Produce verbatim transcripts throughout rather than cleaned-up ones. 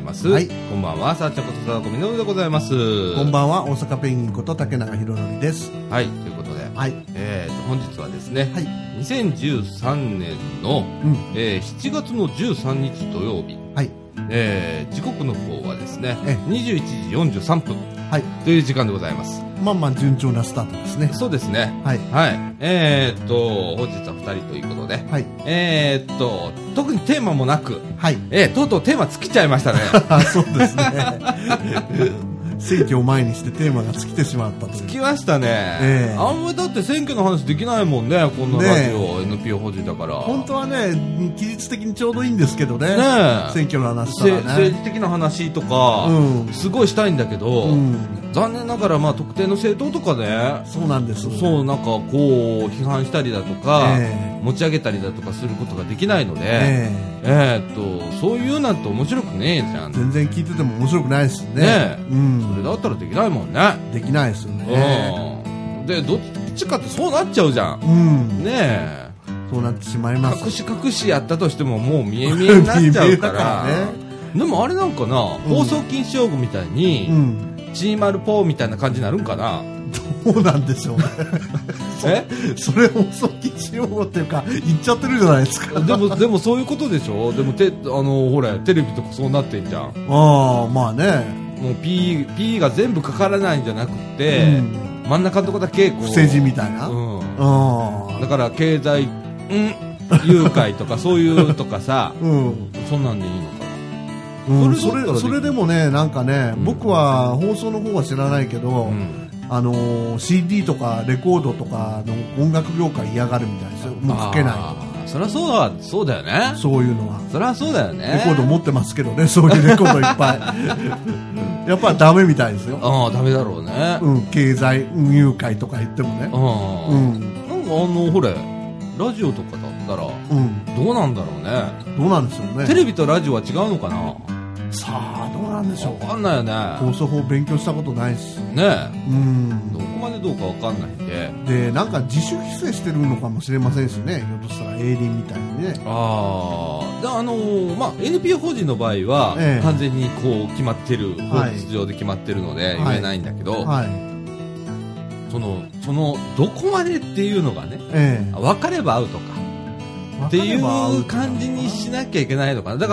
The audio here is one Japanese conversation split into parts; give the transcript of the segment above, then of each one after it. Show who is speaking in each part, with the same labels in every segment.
Speaker 1: ます。はい、こんばんは、さあちゃんこと貞子みのるでございます。
Speaker 2: こんばんは、大阪ペンギンこと竹永宏典です。
Speaker 1: はい、ということで、
Speaker 2: はい、
Speaker 1: えーと、本日はですね、はい、にせんじゅうさんねんの、うんえー、しちがつのじゅうさんにち土曜日、はいえー、時刻の方はですね、にじゅういちじよんじゅうさんぷん、はい、という時間でございます。
Speaker 2: まあまあ順調なスタートですね。
Speaker 1: そうですね。はい。はい。えー、っと、本日はふたりということで、はい。えー、っと、特にテーマもなく、はい。えー、とうとうテーマ尽きちゃいましたね。
Speaker 2: そうですね。選挙を前にしてテーマが尽きてしまったという。
Speaker 1: 尽きましたね。えー、あんまりだって選挙の話できないもんね、こんなラジオ、ね、エヌピーオー 法人だから。本
Speaker 2: 当はね、期日的にちょうどいいんですけどね。ね選挙の話とかね。
Speaker 1: 政治的な話とか、うん、すごいしたいんだけど、うん残念ながらまあ特定の政党とかね
Speaker 2: そうなんです
Speaker 1: そうなんかこう批判したりだとか、えー、持ち上げたりだとかすることができないので、えー、えー、っとそういうなんて面白くねえじゃん。
Speaker 2: 全然聞いてても面白くないですね。ね、
Speaker 1: うん、それだったらできないもんね。
Speaker 2: できないですよね、
Speaker 1: うん、でどっちかってそうなっちゃうじゃん、うん、ねえ
Speaker 2: そうなってしまいます。
Speaker 1: 隠し隠しやったとしてももう見え見えになっちゃうからね、でもあれなんかな、うん、放送禁止用語みたいに、うんチーマルポーみたいな感じになるんかな。
Speaker 2: どうなんでしょうね。えそれ放送禁止用語っていうか言っちゃってるじゃないですか。
Speaker 1: でもでもそういうことでしょ。でもてあのほらテレビとかそうなってんじゃん。
Speaker 2: ああまあね。
Speaker 1: もう P, P が全部かからないんじゃなくて、うん、真ん中のとこだけこう
Speaker 2: 不正字みたいな。うん、
Speaker 1: あだから経済ん誘拐とかそういうとかさ、うん、そんなんでいいのか。
Speaker 2: うん、それそれでもねなんかね、うん、僕は放送の方は知らないけど、うん、あのー、シーディー とかレコードとかの音楽業界嫌がるみたいですよ。もうかけないとか。
Speaker 1: そりゃそうだそうだよね。
Speaker 2: そういうのは
Speaker 1: そりゃそうだよね。
Speaker 2: レコード持ってますけどね、そういうレコードいっぱいやっぱダメみたいですよ。
Speaker 1: ああダメだろうね、
Speaker 2: うん、経済誘拐とか言ってもね。あ、
Speaker 1: うん、なんかあのほれラジオとかだったら、うん、どうなんだろうね。
Speaker 2: どうなんでしょうね。
Speaker 1: テレビとラジオは違うのかな。
Speaker 2: さあどうなんでしょう。
Speaker 1: 分かんないよね。
Speaker 2: 放送法勉強したことないし
Speaker 1: ね。うんどこまでどうか分かんないんで
Speaker 2: でなんか自主規制してるのかもしれませんしね。ひょっとしたら営利みたいにね。
Speaker 1: ああであのー、まあ エヌピーオー 法人の場合は、ええ、完全にこう決まってる法律上で決まってるので言えないんだけど、はいはい、そのそのどこまでっていうのがね、ええ、分かれば合うとかっていう感じにしなきゃいけないのかな。だから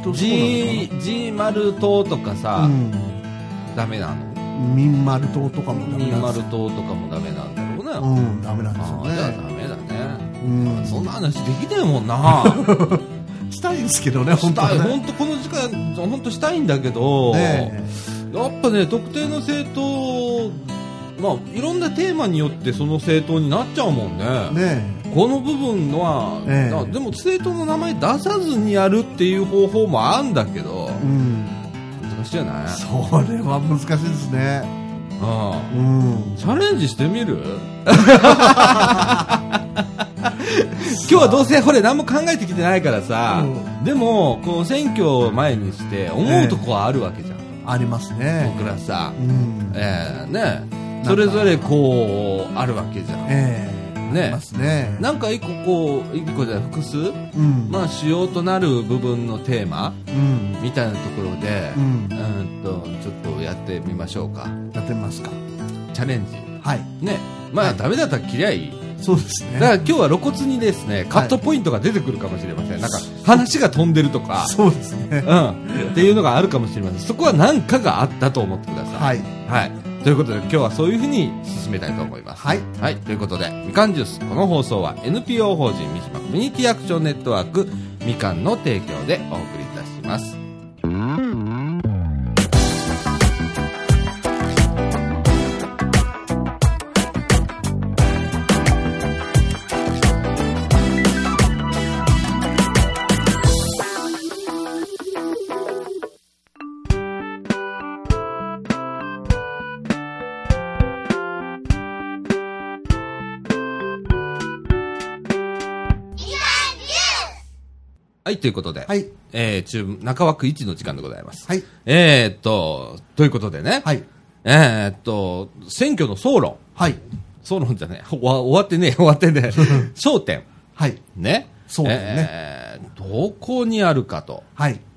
Speaker 1: G, G 丸党とかさ、うん、ダメなの。
Speaker 2: ミンマル党とかもダメなんです。ミン
Speaker 1: マル党とかもダメなんだろうね。
Speaker 2: うんダメなんですよね。
Speaker 1: じゃあダメだね、うん、そんな話できねえもんな
Speaker 2: したいんですけどね。
Speaker 1: 本当、ね、本当この時間本当したいんだけど、ね、やっぱね特定の政党まあいろんなテーマによってその政党になっちゃうもんね。ねこの部分は、ええ、でも政党の名前出さずにやるっていう方法もあるんだけど、うん、難しいじゃない。
Speaker 2: それは難しいですね。
Speaker 1: ああ、うん、チャレンジしてみる今日はどうせこれ何も考えてきてないからさ、うん、でもこう選挙を前にして思うとこはあるわけじゃん、え
Speaker 2: え、ありますね。
Speaker 1: 僕らさ、うんえー、ねそれぞれこうあるわけじゃん、えーね、ねなんか一個こう一個じゃ複数、うんまあ、主要となる部分のテーマ、うん、みたいなところで、うん、うんとちょっとやってみましょうか。
Speaker 2: やってみますか。
Speaker 1: チャレンジ
Speaker 2: はい
Speaker 1: ねまあ、はい、ダメだったら切りゃいい。
Speaker 2: そうですね。
Speaker 1: だから今日は露骨にですねカットポイントが出てくるかもしれません、はい、なんか話が飛んでるとか
Speaker 2: そうですね、
Speaker 1: うん、っていうのがあるかもしれません。そこは何かがあったと思ってください。はい、はいということで今日はそういうふうに進めたいと思います。はい、はい、ということでみかんジュースこの放送は エヌピーオー 法人三島コミュニティアクションネットワークみかんの提供でお送りいたします。はい、ということで、はいえー、中中枠いちの時間でございます。はい、えー、っと、ということでね、はい、えー、っと、選挙の総論、はい、総論じゃねえ、終わってねえ、終わってねえ、焦点、はい、ね、そうですね、えー、どこにあるかと、はい、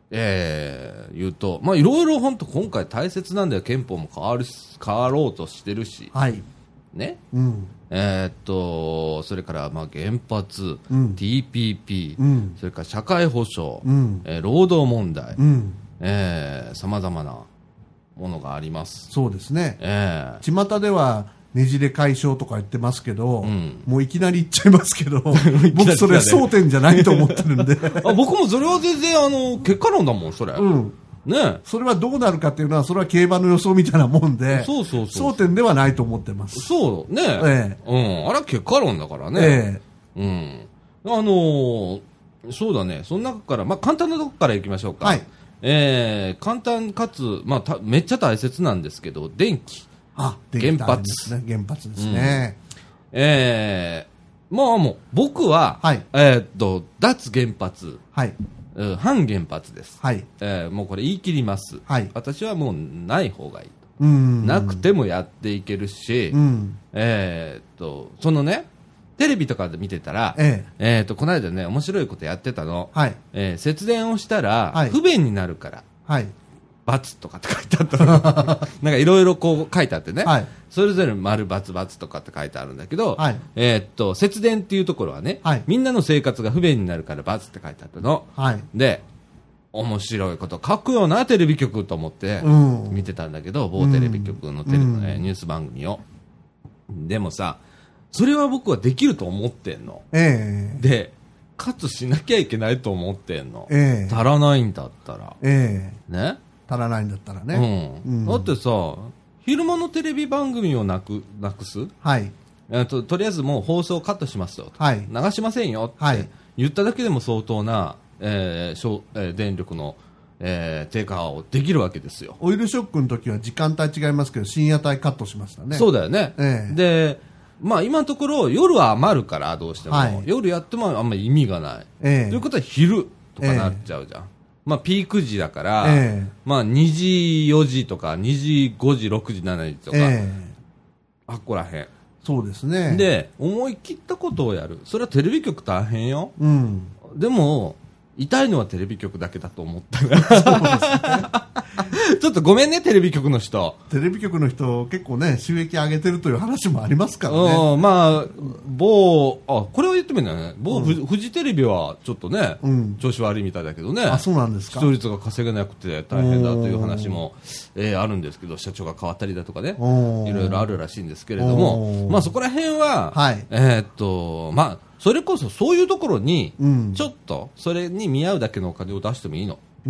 Speaker 1: えー、言うと、まあいろいろ本当今回大切なんだよ。憲法も変わるし、変わろうとしてるし。
Speaker 2: はい。
Speaker 1: ね。
Speaker 2: うん。
Speaker 1: えー、っと、それからまあ原発、うん、ティーピーピー、
Speaker 2: うん、
Speaker 1: それから社会保障、
Speaker 2: うん、
Speaker 1: えー、労働問題、
Speaker 2: うん、
Speaker 1: えー、様々なものがあります。
Speaker 2: そうですね。
Speaker 1: え
Speaker 2: ー、巷では、ねじれ解消とか言ってますけど、
Speaker 1: うん、
Speaker 2: もういきなり言っちゃいますけど、僕それ争点じゃないと思ってるんで。
Speaker 1: あ、僕もそれは全然あの、結果論だもん、それ。
Speaker 2: うん。
Speaker 1: ね。
Speaker 2: それはどうなるかっていうのは、それは競馬の予想みたいなもんで、
Speaker 1: そうそうそう。
Speaker 2: 争点ではないと思ってます。
Speaker 1: そう、ね。
Speaker 2: ええ。
Speaker 1: うん。あれは結果論だからね。
Speaker 2: え
Speaker 1: え。うん。あのー、そうだね。その中から、まあ、簡単なとこからいきましょうか。
Speaker 2: はい。
Speaker 1: えー、簡単かつ、まあ、ためっちゃ大切なんですけど、電気。
Speaker 2: あ、
Speaker 1: 原発。
Speaker 2: ね、原発ですね。
Speaker 1: うん、えー、まあもう、僕は、
Speaker 2: はい、
Speaker 1: えー、っと、脱原発。
Speaker 2: はい。
Speaker 1: 反原発です。
Speaker 2: はい。
Speaker 1: えー、もうこれ言い切ります。
Speaker 2: はい。
Speaker 1: 私はもうない方がいいと。
Speaker 2: うん。
Speaker 1: なくてもやっていけるし、
Speaker 2: うん。
Speaker 1: えー、っと、そのね、テレビとかで見てたら、
Speaker 2: え
Speaker 1: えー、っと、この間ね、面白いことやってたの。
Speaker 2: はい。
Speaker 1: えー、節電をしたら、
Speaker 2: はい、
Speaker 1: 不便になるから。
Speaker 2: はい。
Speaker 1: ×とかって書いてあったの。なんかいろいろこう書いてあってね。
Speaker 2: はい。
Speaker 1: それぞれ丸××とかって書いてあるんだけど、
Speaker 2: はい。
Speaker 1: えー、っと、節電っていうところはね、
Speaker 2: はい。
Speaker 1: みんなの生活が不便になるから×って書いてあったの。
Speaker 2: はい。
Speaker 1: で、面白いこと書くよな、テレビ局と思って見てたんだけど、某テレビ局のテレビ、うんえー、ニュース番組を。でもさ、それは僕はできると思ってんの。
Speaker 2: ええー。
Speaker 1: で、かつしなきゃいけないと思ってんの。
Speaker 2: ええー。
Speaker 1: 足らないんだったら。
Speaker 2: ええ
Speaker 1: ー。ね
Speaker 2: 足らないんだったらね。
Speaker 1: うん。うん、だってさ、昼間のテレビ番組をなく、なくす
Speaker 2: はい。
Speaker 1: えっと、とりあえずもう放送カットしますよ。
Speaker 2: はい。
Speaker 1: 流しませんよって言っただけでも相当な、えー小えー、電力の、えー、低下をできるわけですよ。
Speaker 2: オイルショックの時は時間帯違いますけど、深夜帯カットしましたね。
Speaker 1: そうだよね。
Speaker 2: ええ、
Speaker 1: で、まあ今のところ夜は余るからどうしても、
Speaker 2: はい、
Speaker 1: 夜やってもあんまり意味がない。
Speaker 2: ええ、
Speaker 1: ということは昼とかなっちゃうじゃん。ええ、まあピーク時だから、
Speaker 2: ええ、
Speaker 1: まあにじ、よじとかにじ、ごじ、ろくじ、しちじとか、
Speaker 2: ええ、
Speaker 1: あっこらへん。
Speaker 2: そうですね。
Speaker 1: で、思い切ったことをやる。それはテレビ局大変よ。
Speaker 2: うん。
Speaker 1: でも、痛いのはテレビ局だけだと思ったから。そうですね。ちょっとごめんね、テレビ局の人。
Speaker 2: テレビ局の人、結構ね、収益上げてるという話もありますからね。
Speaker 1: うん、まあ、某、あ、これは言ってもいいんだね。某、うん、フジテレビはちょっとね、うん、調子悪いみたいだけどね。
Speaker 2: あ、そうなんですか。
Speaker 1: 視聴率が稼げなくて大変だという話も、えー、あるんですけど、社長が変わったりだとかね、いろいろあるらしいんですけれども、まあそこら辺は、
Speaker 2: はい、
Speaker 1: えー、っと、まあ、それこそそういうところに、ちょっとそれに見合うだけのお金を出してもいいの、
Speaker 2: うん、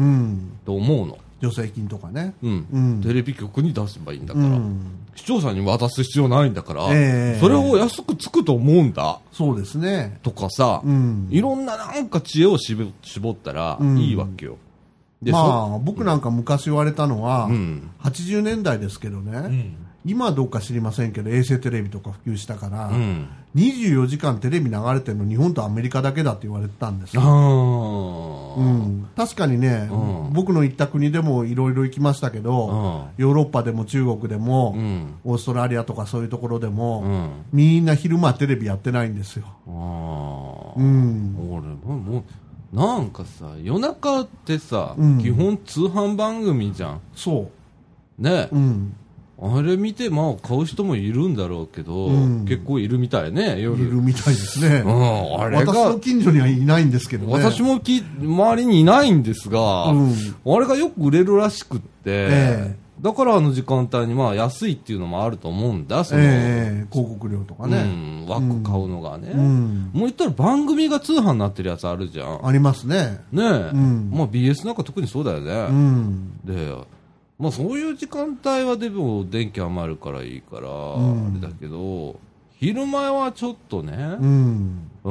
Speaker 1: と思うの。
Speaker 2: 助成金とかね、
Speaker 1: うんうん、テレビ局に出せばいいんだから、うん、視聴者に渡す必要ないんだから、
Speaker 2: えー、
Speaker 1: それを安くつくと思うんだ。
Speaker 2: そうですね。
Speaker 1: とかさ、
Speaker 2: うん、
Speaker 1: いろんななんか知恵を絞ったらいいわけよ。
Speaker 2: うん、でまあ、僕なんか昔言われたのは、うん、はちじゅうねんだいですけどね、うん、今はどうか知りませんけど衛星テレビとか普及したから、うん、にじゅうよじかんテレビ流れてるの日本とアメリカだけだって言われてたんですよ。うん、確かにね、うん、僕の行った国でもいろいろ行きましたけど、うん、ヨーロッパでも中国でも、うん、オーストラリアとかそういうところでも、うん、みんな昼間テレビやってないんですよ。
Speaker 1: あ、うん、俺もうなんかさ夜中ってさ、うん、基本通販番組じゃん。
Speaker 2: そう
Speaker 1: ね、
Speaker 2: うん、
Speaker 1: あれ見てまあ買う人もいるんだろうけど、うん、結構いるみたいね。夜
Speaker 2: いるみたいですね、
Speaker 1: うん、あれが
Speaker 2: 私の近所にはいないんですけどね。
Speaker 1: 私もき周りにいないんですが、うん、あれがよく売れるらしくって、えー、だからあの時間帯にまあ安いっていうのもあると思うんだ。その、
Speaker 2: えー、広告料とかね、
Speaker 1: うん、枠買うのがね、うん、もう言ったら番組が通販になってるやつあるじゃん。
Speaker 2: ありますね。
Speaker 1: ねえ、うん、まあ ビーエス なんか特にそうだよね、
Speaker 2: うん、
Speaker 1: でまあ、そういう時間帯はでも電気余るからいいから、うん、あれだけど昼前はちょっとね、
Speaker 2: うん
Speaker 1: うん、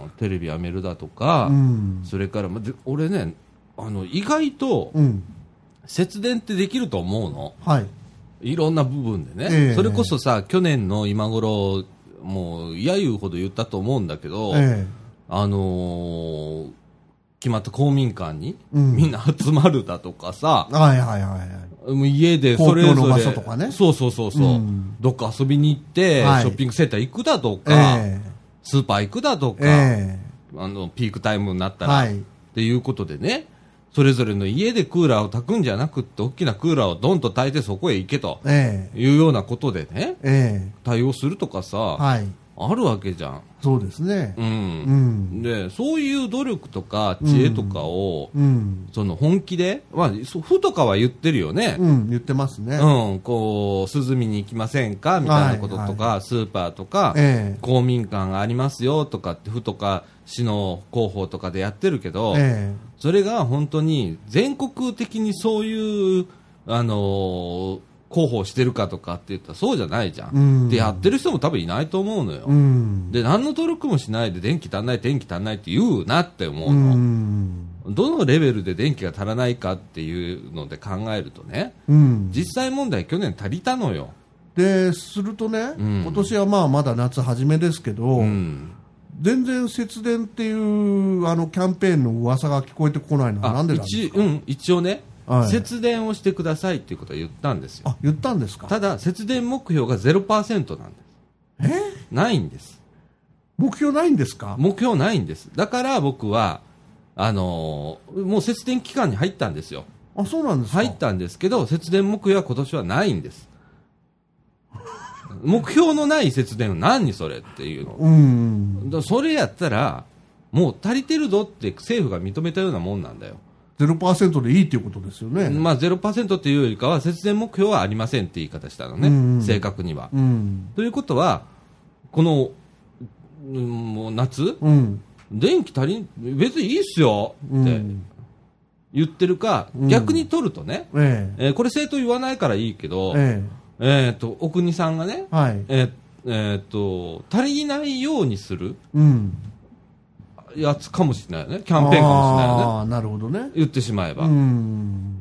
Speaker 1: テレビやめるだとか、うん、それからで俺ねあの意外と節電ってできると思うの、
Speaker 2: はい、
Speaker 1: いろんな部分でね、えー、それこそさ去年の今頃もう揶揄ほど言ったと思うんだけど、
Speaker 2: えー、
Speaker 1: あのー決まった公民館にみんな集まるだとかさ、
Speaker 2: うん、はいはいはいはい、
Speaker 1: 家でそれぞれ
Speaker 2: 公共の場所とかね、
Speaker 1: そうそうそうそう、うん、どっか遊びに行って、はい、ショッピングセンター行くだとか、
Speaker 2: えー、
Speaker 1: スーパー行くだとか、
Speaker 2: えー、
Speaker 1: あのピークタイムになったら、はい、っていうことでね、 それぞれの家でクーラーを炊くんじゃなくって、大きなクーラーをドンと炊いてそこへ行けと、えー、いうようなことでね、えー、対応するとかさ、はい、あるわけじゃん。
Speaker 2: そうですね。
Speaker 1: うん。うん、で、そういう努力とか知恵とかを、うん、その本気で、まあ、府とかは言ってるよね。
Speaker 2: うん、言ってますね。
Speaker 1: うん、こう、涼みに行きませんかみたいなこととか、はいはい、スーパーとか、えー、公民館がありますよとかって、府とか市の広報とかでやってるけど、えー、それが本当に全国的にそういう、あのー、広報してるかとかって言ったらそうじゃないじゃん、うん、でやってる人も多分いないと思うのよ、うん、で何の努力もしないで電気足んない電気足んないって言うなって思うの、うん、どのレベルで電気が足らないかっていうので考えるとね、うん、実際問題去年足りたのよ。
Speaker 2: でするとね、うん、今年はまあまだ夏初めですけど、うん、全然節電っていうあのキャンペーンの噂が聞こえてこないのはなんでなんですか。
Speaker 1: 一、うん、一応ね、はい、節電をしてくださいっていうことは言ったんですよ。
Speaker 2: あ、言ったんですか。
Speaker 1: ただ節電目標が ゼロパーセント なんです。えないんです。
Speaker 2: 目標ないんですか。
Speaker 1: 目標ないんです。だから僕はあのー、もう節電期間に入ったんですよ。
Speaker 2: あ、そうなんですか。
Speaker 1: 入ったんですけど節電目標は今年はないんです目標のない節電は何それっていうの。うんだそれやったらもう足りてるぞって政府が認めたようなもんなんだよ。
Speaker 2: ゼロパーセント でいいっていうことですよね。
Speaker 1: まあ ゼロパーセント っていうよりかは節電目標はありませんって言い方したのね、うんうん、正確には、うん、ということはこの、うん、もう夏、うん、電気足りん別にいいっすよって言ってるか、うん、逆に取るとね、うんええー、これ政党言わないからいいけど、えええー、とお国さんがね、はいえーえー、と足りないようにする、うんやつかもしれないよね。キャンペーンかもしれないよね。ああ、
Speaker 2: なるほどね。
Speaker 1: 言ってしまえば。うん。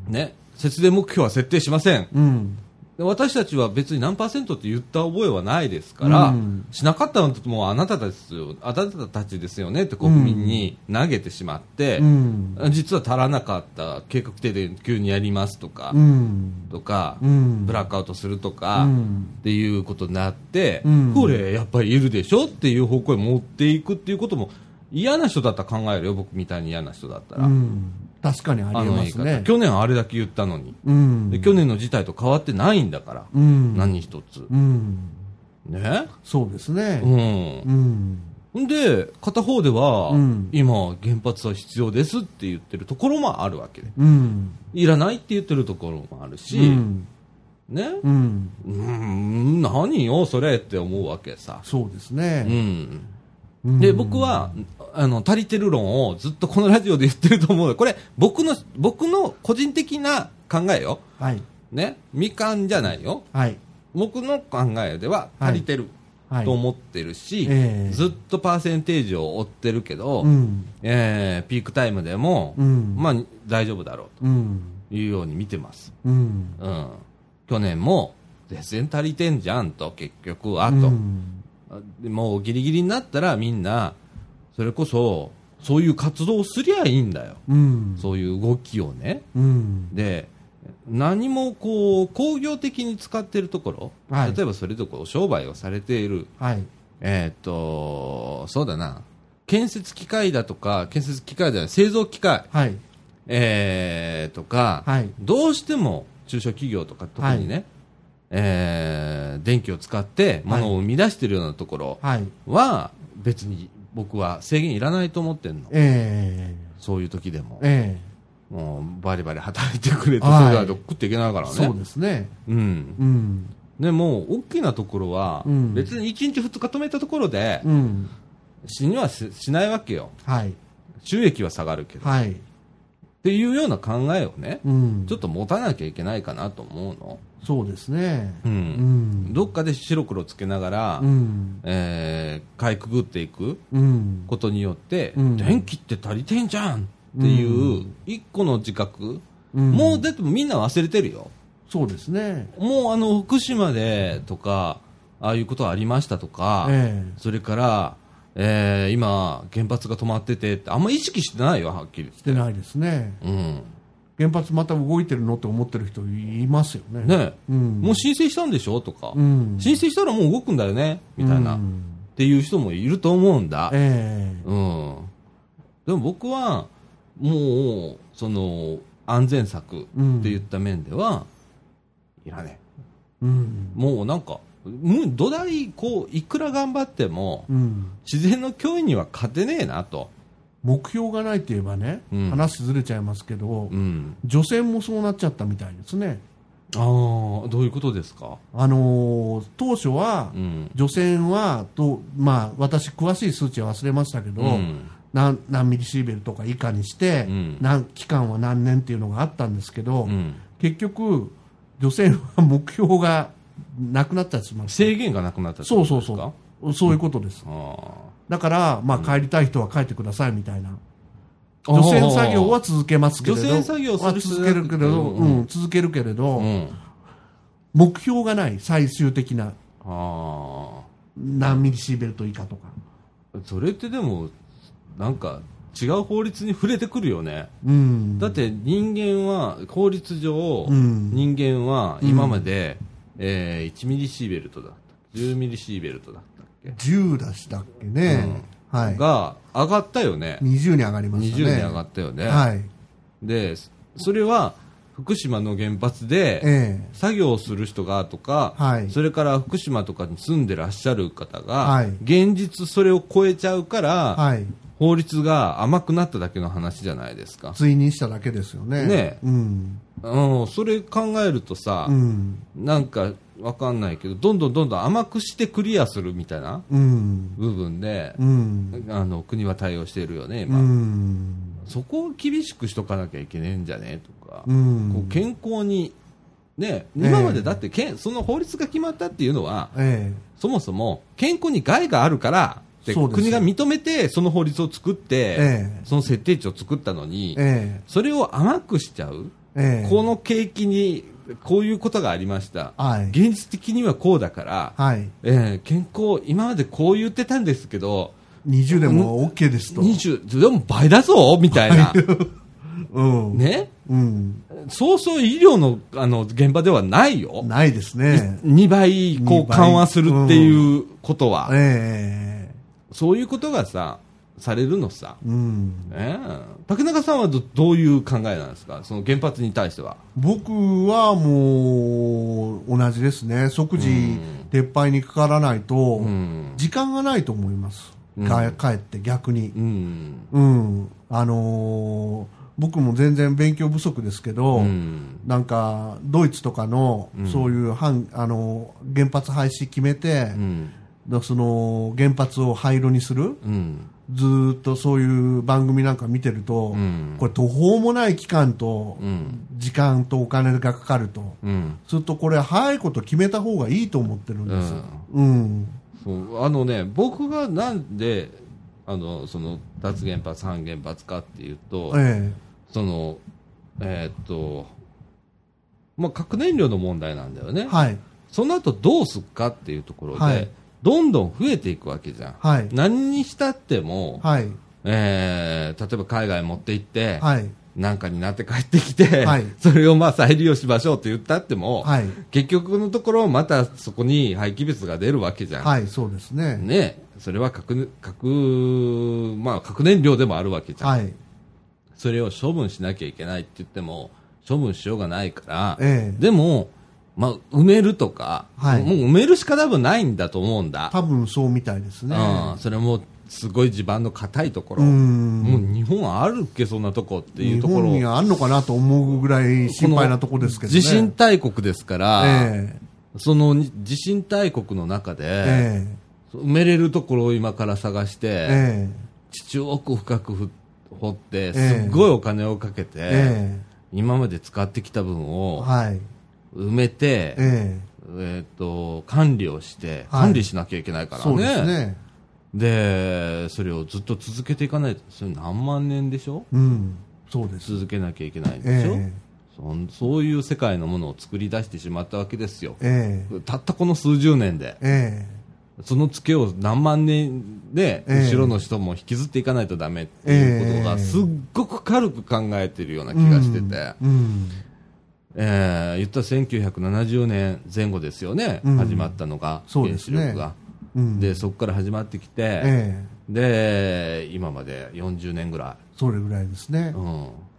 Speaker 1: ね。節電目標は設定しません。うん。で私たちは別に何パーセントって言った覚えはないですから、うん、しなかったのってもうあなたたちですよ、あなたたちですよねって国民に投げてしまって、うん、実は足らなかった計画停電急にやりますとか、うん、とか、うん、ブラックアウトするとか、うん、っていうことになって、うん、これやっぱりいるでしょっていう方向へ持っていくっていうことも嫌な人だったら考えるよ、僕みたいに嫌な人だったら、うん、
Speaker 2: 確かにありますね。
Speaker 1: 去年あれだけ言ったのに、うん、で去年の事態と変わってないんだから、うん、何一つ、うん、ね、
Speaker 2: そうですね、
Speaker 1: うんうん、で片方では、うん、今原発は必要ですって言ってるところもあるわけで、うん、いらないって言ってるところもあるし、うんね、うん、うん何よそれって思うわけさ。
Speaker 2: そうですね、
Speaker 1: うんで僕はあの足りてる論をずっとこのラジオで言ってると思うの。これ僕の僕の個人的な考えよ、はいね、みかんじゃないよ、はい、僕の考えでは足りてる、はい、と思ってるし、はいえー、ずっとパーセンテージを追ってるけど、うんえー、ピークタイムでも、うんまあ、大丈夫だろうというように見てます、うんうん、去年も全然足りてんじゃんと結局はと、うんもうギリギリになったらみんなそれこそそういう活動をすりゃいいんだよ、うん、そういう動きをね、うん、で何もこう工業的に使っているところ、はい、例えばそれとこう商売をされている、はい、えー、っとそうだな建設機械だとか建設機械では製造機械、はいえー、とか、はい、どうしても中小企業とか特にね、はいえー、電気を使って物を生み出しているようなところは別に僕は制限いらないと思ってるの、えー、そういう時でも、えー、もうバリバリ働いてくれてそれは食っていけないからね。
Speaker 2: そうですね、
Speaker 1: うんうん、でも大きなところは別にいちにちふつか止めたところで死には し, しないわけよ、はい、収益は下がるけど、はい、っていうような考えをね、うん、ちょっと持たなきゃいけないかなと思うの。
Speaker 2: そうですね、うんうん、
Speaker 1: どっかで白黒つけながら、うんえー、かいくぐっていくことによって、うん、電気って足りてんじゃんっていう一個の自覚、うん、もうだってみんな忘れてるよ。
Speaker 2: そうですね、
Speaker 1: もうあの福島でとかああいうことありましたとか、えー、それから、えー、今原発が止まっててってあんま意識してないよ、はっきり言って。
Speaker 2: してないですね、うん原発また動いてるのって思ってる人いますよね。
Speaker 1: ね、うん、もう申請したんでしょとか、うん、申請したらもう動くんだよねみたいな、うん、っていう人もいると思うんだ、えーうん、でも僕はもうその安全策っていった面では、うん、いらねえ、うん、もうなんか土台こういくら頑張っても、うん、自然の脅威には勝てねえなと。
Speaker 2: 目標がないと言えばね、うん、話ずれちゃいますけど、うん、除染もそうなっちゃったみたいですね。
Speaker 1: ああ、どういうことですか。
Speaker 2: あのー、当初は、うん、除染はと、まあ、私詳しい数値は忘れましたけど、うん、何, 何ミリシーベルとか以下にして、うん、何期間は何年っていうのがあったんですけど、うん、結局除染は目標がなくなったりします。
Speaker 1: 制限がなくなったってことですか。
Speaker 2: そうそうそうそういうことです、うん、だから、まあ、帰りたい人は帰ってくださいみたいな、除染作業は続けますけれど、
Speaker 1: 除染作業は
Speaker 2: 続けるけれど、うんうん、続けるけれど、うん、目標がない、最終的な、あ、何ミリシーベルト以下とか。
Speaker 1: それってでもなんか違う法律に触れてくるよね、うん、だって人間は法律上、うん、人間は今まで、うん、えー、いちミリシーベルトだった、じゅうミリシーベルトだったっけ、
Speaker 2: じゅう出したっけね、うん、はい、
Speaker 1: が上がったよね。
Speaker 2: にじゅうに上がりましたね。
Speaker 1: にじゅうに上がったよね、
Speaker 2: はい、
Speaker 1: でそれは福島の原発で作業をする人がとか、はい、それから福島とかに住んでらっしゃる方が、はい、現実それを超えちゃうから、はい、法律が甘くなっただけの話じゃないですか。
Speaker 2: 追認しただけですよね。
Speaker 1: ね、うんうん、それ考えるとさ、うん、なんかわかんないけどどんどんどんどん甘くしてクリアするみたいな部分で、うん、あの国は対応しているよね今、うん、そこを厳しくしとかなきゃいけねえんじゃねえとか、うん、こう健康にね、今までだってけん、えー、その法律が決まったっていうのは、えー、そもそも健康に害があるからで国が認めてその法律を作って、えー、その設定値を作ったのに、えー、それを甘くしちゃう、えー、この景気にこういうことがありました、はい、現実的にはこうだから、はい、えー、健康今までこう言ってたんですけど
Speaker 2: にじゅうでも OK ですと、
Speaker 1: にじゅうでも倍だぞみたいな、うん、ね、うん、そうそう医療の、あの現場ではないよ。
Speaker 2: ないですね。
Speaker 1: にばいこう緩和するっていうことは、うん、えー、そういうことがさされるのさ、うん、えー、竹中さんは ど, どういう考えなんですか、その原発に対しては。
Speaker 2: 僕はもう同じですね。即時撤廃にかからないと時間がないと思います、うん、かえって逆に、うんうん、あのー僕も全然勉強不足ですけど、うん、なんかドイツとかのそういう反、あの原発廃止決めて、うん、その原発を廃炉にする、うん、ずっとそういう番組なんか見てると、うん、これ途方もない期間と時間とお金がかかると、うん、するとこれ早いこと決めた方がいいと思ってるんです、うん
Speaker 1: うん、そうあのね、僕がなんであのその脱原発反原発かっていうと、ええ、そのえー、っとまあ核燃料の問題なんだよね、はい、その後どうすっかっていうところで、はい、どんどん増えていくわけじゃん、はい、何にしたっても、はい、えー、例えば海外持って行って、はい、なんかになって帰ってきて、はい、それをまあ再利用しましょうって言ったっても、はい、結局のところまたそこに廃棄物が出るわけじゃん。
Speaker 2: はい、そうですね。
Speaker 1: ね、それは核、核、まあ核燃料でもあるわけじゃん。はい、それを処分しなきゃいけないって言っても処分しようがないから、ええ、でも、まあ、埋めるとか、はい、もう埋めるしか多分ないんだと思うんだ。
Speaker 2: 多分そうみたいですね。
Speaker 1: うん、それもすごい地盤の硬いところ、もう日本あるっけそんなとこっていうところ、
Speaker 2: 日本にあるのかなと思うぐらい心配なとこですけどね。
Speaker 1: 地震大国ですから、えー、その地震大国の中で、えー、埋めれるところを今から探して、えー、地中奥深く掘ってすっごいお金をかけて、えー、今まで使ってきた分を埋めて、えーえー、と管理をして管理しなきゃいけないからね。はい、そうですね。でそれをずっと続けていかないと、それ何万年でしょ、うん、そうです。続けなきゃいけないんでしょ、えー、そ, そういう世界のものを作り出してしまったわけですよ、えー、たったこの数十年で、えー、そのツケを何万年で後ろの人も引きずっていかないとダメっていうことがすっごく軽く考えてるような気がしてて、うんうんえー、言ったらせんきゅうひゃくななじゅうねんぜん後ですよね、うん、始まったのが原子力が。
Speaker 2: うん、
Speaker 1: でそこから始まってきて、
Speaker 2: え
Speaker 1: で今までよんじゅうねんぐらい
Speaker 2: それぐらいですね、
Speaker 1: うん、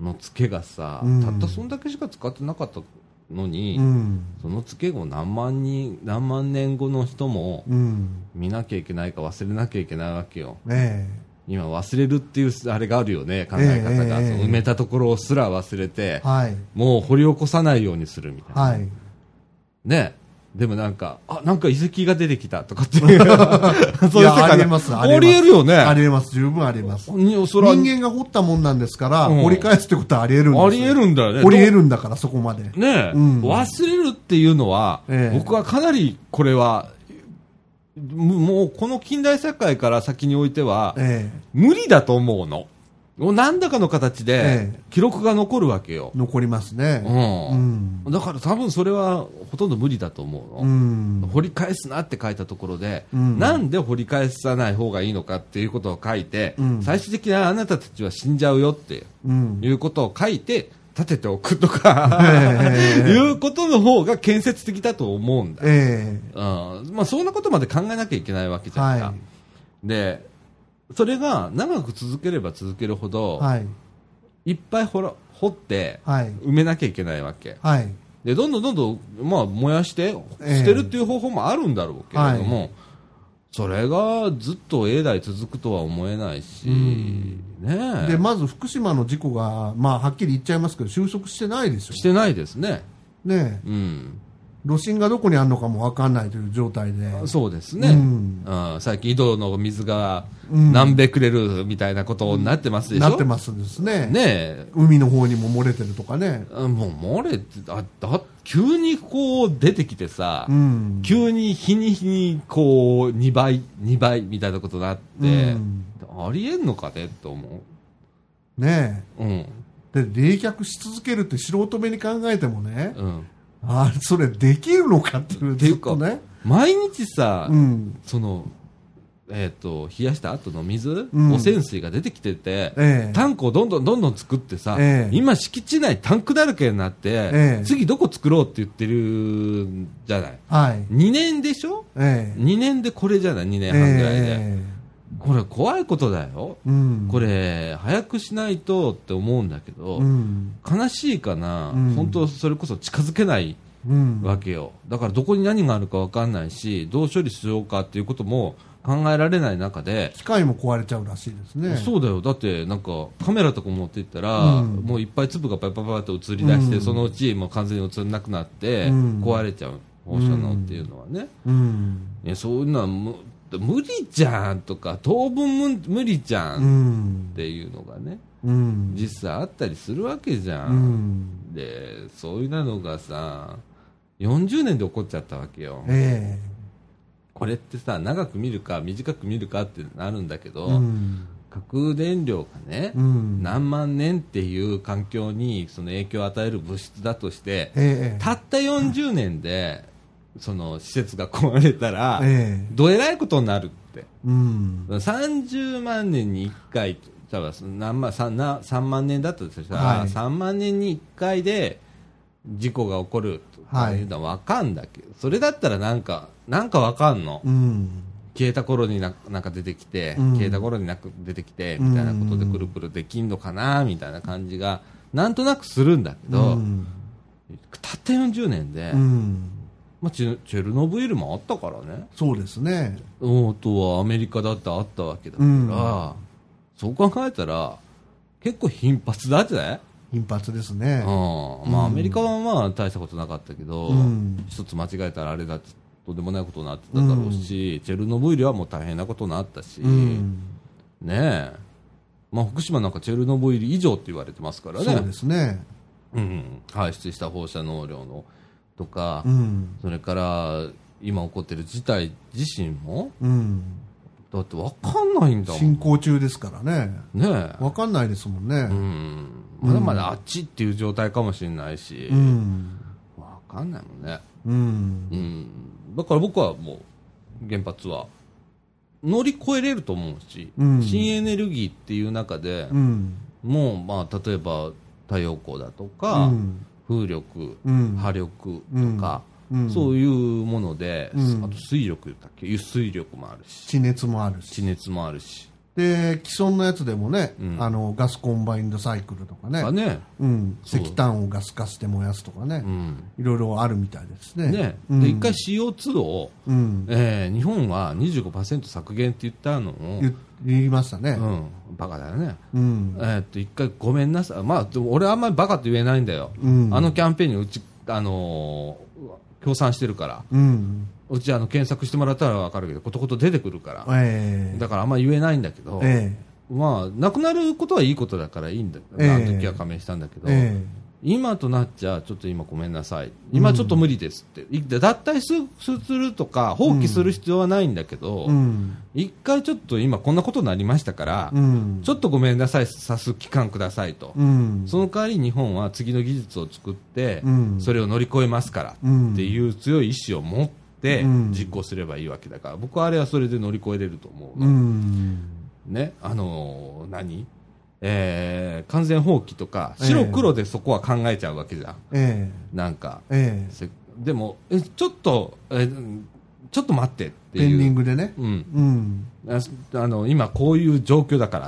Speaker 1: のツケがさ、
Speaker 2: うん、
Speaker 1: たったそんだけしか使ってなかったのに、
Speaker 2: うん、
Speaker 1: そのツケ後何万人何万年後の人も見なきゃいけないか忘れなきゃいけないわけよ、
Speaker 2: ええ、
Speaker 1: 今忘れるっていうあれがあるよね、考え方が、ええ、その埋めたところすら忘れて、
Speaker 2: はい、
Speaker 1: もう掘り起こさないようにするみたいな、
Speaker 2: はい、
Speaker 1: ね。でもなんか、あ、なんか遺跡が出てきたとかっていう。そういう世界
Speaker 2: あります、
Speaker 1: ありえるよね。
Speaker 2: ありえます、十分あります。人間が掘ったもんなんですから、うん、掘り返すってことはありえるんですよ。
Speaker 1: ありえるんだよね。
Speaker 2: 掘り得るんだから、そこまで。
Speaker 1: ねえ、うん、忘れるっていうのは、ええ、僕はかなりこれは、もうこの近代社会から先においては、ええ、無理だと思うの。何らかの形で記録が残るわけよ、
Speaker 2: ええ、残りますね、
Speaker 1: うんうん、だから多分それはほとんど無理だと思うの、うん、掘り返すなって書いたところで、うん、なんで掘り返さない方がいいのかっていうことを書いて、うん、最終的にあなたたちは死んじゃうよっていうことを書いて立てておくとか、えー、いうことの方が建設的だと思うんだ、えーうんまあ、そんなことまで考えなきゃいけないわけじゃないか、はい、でそれが長く続ければ続けるほど、はい、いっぱい掘ら掘って埋めなきゃいけないわけ、はい、でどんどんどんどん、まあ、燃やして捨てるっていう方法もあるんだろうけれども、はい、それがずっと永代続くとは思えないし、ね、
Speaker 2: でまず福島の事故が、まあ、はっきり言っちゃいますけど収束してないですよ。
Speaker 1: してないですね。
Speaker 2: ね、うん、炉心がどこにあるのかも分かんないという状態で。
Speaker 1: そうですね、うんうん、最近井戸の水が何べくれるみたいなことになってますでしょ、
Speaker 2: うん、なってますですね。
Speaker 1: ね、
Speaker 2: 海の方にも漏れてるとかね。
Speaker 1: もう漏れてあだ急にこう出てきてさ、うん、急に日に日にこうにばいにばいみたいなことになって、うん、ありえんのかねって思
Speaker 2: うねえ、うん、で冷却し続けるって素人目に考えてもね、うん、あそれできるのかっていう
Speaker 1: っていうか、ね、毎日さ、うん、そのえー、と冷やした後の水、うん、汚染水が出てきてて、えー、タンクをどんどんどんどん作ってさ、えー、今敷地内タンクだらけになって、えー、次どこ作ろうって言ってるんじゃない、はい、にねんでしょ、えー、にねんでこれじゃないにねんはんぐらいで、えー、これ怖いことだよ、うん、これ早くしないとって思うんだけど、うん、悲しいかな、うん、本当それこそ近づけないわけよ。だからどこに何があるか分かんないしどう処理しようかっていうことも考えられない中で
Speaker 2: 機械も壊れちゃうらしいですね。
Speaker 1: そうだよ。だってなんかカメラとか持っていったら、うん、もういっぱい粒がパパパパと映り出して、うん、そのうちもう完全に映らなくなって、うん、壊れちゃう放射能っていうのはね、うん、いやそういうのは無理じゃんとか当分無理じゃんっていうのがね、うん、実際あったりするわけじゃん、うん、でそういうのがさよんじゅうねんで起こっちゃったわけよ、えーこれってさ長く見るか短く見るかってなるんだけど、うん、核燃料がね、うん、何万年っていう環境にその影響を与える物質だとして、ええ、たったよんじゅうねんでその施設が壊れたら、ええ、どえらいことになるって、うん、さんじゅうまんねんにいっかい何万 3, 3万年だったとしたら、はい、さんまんねんにいっかいで事故が起こるとかいうのは分かんだけど、はい、それだったらなんかなんか分かんの、うん、消えた頃にななんか出てきて、うん、消えた頃になく出てきてみたいなことでくるくるできんのかなみたいな感じがなんとなくするんだけど、うん、たったよんじゅうねんで、うんまあ、チェチェルノブイリもあったからね。
Speaker 2: そうですね。
Speaker 1: あとはアメリカだってあったわけだから、うん、そう考えたら結構頻発だってね。
Speaker 2: 頻発ですね、
Speaker 1: うんまあ、アメリカはまあ大したことなかったけど、うん、一つ間違えたらあれだってとんでもないことになってただろうし、うん、チェルノブイリはもう大変なことになったし、うん、ねえ、まあ、福島なんかチェルノブイリ以上って言われてますからね。
Speaker 2: そうですね、
Speaker 1: うん、排出した放射能量のとか、うん、それから今起こっている事態自身も、うん、だって分かんないんだもん。
Speaker 2: 進行中ですからね。
Speaker 1: ねえ
Speaker 2: 分かんないですもんね、うん
Speaker 1: まだまだあっちっていう状態かもしれないし、うん、分かんないもんね、うんうん、だから僕はもう原発は乗り越えれると思うし、うん、新エネルギーっていう中で、うん、もうまあ例えば太陽光だとか、うん、風力、うん、波力とか、う
Speaker 2: うん、
Speaker 1: そういうもので、
Speaker 2: うん、
Speaker 1: あと水力だっけ、油水力もあるし、
Speaker 2: 地熱もあるし、
Speaker 1: 地熱もあるし、
Speaker 2: で既存のやつでもね、
Speaker 1: うん、
Speaker 2: あのガスコンバインドサイクルとかね、
Speaker 1: ね、
Speaker 2: うん、石炭をガス化して燃やすとかね、
Speaker 1: うん、
Speaker 2: いろいろあるみたいですね。
Speaker 1: ね、
Speaker 2: うん、
Speaker 1: で一回 シーオーツー を、うんえー、日本は にじゅうごパーセント 削減って言ったのを
Speaker 2: 言いましたね、
Speaker 1: うん、バカだよね、
Speaker 2: うん
Speaker 1: えー、っと一回ごめんなさい、まあ、俺あんまりバカって言えないんだよ、うん、あのキャンペーンにうち、あのー、協賛してるから、うん、うちあの検索してもらったら分かるけどことこと出てくるから、えー、だからあんまり言えないんだけど、えー、まあなくなることはいいことだからいいんだけど、えー、あの時は加盟したんだけど、えー、今となっちゃちょっと今ごめんなさい、今ちょっと無理ですって、うん、脱退するとか放棄する必要はないんだけど、うん、一回ちょっと今こんなことになりましたから、うん、ちょっとごめんなさいさす期間くださいと、うん、その代わり日本は次の技術を作って、うん、それを乗り越えますからっていう強い意志を持って実行すればいいわけだから、僕はあれはそれで乗り越えれると思うの、うんね、あのー、何えー、完全放棄とか白黒でそこは考えちゃうわけじゃん、えー、なんか、えー、でもえちょっと、えー、ちょっと待ってっていう
Speaker 2: ペンディングでね、
Speaker 1: うんうん、あの今こういう状況だから、うん、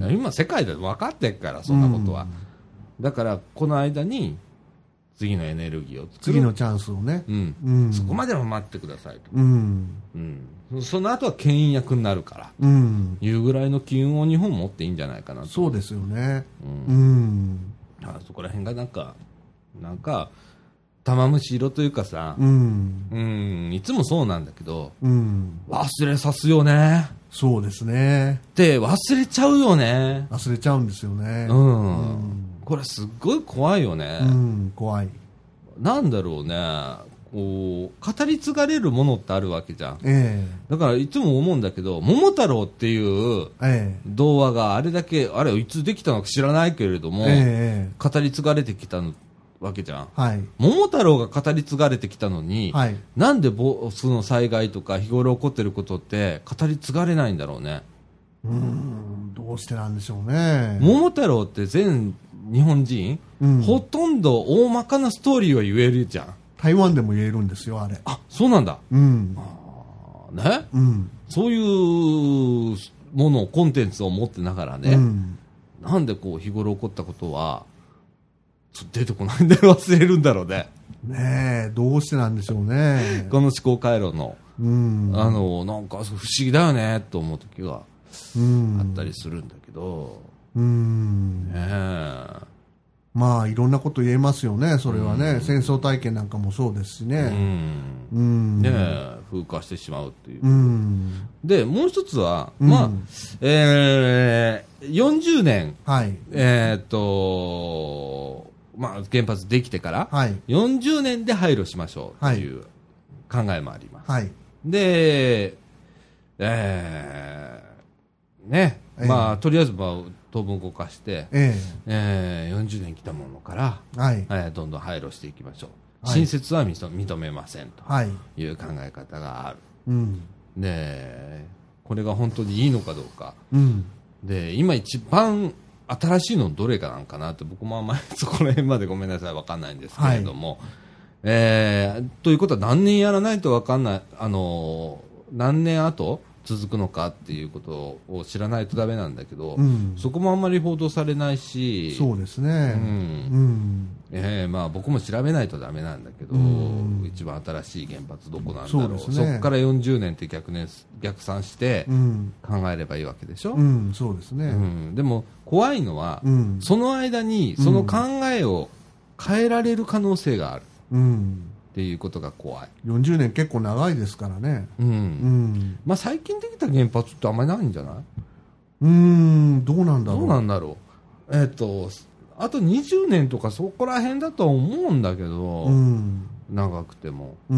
Speaker 1: 今世界で分かってるからそんなことは、うん、だからこの間に次のエネルギーを作る
Speaker 2: 次のチャンスをね、
Speaker 1: うんうん、そこまでは待ってくださいと、うんうん、その後は牽引役になるから、うん、いうぐらいの機運を日本持っていいんじゃないかなと。
Speaker 2: そうですよね、
Speaker 1: うんうん、あそこら辺がなんかなんか玉虫色というかさ、うんうん、いつもそうなんだけど、うん、忘れさすよね。
Speaker 2: そうですね。
Speaker 1: で忘れちゃうよね。
Speaker 2: 忘れちゃうんですよね、
Speaker 1: うんうん、これすっごい怖いよね、
Speaker 2: うん、怖い。
Speaker 1: なんだろうね、こう語り継がれるものってあるわけじゃん、えー、だからいつも思うんだけど桃太郎っていう童話があれだけあれいつできたのか知らないけれども、えー、語り継がれてきたのわけじゃん、はい、桃太郎が語り継がれてきたのに、はい、なんでボスの災害とか日頃起こってることって語り継がれないんだろうね。
Speaker 2: うーん、どうしてなんでしょうね。
Speaker 1: 桃太郎って全日本人、うん、ほとんど大まかなストーリーは言えるじゃん。
Speaker 2: 台湾でも言えるんですよあれ。
Speaker 1: あ、そうなんだ、うんあねうん、そういうものをコンテンツを持ってながらね、うん、なんでこう日頃起こったことは出てこないんで忘れるんだろうね。
Speaker 2: ねえ、どうしてなんでしょうね。
Speaker 1: この思考回路の、うん、あのなんか不思議だよねと思う時があったりするんだけど、うん、ねえ、
Speaker 2: まあいろんなこと言えますよね。それはね、うん、戦争体験なんかもそうですしね、うんうん、
Speaker 1: ねえ、風化してしまうっていう、うん、でもう一つは、うん、まあえー、よんじゅうねん、はい、えー、っとまあ、原発できてからよんじゅうねんで廃炉しましょうという考えもあります、はい、で、えーねえー、まあとりあえず、まあ、当分動かして、えーえー、よんじゅうねん来たものから、はいえー、どんどん廃炉していきましょう、はい、新設は認めませんという考え方がある、うん、でこれが本当にいいのかどうか、うん、で今一番新しいのどれかなんかなって僕もあんまりそこら辺までごめんなさい分かんないんですけれども、はいえー、ということは何年やらないと分かんない、あのー、何年後続くのかっていうことを知らないとダメなんだけど、うん、そこもあんまり報道されないし、
Speaker 2: そうですね、うん
Speaker 1: うんえーまあ、僕も調べないとダメなんだけど、うん、一番新しい原発どこなんだろう、 そうですね、そこからよんじゅうねんって逆年逆算して考えればいいわけでしょ、
Speaker 2: うんうん、そうですね、う
Speaker 1: ん、でも怖いのは、うん、その間にその考えを変えられる可能性がある、うんっていうことが怖い。
Speaker 2: よんじゅうねん結構長いですからね、うんうん
Speaker 1: まあ、最近できた原発ってあんまりないんじゃない？
Speaker 2: うーんどうなんだろう。
Speaker 1: どうなんだろう、えー、とあとにじゅうねんとかそこら辺だと思うんだけど、うん、長くても、うん、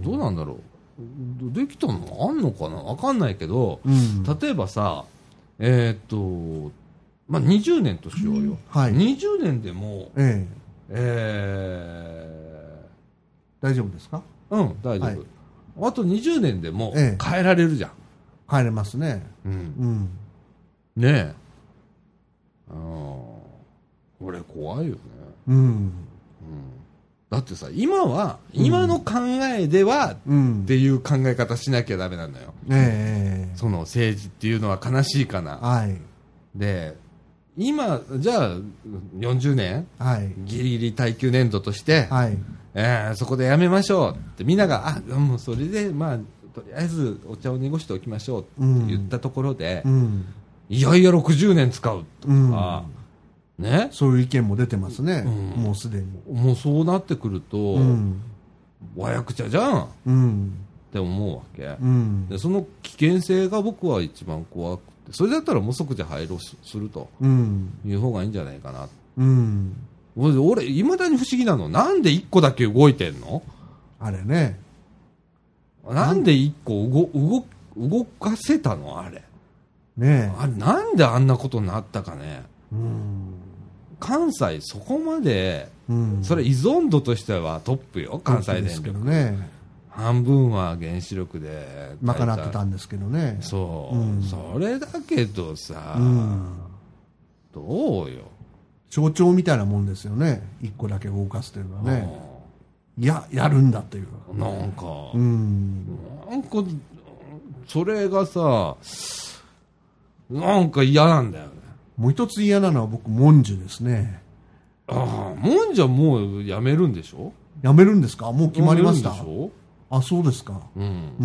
Speaker 1: どうなんだろう、できたのあんのかな分かんないけど、うん、例えばさえっ、ー、とまあにじゅうねんとしようよ、はい、にじゅうねんでもえー、えー
Speaker 2: 大丈夫ですか？
Speaker 1: うん大丈夫、はい、あとにじゅうねんでも変えられるじゃん、ええ、
Speaker 2: 変えれますね、うんうん、
Speaker 1: ねえ、あこれ怖いよね、うん、うん、 だってさ、今は、うん、今の考えでは、うん、っていう考え方しなきゃダメなんだよ。えー、その政治っていうのは悲しいかな。はい、で、今、じゃあ、よんじゅうねん、はい、ギリギリ耐久年度として、はい、えー、そこでやめましょうってみんなが、あ、もうそれで、まあ、とりあえずお茶を濁しておきましょうって言ったところで、うんうん、いやいやろくじゅうねん使うとか、うん、ね、
Speaker 2: そういう意見も出てますね、うん、もうすでに。
Speaker 1: もうそうなってくると、うん、和訳茶じゃん、うん、って思うわけ、うん、でその危険性が僕は一番怖くて、それだったらもう即時廃炉すると、うん、いう方がいいんじゃないかな、うん、俺いまだに不思議なの、なんでいっこだけ動いてんの
Speaker 2: あれね、
Speaker 1: なんでいっこ動, 動, 動かせたのあれねえ、あれなんであんなことになったかね。うん、関西そこまで、うん、それ依存度としてはトップよ、関西電力、ね、半分は原子力で
Speaker 2: 賄ってたんですけどね。
Speaker 1: そう、うん、それだけどさ、うん、どうよ、
Speaker 2: 象徴みたいなもんですよね、いっこだけ動かすというのはね。いや、やるんだという。
Speaker 1: なんか、うん、なんか、それがさ、なんか嫌なんだよね。
Speaker 2: もう一つ嫌なのは僕、文殊ですね。
Speaker 1: ああ、文殊はもうやめるんでしょ？
Speaker 2: やめるんですか？もう決まりました。やめるんでしょ？あ、そうですか。うん。うん。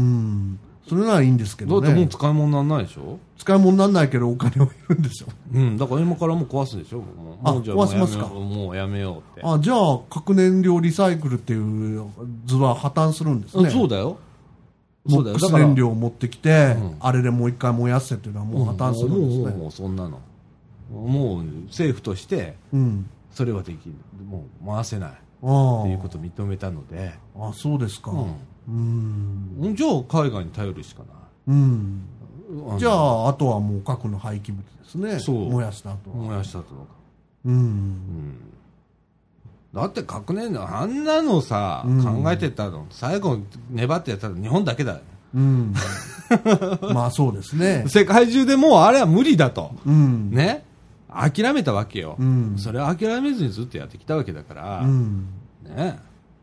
Speaker 2: それならいいんですけどね。
Speaker 1: だってもう使い物にならないでしょ？
Speaker 2: 使い物にならないけどお金はいるんでしょ？
Speaker 1: うん。だから今からもう壊すでしょ？もう
Speaker 2: あ、壊しますか？
Speaker 1: もうやめようって。
Speaker 2: あ、じゃあ核燃料リサイクルっていう図は破綻するんですね。
Speaker 1: そうだよ。
Speaker 2: モックス燃料を持ってきて、うん、あれでもう一回燃やせっていうのはもう破綻するんですね。
Speaker 1: もう、もう、もうそんなの。もう政府としてそれはできる。もう回せないっていうことを認めたので。
Speaker 2: あ、そうですか。うん。
Speaker 1: うん、じゃあ海外に頼るしかない。うん。
Speaker 2: じゃああとはもう核の廃棄物ですね。そう。燃やした後は。
Speaker 1: 燃やした後のか。うん。うん。だって核燃料あんなのさ、うん、考えてたの最後粘ってやったら日本だけだよ。うん。
Speaker 2: まあそうですね。
Speaker 1: 世界中でもうあれは無理だと。うん。ね。諦めたわけよ。うん。それを諦めずにずっとやってきたわけだから。うん。ね。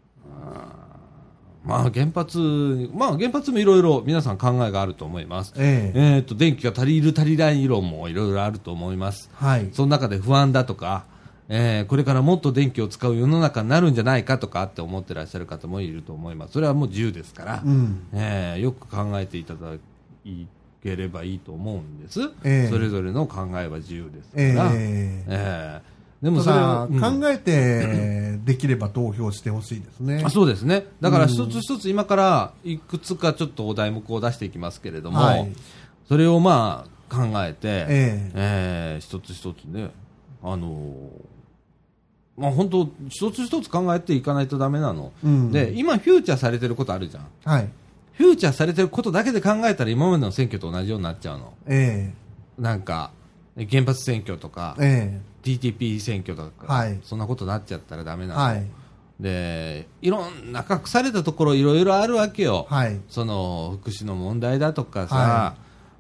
Speaker 1: まあ原発、まあ原発もいろいろ皆さん考えがあると思います。えええー、と電気が足りる足りない論もいろいろあると思います。はい。その中で不安だとか、えー、これからもっと電気を使う世の中になるんじゃないかとかって思ってらっしゃる方もいると思います。それはもう自由ですから、うん、えー、よく考えていただければいいと思うんです。えー、それぞれの考えは自由ですから。えーえーでもそれは、
Speaker 2: うん、考えてできれば投票してほしいですね。
Speaker 1: あ、そうですね。だから一つ一つ今からいくつかちょっとお題目を出していきますけれども、はい、それをまあ考えて、えーえー、一つ一つね、あのー、まあ本当一つ一つ考えていかないとダメなの、うん、で今フューチャーされてることあるじゃん、はい、フューチャーされてることだけで考えたら今までの選挙と同じようになっちゃうの、えー、なんか原発選挙とか、えーティーティーピー 選挙とか、はい、そんなことになっちゃったらダメなの、はい、でいろんな隠されたところいろいろあるわけよ、はい、その福祉の問題だとかさ、はい、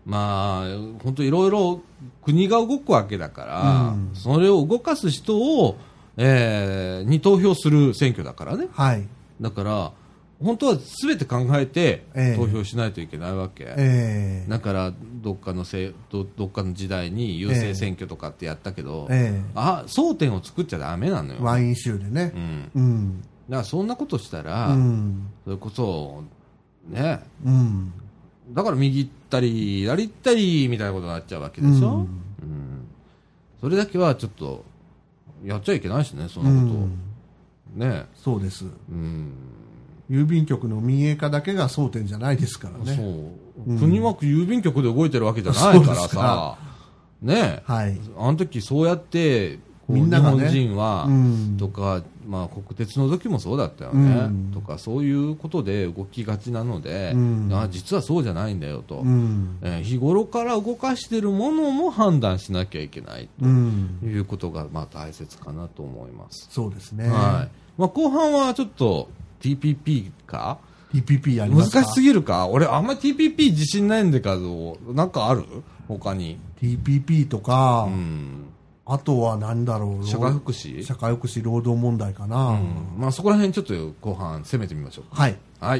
Speaker 1: まあ本当いろいろ国が動くわけだから、うん、それを動かす人を、えー、に投票する選挙だからね、はい、だから本当は全て考えて投票しないといけないわけ、えー、だからどっかのせ ど, どっかの時代に郵政選挙とかってやったけど、えー、あ争点を作っちゃダメなのよ、
Speaker 2: ワイン州でね、うんうん、
Speaker 1: だからそんなことしたら、うん、それこそね、うん、だから右行ったり左行ったりみたいなことになっちゃうわけでしょ、うんうん、それだけはちょっとやっちゃいけないしね、そんなこと、うん、ね、
Speaker 2: そうです、うん、郵便局の民営化だけが争点じゃないですからね。そう、
Speaker 1: うん、国は郵便局で動いてるわけじゃないからさ、ね、はい、あの時そうやってみんなが、ね、日本人は、うん、とか、まあ、国鉄の時もそうだったよね、うん、とかそういうことで動きがちなので、うん、あ実はそうじゃないんだよと、うんえー、日頃から動かしているものも判断しなきゃいけないということが、まあ、大切かなと思います。
Speaker 2: そうですね、
Speaker 1: はい、まあ、後半はちょっとティーピーピー か
Speaker 2: ティーピーピー やりますか。
Speaker 1: 難しすぎるか。俺あんまり ティーピーピー 自信ないんだけど、なんかある他に
Speaker 2: ティーピーピー とか、うん、ああとは何だろう、
Speaker 1: 社会福祉
Speaker 2: 社会福祉労働問題かな、うん、
Speaker 1: まあそこら辺ちょっと後半攻めてみましょう。
Speaker 2: はい
Speaker 1: はい。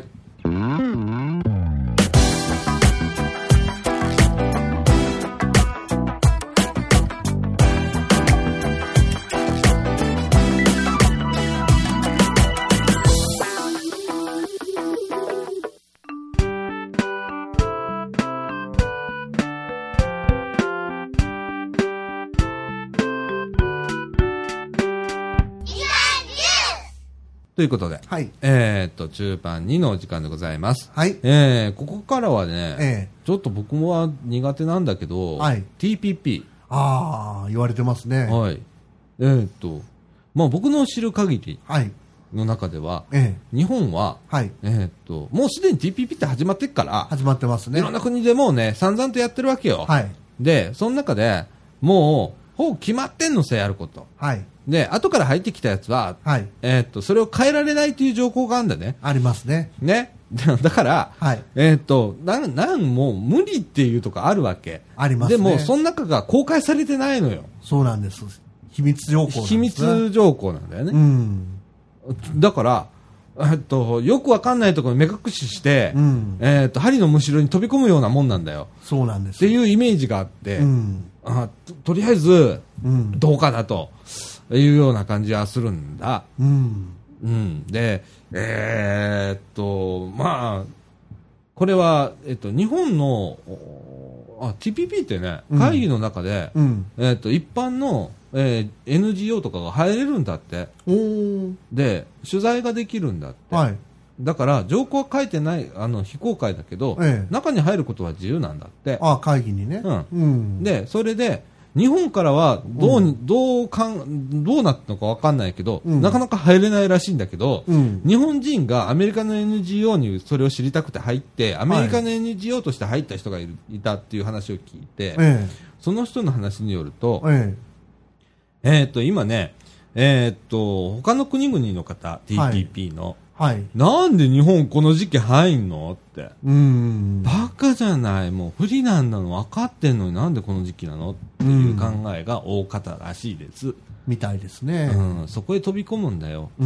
Speaker 1: ということで、はい、えー、っと中盤にのお時間でございます。はい。えー、ここからはね、えー、ちょっと僕もは苦手なんだけど、はい、ティーピーピー。
Speaker 2: ああ、言われてますね。
Speaker 1: はい。えー、っと、まあ僕の知る限りの中では、はい、日本は、はい、えー、っと、もうすでに ティーピーピー って始まってっから、
Speaker 2: 始まってますね。
Speaker 1: いろんな国でもうね、散々とやってるわけよ。はい。で、その中でもう、ほぼ決まってんのせいやること。はい。で、後から入ってきたやつは、はい、えー、っと、それを変えられないという条項があるんだね。
Speaker 2: ありますね。
Speaker 1: ね。だから、はい、えー、っと、なん、なんもう無理っていうとこあるわけ。
Speaker 2: ありますね。
Speaker 1: でも、その中が公開されてないのよ。
Speaker 2: そうなんです。秘密条項なんですね。
Speaker 1: 秘密条項なんだよね。うん。だから、えっと、よくわかんないところに目隠しして、うん、えー、っと、針のむしろに飛び込むようなもんなんだよ。
Speaker 2: そうなんです。
Speaker 1: っていうイメージがあって、うん、あ と, とりあえず、うん、どうかなと。いうような感じはするんだ。うん。うん。で、えー、っと、まあ、これは、えっと、日本の、あ、ティーピーピー ってね、会議の中で、うん、えっと、一般の、えー、エヌジーオー とかが入れるんだって。おで、取材ができるんだって。はい。だから、条項は書いてない、あの、非公開だけど、ええ、中に入ることは自由なんだって。
Speaker 2: あ、会議にね。
Speaker 1: うん。うん、で、それで、日本からはどう、うん、どうかん、どうなったのかわかんないけど、うん、なかなか入れないらしいんだけど、うん、日本人がアメリカの エヌジーオー にそれを知りたくて入って、アメリカの エヌジーオー として入った人がいる、いたっていう話を聞いて、ええ、その人の話によると、えええー、っと、今ね、えー、っと、他の国々の方、ティーピーピー の、はいはい、なんで日本この時期入んのって。うーん。バカじゃない。もう不利なんだの分かってんのになんでこの時期なのっていう考えが大方らしいです。
Speaker 2: みたいですね。
Speaker 1: うん。そこへ飛び込むんだよ。うん。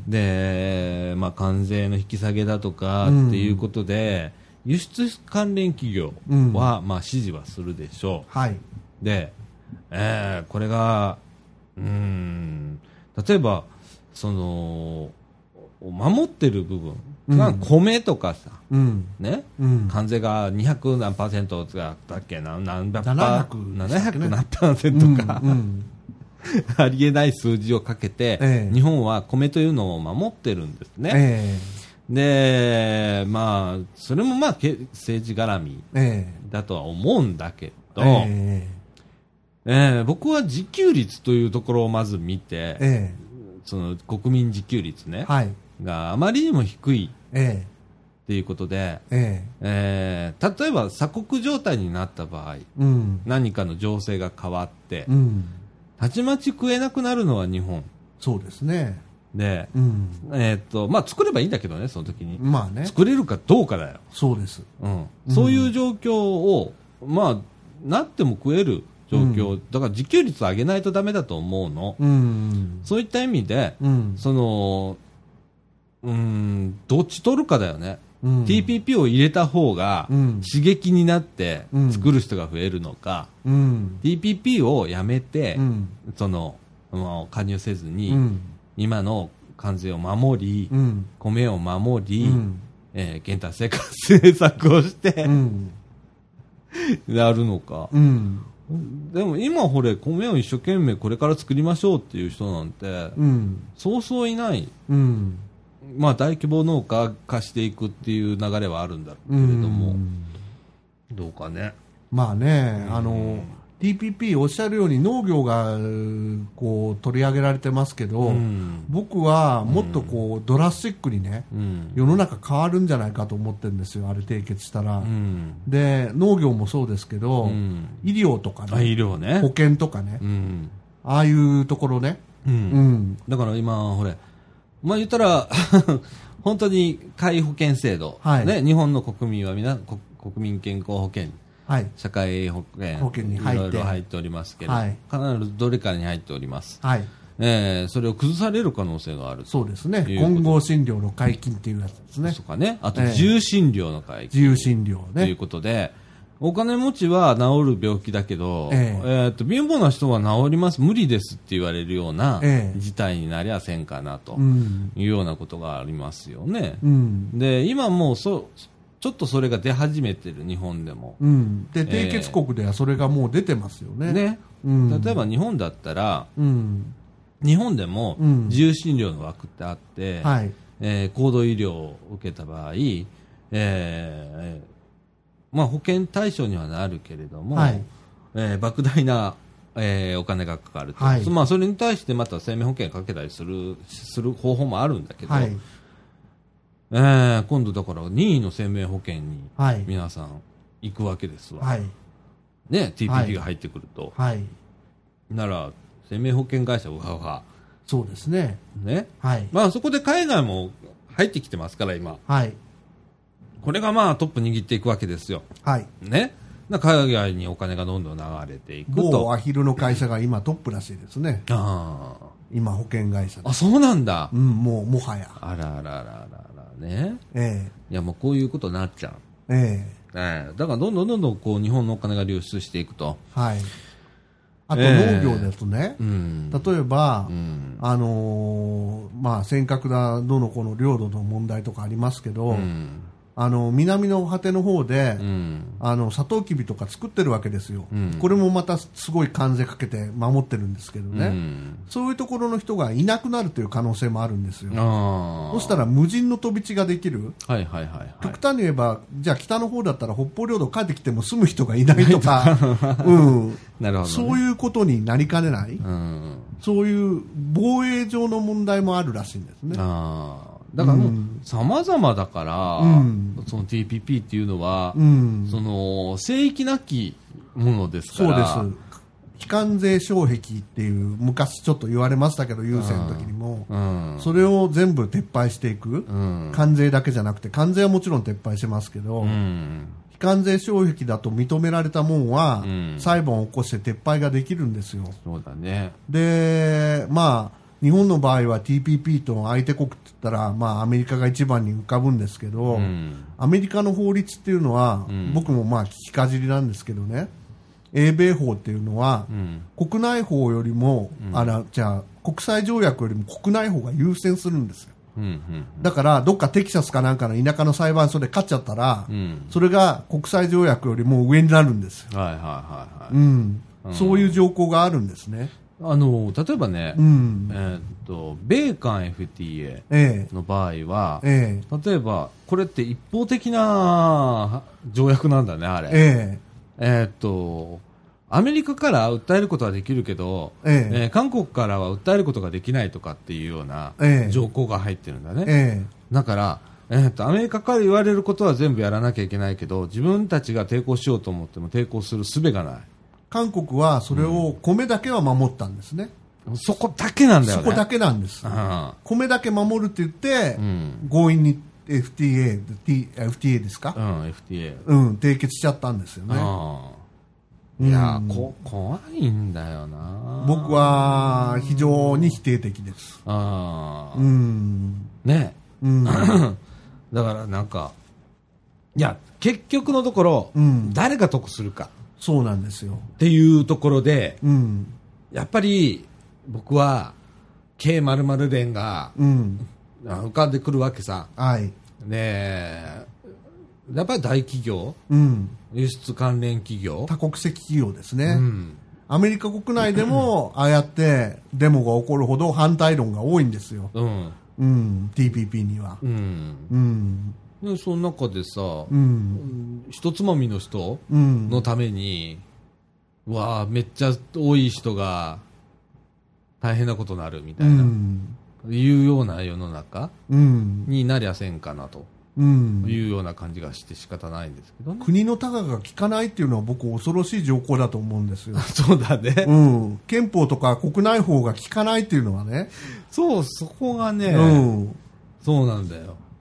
Speaker 1: で、まあ関税の引き下げだとかっていうことで、うん、輸出関連企業は、まあ支持はするでしょう。はい。で、えー、これが、うーん、例えば、その、守ってる部分、うん、米とかさ、うん、ね、うん、関税がにひゃく何パーセントだったっけな、何百パー、ななひゃく何パーセントか、うんうん、ありえない数字をかけて、ええ、日本は米というのを守ってるんですね。ええ、で、まあ、それもまあ政治絡みだとは思うんだけど、ええええ、僕は自給率というところをまず見て、ええ、その国民自給率ね。はい、があまりにも低いっていうことで、えええー、例えば鎖国状態になった場合、うん、何かの情勢が変わって、うん、たちまち食えなくなるのは日本。
Speaker 2: そうですね。
Speaker 1: で、うん、えー、っとまあ作ればいいんだけどね、その時に。
Speaker 2: まあね。
Speaker 1: 作れるかどうかだよ。
Speaker 2: そうです。
Speaker 1: うん。うん、そういう状況をまあなっても食える状況、うん、だから自給率を上げないとダメだと思うの。うん、そういった意味で、うん、その。うーん、どっち取るかだよね、うん、ティーピーピー を入れた方が刺激になって作る人が増えるのか、うん、ティーピーピー をやめて、うん、その、まあ、加入せずに、うん、今の関税を守り、うん、米を守り、うん、えー、減反生活政策をして、うん、やるのか、うん、でも今ほれ米を一生懸命これから作りましょうっていう人なんて、うん、そうそういない、うん、まあ、大規模農家化していくっていう流れはあるんだけれども、どうかね。
Speaker 2: まあね、あの ティーピーピー おっしゃるように農業がこう取り上げられてますけど、うん、僕はもっとこうドラスティックにね、うん、世の中変わるんじゃないかと思ってるんですよ、あれ締結したら、うん、で農業もそうですけど、うん、医療とかね、
Speaker 1: 医療ね、
Speaker 2: 保険とかね、うん、ああいうところね、うんうん、
Speaker 1: だから今ほれまあ言ったら本当に皆保険制度、はい、ね、日本の国民はみんな国民健康保険
Speaker 2: はい、
Speaker 1: 社会保険、
Speaker 2: 保険に入って
Speaker 1: いろいろ入っておりますけど、
Speaker 2: はい、
Speaker 1: 必ずどれかに入っております。
Speaker 2: はい、
Speaker 1: えー、それを崩される可能性がある。
Speaker 2: そうですね。混合診療の解禁っていうやつですね。
Speaker 1: そうかね。あと、自由診療の解禁。
Speaker 2: 自由診療ね。
Speaker 1: ということで、お金持ちは治る病気だけど、
Speaker 2: え
Speaker 1: ーえー、と貧乏な人は治ります、無理ですって言われるような事態になりゃせんかなというようなことがありますよね。
Speaker 2: うん、
Speaker 1: で、今もうそ、ちょっとそれが出始めてる、日本でも。
Speaker 2: うん、で、締結国ではそれがもう出てますよね。
Speaker 1: えー、ね、うん。例えば日本だったら、うん、日本でも自由診療の枠ってあって、うん、はい、えー、高度医療を受けた場合、えーまあ、保険対象にはなるけれども、はい、えー、莫大な、えー、お金がかかると、はい、まあ、それに対してまた生命保険かけたりするする方法もあるんだけど、はい、えー、今度だから任意の生命保険に皆さん行くわけですわ、はい、ね、ティーピーピー が入ってくると、はい、なら生命保険会社ウハウハ、
Speaker 2: そうですね、
Speaker 1: ね、はい、まあ、そこで海外も入ってきてますから今、はい、これがまあトップ握っていくわけですよ。はい。ね。海外にお金がどんどん流れていくと。
Speaker 2: 某アヒルの会社が今トップらしいですね。ああ。今保険会社で。
Speaker 1: あ、そうなんだ。
Speaker 2: うん、もうもはや。
Speaker 1: あらあらあらあらあらね。ええ。いやもうこういうことになっちゃう。ええ。ええ。だからどんどんどんどんこう日本のお金が流出していくと。はい。
Speaker 2: あと農業ですとね、えーうん、例えば、うん、あのー、まあ尖閣だどのこの領土の問題とかありますけど、うん、あの南の果ての方で、うん、あのサトウキビとか作ってるわけですよ、うん、これもまたすごい関税かけて守ってるんですけどね、うん、そういうところの人がいなくなるという可能性もあるんですよ。そしたら無人の飛び地ができる、はいはいはいはい、極端に言えばじゃあ北の方だったら北方領土帰ってきても住む人がいないとか、うん、なるほどね、そういうことになりかねない、うん、そういう防衛上の問題もあるらしいんですね。あ
Speaker 1: だからもう様々だから、うん、その ティーピーピー っていうのは、うん、その聖域なきものですから。
Speaker 2: そうです。非関税障壁っていう昔ちょっと言われましたけど、郵政の時にも、うん、それを全部撤廃していく、うん、関税だけじゃなくて関税はもちろん撤廃してますけど、うん、非関税障壁だと認められたもんは、うん、裁判を起こして撤廃ができるんですよ。
Speaker 1: そうだね。
Speaker 2: で、まあ日本の場合は ティーピーピー と相手国って言ったら、まあ、アメリカが一番に浮かぶんですけど、うん、アメリカの法律っていうのは、うん、僕もまあ聞きかじりなんですけどね、英米法っていうのは、うん、国内法よりも、うん、あらじゃあ国際条約よりも国内法が優先するんですよ、うんうんうん、だからどっかテキサスかなんかの田舎の裁判所で勝っちゃったら、うん、それが国際条約よりも上になるんですよ、はいはいはいはい、うんうん、そういう条項があるんですね。
Speaker 1: あの例えばね、うんえー、っと米韓 エフティーエー の場合は、ええ、例えばこれって一方的な条約なんだねあれ、えええー、っとアメリカから訴えることはできるけど、えええー、韓国からは訴えることができないとかっていうような条項が入ってるんだね、ええ、だから、えー、っとアメリカから言われることは全部やらなきゃいけないけど自分たちが抵抗しようと思っても抵抗する術がない。
Speaker 2: 韓国はそれを米だけは守ったんですね、
Speaker 1: うん、そこだけなんだよね。
Speaker 2: そこだけなんです、うん、米だけ守るって言って、うん、強引に エフティーエー、エフティーエー ですか、うん、エフティーエー、うん、締結しちゃったんですよね。
Speaker 1: いや、うん、こ怖いんだよな。
Speaker 2: 僕は非常に否定的です。あ
Speaker 1: うん、ね、うん、だからなんかいや結局のところ、うん、誰が得するか
Speaker 2: そうなんですよ
Speaker 1: っていうところで、うん、やっぱり僕は K 〇〇連が、うん、浮かんでくるわけさ、はい、でやっぱり大企業、うん、輸出関連企業
Speaker 2: 多国籍企業ですね、うん、アメリカ国内でもああやってデモが起こるほど反対論が多いんですよ、うんうん、ティーピーピー には、うん
Speaker 1: うんでその中でさ、うん、ひとつまみの人のために、うん、わあめっちゃ多い人が大変なことになるみたいな、うん、いうような世の中になりゃせんかなと、うん、いうような感じがして仕方ないんですけどね。
Speaker 2: 国のタガが効かないっていうのは僕恐ろしい条項だと思うんですよ。
Speaker 1: そうだね、
Speaker 2: うん、憲法とか国内法が効かないっていうのはね、
Speaker 1: そうそこがね、うん、そうなんだよ。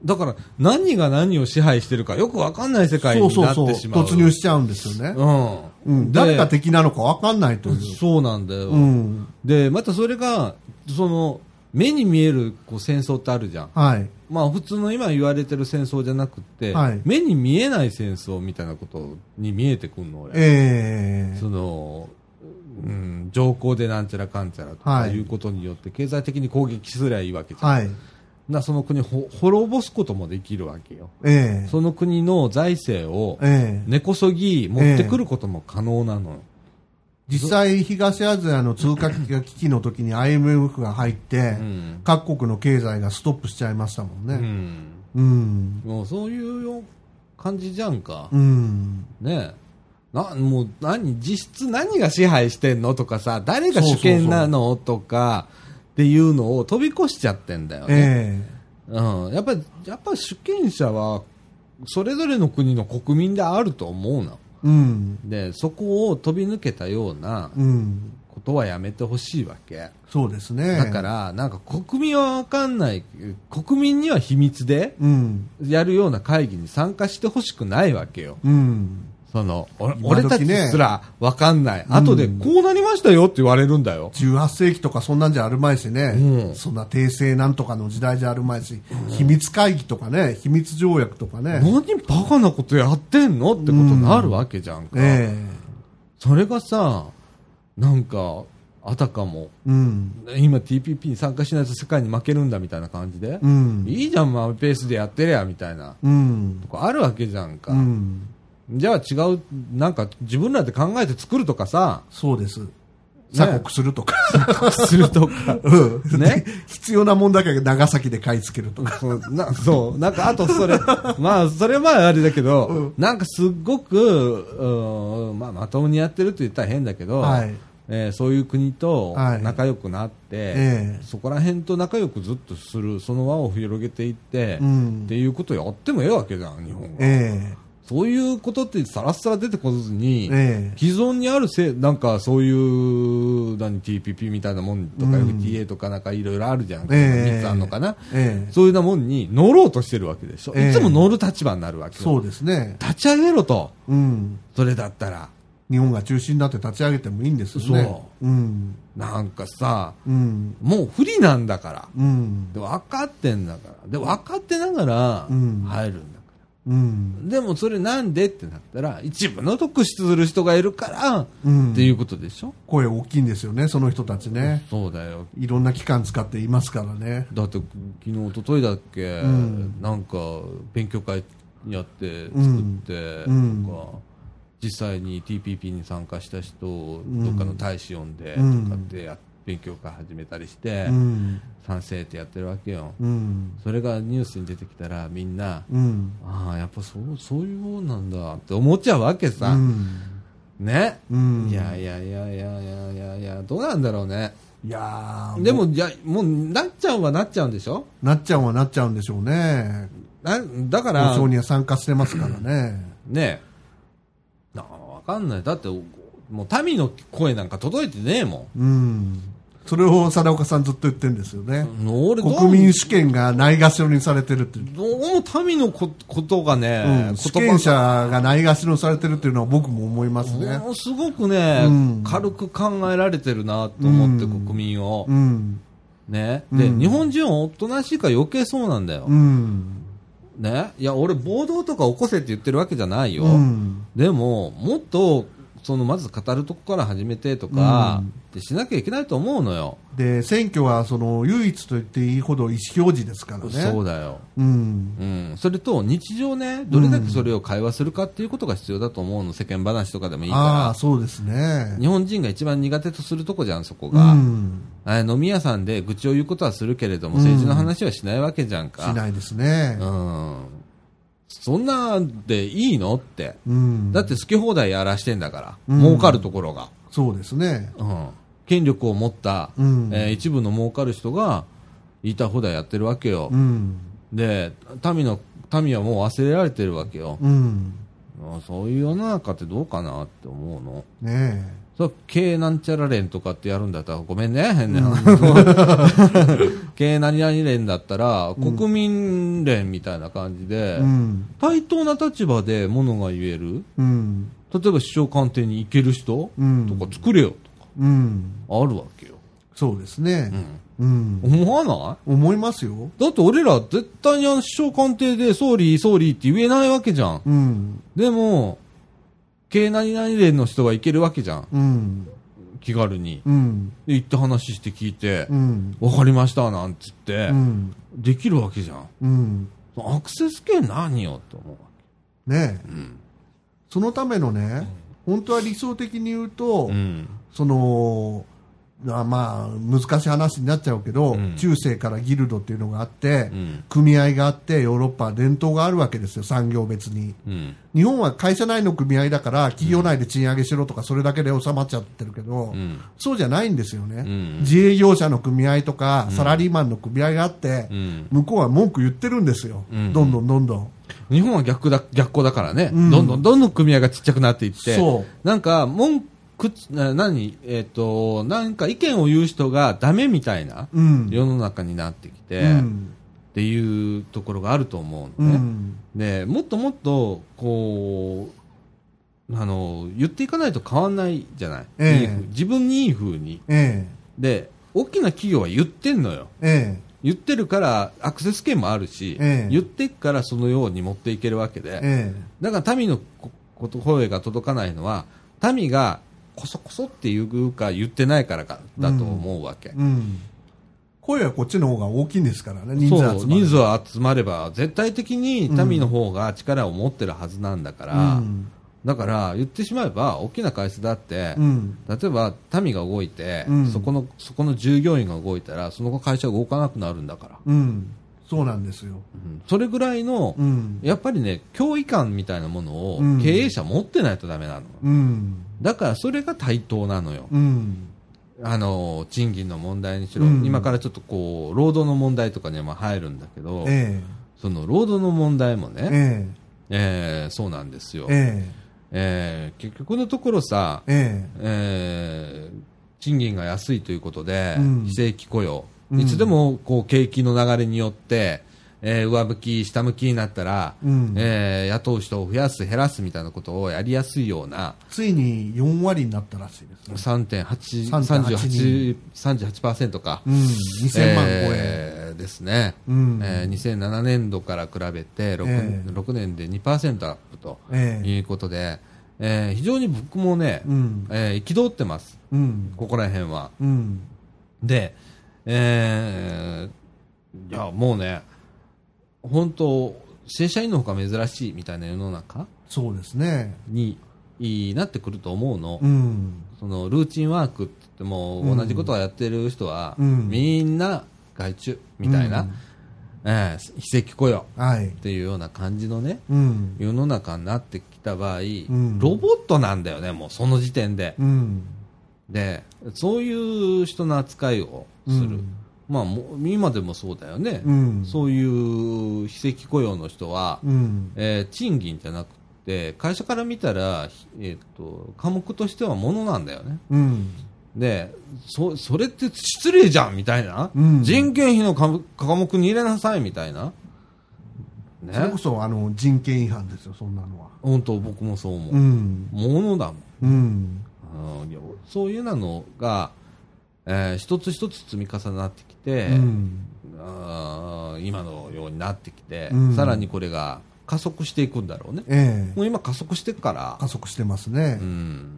Speaker 1: だから何が何を支配してるかよく分かんない世界になってしまう。そうそうそう。
Speaker 2: 突入しちゃうんですよね。うん。うん、誰が敵なのか分かんないという。
Speaker 1: そうなんだよ。うん、で、またそれが、その、目に見えるこう戦争ってあるじゃん。はい。まあ普通の今言われてる戦争じゃなくて、はい、目に見えない戦争みたいなことに見えてくるの、俺。ええー。その、うん、条項でなんちゃらかんちゃらとかいうことによって経済的に攻撃すりゃいいわけじゃん。はい。なその国を滅ぼすこともできるわけよ。えー、その国の財政を根こそぎ持ってくることも可能なのよ。えー、
Speaker 2: 実際東アジアの通貨危機の時に アイエムエフ が入って、うん、各国の経済がストップしちゃいましたもんね。うん。
Speaker 1: うん、もうそういう感じじゃんか。うん。ねえ。な、もう何、実質何が支配してんのとかさ、誰が主権なのとかっていうのを飛び越しちゃってんだよね。えー、うん。やっぱり、やっぱ主権者は、それぞれの国の国民であると思うの。うん。で、そこを飛び抜けたようなことはやめてほしいわけ。
Speaker 2: そうですね。
Speaker 1: だから、なんか国民はわかんない、国民には秘密で、やるような会議に参加してほしくないわけよ。うん。その、俺たちすら分かんない。後でこうなりましたよって言われるんだよ。
Speaker 2: じゅうはっせいきとかそんなんじゃあるまいしね。うん、そんな訂正なんとかの時代じゃあるまいし、うん、秘密会議とかね、秘密条約とかね。
Speaker 1: 何バカなことやってんのってことになるわけじゃんか。うんえー、それがさ、なんか、あたかも、うん、今 ティーピーピー に参加しないと世界に負けるんだみたいな感じで、うん、いいじゃん、まあペースでやってりゃみたいな、うん、とかあるわけじゃんか。うんじゃあ違う、なんか自分らで考えて作るとかさ。
Speaker 2: そうです。鎖国するとか。
Speaker 1: 鎖国するとか。
Speaker 2: うん。ね。必要なもんだけ長崎で買い付けるとか。
Speaker 1: そう、なそう。なんかあとそれ、まあそれはあれだけど、うん、なんかすっごく、うん、まあまともにやってるって言ったら変だけど、はいえー、そういう国と仲良くなって、はいえー、そこら辺と仲良くずっとする、その輪を広げていって、うん、っていうことをやってもええわけじゃん、日本が。えーそういうことってさらさら出てこずに、ええ、既存にあるせなんかそういう何 ティーピーピー みたいなもんとか、うん、エフティーエー とかなんかいろいろあるじゃん、ええ、みっつあるのかな、ええ、そういうなもんに乗ろうとしてるわけでしょ、ええ、いつも乗る立場になるわけよ。
Speaker 2: そうですね。
Speaker 1: 立ち上げろと、うん、それだったら
Speaker 2: 日本が中心になって立ち上げてもいいんですよね。そう、
Speaker 1: うん、なんかさ、うん、もう不利なんだから、うん、で分かってんだからで分かってながら入るんだ。うん、でもそれなんでってなったら一部の得失する人がいるから、うん、っていうことでしょ。
Speaker 2: 声大きいんですよね、その人たちね。
Speaker 1: そうだよ。
Speaker 2: いろんな機関使っていますからね。
Speaker 1: だって昨日一昨日だっけ、うん、なんか勉強会やって作ってとか、うん、実際に ティーピーピー に参加した人をどっかの大使呼んでとかってやって勉強会始めたりして、うん、賛成ってやってるわけよ、うん、それがニュースに出てきたらみんな、うん、ああやっぱそう、そういうもんなんだって思っちゃうわけさ、うん、ね、うん、いやいやいやいやいやいやいやどうなんだろうね。いやでもいやもうなっちゃうはなっちゃうんでしょ。
Speaker 2: なっちゃうはなっちゃうんでしょうね。
Speaker 1: なだから
Speaker 2: 交渉には参加してますからね。
Speaker 1: ねえ、わかんない。だってもう民の声なんか届いてねえもん。うん
Speaker 2: それを貞岡さんずっと言ってるんですよね。国民主権がないがしろにされてるって。
Speaker 1: どうも民のこことがね、
Speaker 2: うん、主権者がないがしろにされてるっていうのは僕も思いますね。
Speaker 1: すごくね、うん、軽く考えられてるなと思って、うん、国民を、うん、ね。で、うん、日本人はおとなしいから余計そうなんだよ。うんね、いや俺暴動とか起こせって言ってるわけじゃないよ。うん、でももっとそのまず語るとこから始めてとか、うん、ってしなきゃいけないと思うのよ。
Speaker 2: で選挙はその唯一と言っていいほど意思表示ですからね。
Speaker 1: そうだよ、うんうん、それと日常ねどれだけそれを会話するかっていうことが必要だと思うの。世間話とかでもいいから。
Speaker 2: あそうですね。
Speaker 1: 日本人が一番苦手とするとこじゃんそこが、うん、飲み屋さんで愚痴を言うことはするけれども、うん、政治の話はしないわけじゃんか。
Speaker 2: しないですね、
Speaker 1: うんそんなでいいのって、うん、だって好き放題やらしてんだから、うん、儲かるところが。
Speaker 2: そうですね、
Speaker 1: うん、権力を持った、うんえー、一部の儲かる人が言いたい放題やってるわけよ、うん、で民の民はもう忘れられてるわけよ、うん、そういう世の中ってどうかなって思うの
Speaker 2: ねえ。
Speaker 1: そう、経なんちゃら連とかってやるんだったら、ごめんね、変な話。経何々連だったら、国民連みたいな感じで、うん、対等な立場でものが言える、うん、例えば首相官邸に行ける人、うん、とか作れよとか、うん、あるわけよ。
Speaker 2: そうですね。
Speaker 1: うん、思わない？
Speaker 2: 思いますよ。
Speaker 1: だって俺ら絶対にあの首相官邸で総理総理って言えないわけじゃん。うん、でも、経何々連の人が行けるわけじゃん。うん、気軽に、うん、で行って話して聞いて、うん、分かりましたなんつって、うん、できるわけじゃん。うん、アクセス権何よって思うわ
Speaker 2: け。ねえ、うん、そのためのね、うん、本当は理想的に言うと、うん、そのまあ難しい話になっちゃうけど、うん、中世からギルドっていうのがあって、うん、組合があってヨーロッパは伝統があるわけですよ、産業別に、うん、日本は会社内の組合だから企業内で賃上げしろとかそれだけで収まっちゃってるけど、うん、そうじゃないんですよね、うん、自営業者の組合とか、うん、サラリーマンの組合があって、うん、向こうは文句言ってるんですよ、うん、どんどんどんどん。
Speaker 1: 日本は逆だ逆行だからね、うん、どんどんどんどん組合がちっちゃくなっていって、そうなんか文句くな何えっ、ー、となんか意見を言う人がダメみたいな世の中になってきて、うん、っていうところがあると思うのね、うん、でもっともっとこうあの言っていかないと変わんないじゃない、えー、いい自分にいい風に、えー、で大きな企業は言ってんのよ、えー、言ってるからアクセス権もあるし、えー、言ってからそのように持っていけるわけで、えー、だから民の声が届かないのは民がこそこそっていうか言ってないからかだと思うわけ、うんうん、
Speaker 2: 声はこっちの方が大きいんですからね。人数集まれば、
Speaker 1: そう人数が集まれば絶対的に民の方が力を持ってるはずなんだから、うん、だから言ってしまえば大きな会社だって、うん、例えば民が動いて、うん、そこのそこの従業員が動いたらその会社が動かなくなるんだから、
Speaker 2: うん、そうなんですよ、
Speaker 1: うん、それぐらいの、うん、やっぱりね脅威感みたいなものを経営者持ってないとダメなの、うん、だからそれが対等なのよ、うん、あの賃金の問題にしろ、うん、今からちょっとこう労働の問題とかにも入るんだけど、えー、その労働の問題もね、えーえー、そうなんですよ、えーえー、結局のところさ、えーえー、賃金が安いということで、うん、非正規雇用いつでもこう景気の流れによって、えー、上向き下向きになったら、うんえー、雇う人を増やす減らすみたいなことをやりやすいような
Speaker 2: ついによんわりになったらしいですね。
Speaker 1: さんてんはち さんじゅうはち さんじゅうはちパーセント か、うん、にせんまん超え、えー、ですね、うんえー、にせんななねんどから比べて 6,、えー、ろくねんで にパーセント アップということで、えーえー、非常に僕もね、うんえー、憤ってます、うん、ここら辺は、うん、でえー、いやもうね本当正社員の方が珍しいみたいな世の中
Speaker 2: そうですね
Speaker 1: になってくると思うの、うん、そのルーチンワークって言っても同じことをやってる人は、うん、みんな外注みたいな、うんえー、非正規雇用っていうような感じのね、はい、世の中になってきた場合、うん、ロボットなんだよねもうその時点で、うん、でそういう人の扱いをする、うんまあ、も今でもそうだよね、うん、そういう非正規雇用の人は、うんえー、賃金じゃなくて会社から見たら、えー、と科目としては物なんだよね、うん、で そ, それって失礼じゃんみたいな、うん、人件費の科目に入れなさいみたいな、
Speaker 2: ね、それこそあの人権違反ですよそんなのは。
Speaker 1: 本当僕もそう思う、うん、物だもん、うん、そういうのがえー、一つ一つ積み重なってきて、うん、あ今のようになってきて、うん、さらにこれが加速していくんだろうね、えー、もう今加速していくから
Speaker 2: 加速してますね、
Speaker 1: うん、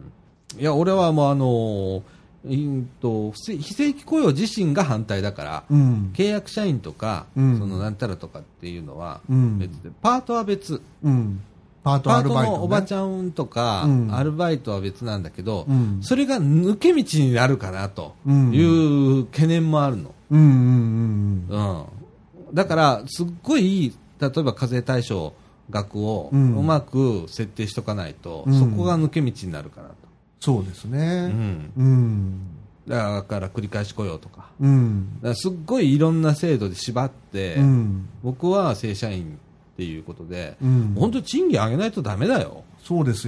Speaker 1: いや俺はもうあのー、と非正規雇用自身が反対だから、うん、契約社員とか、うん、そのなんたらとかっていうのは別で、うん、パートは別、うんパートアルバイト、ね、パートのおばちゃんとか、うん、アルバイトは別なんだけど、うん、それが抜け道になるかなという懸念もあるの、うんうんうんうん、だからすっごい例えば課税対象額をうまく設定しとかないと、うん、そこが抜け道になるかなと。
Speaker 2: そうですね、うんう
Speaker 1: ん、だから繰り返し雇用とか、うん、だからすっごいいろんな制度で縛って、うん、僕は正社員っていうことで、うん、本当に賃金上げないとダメだよ。
Speaker 2: そうですよ。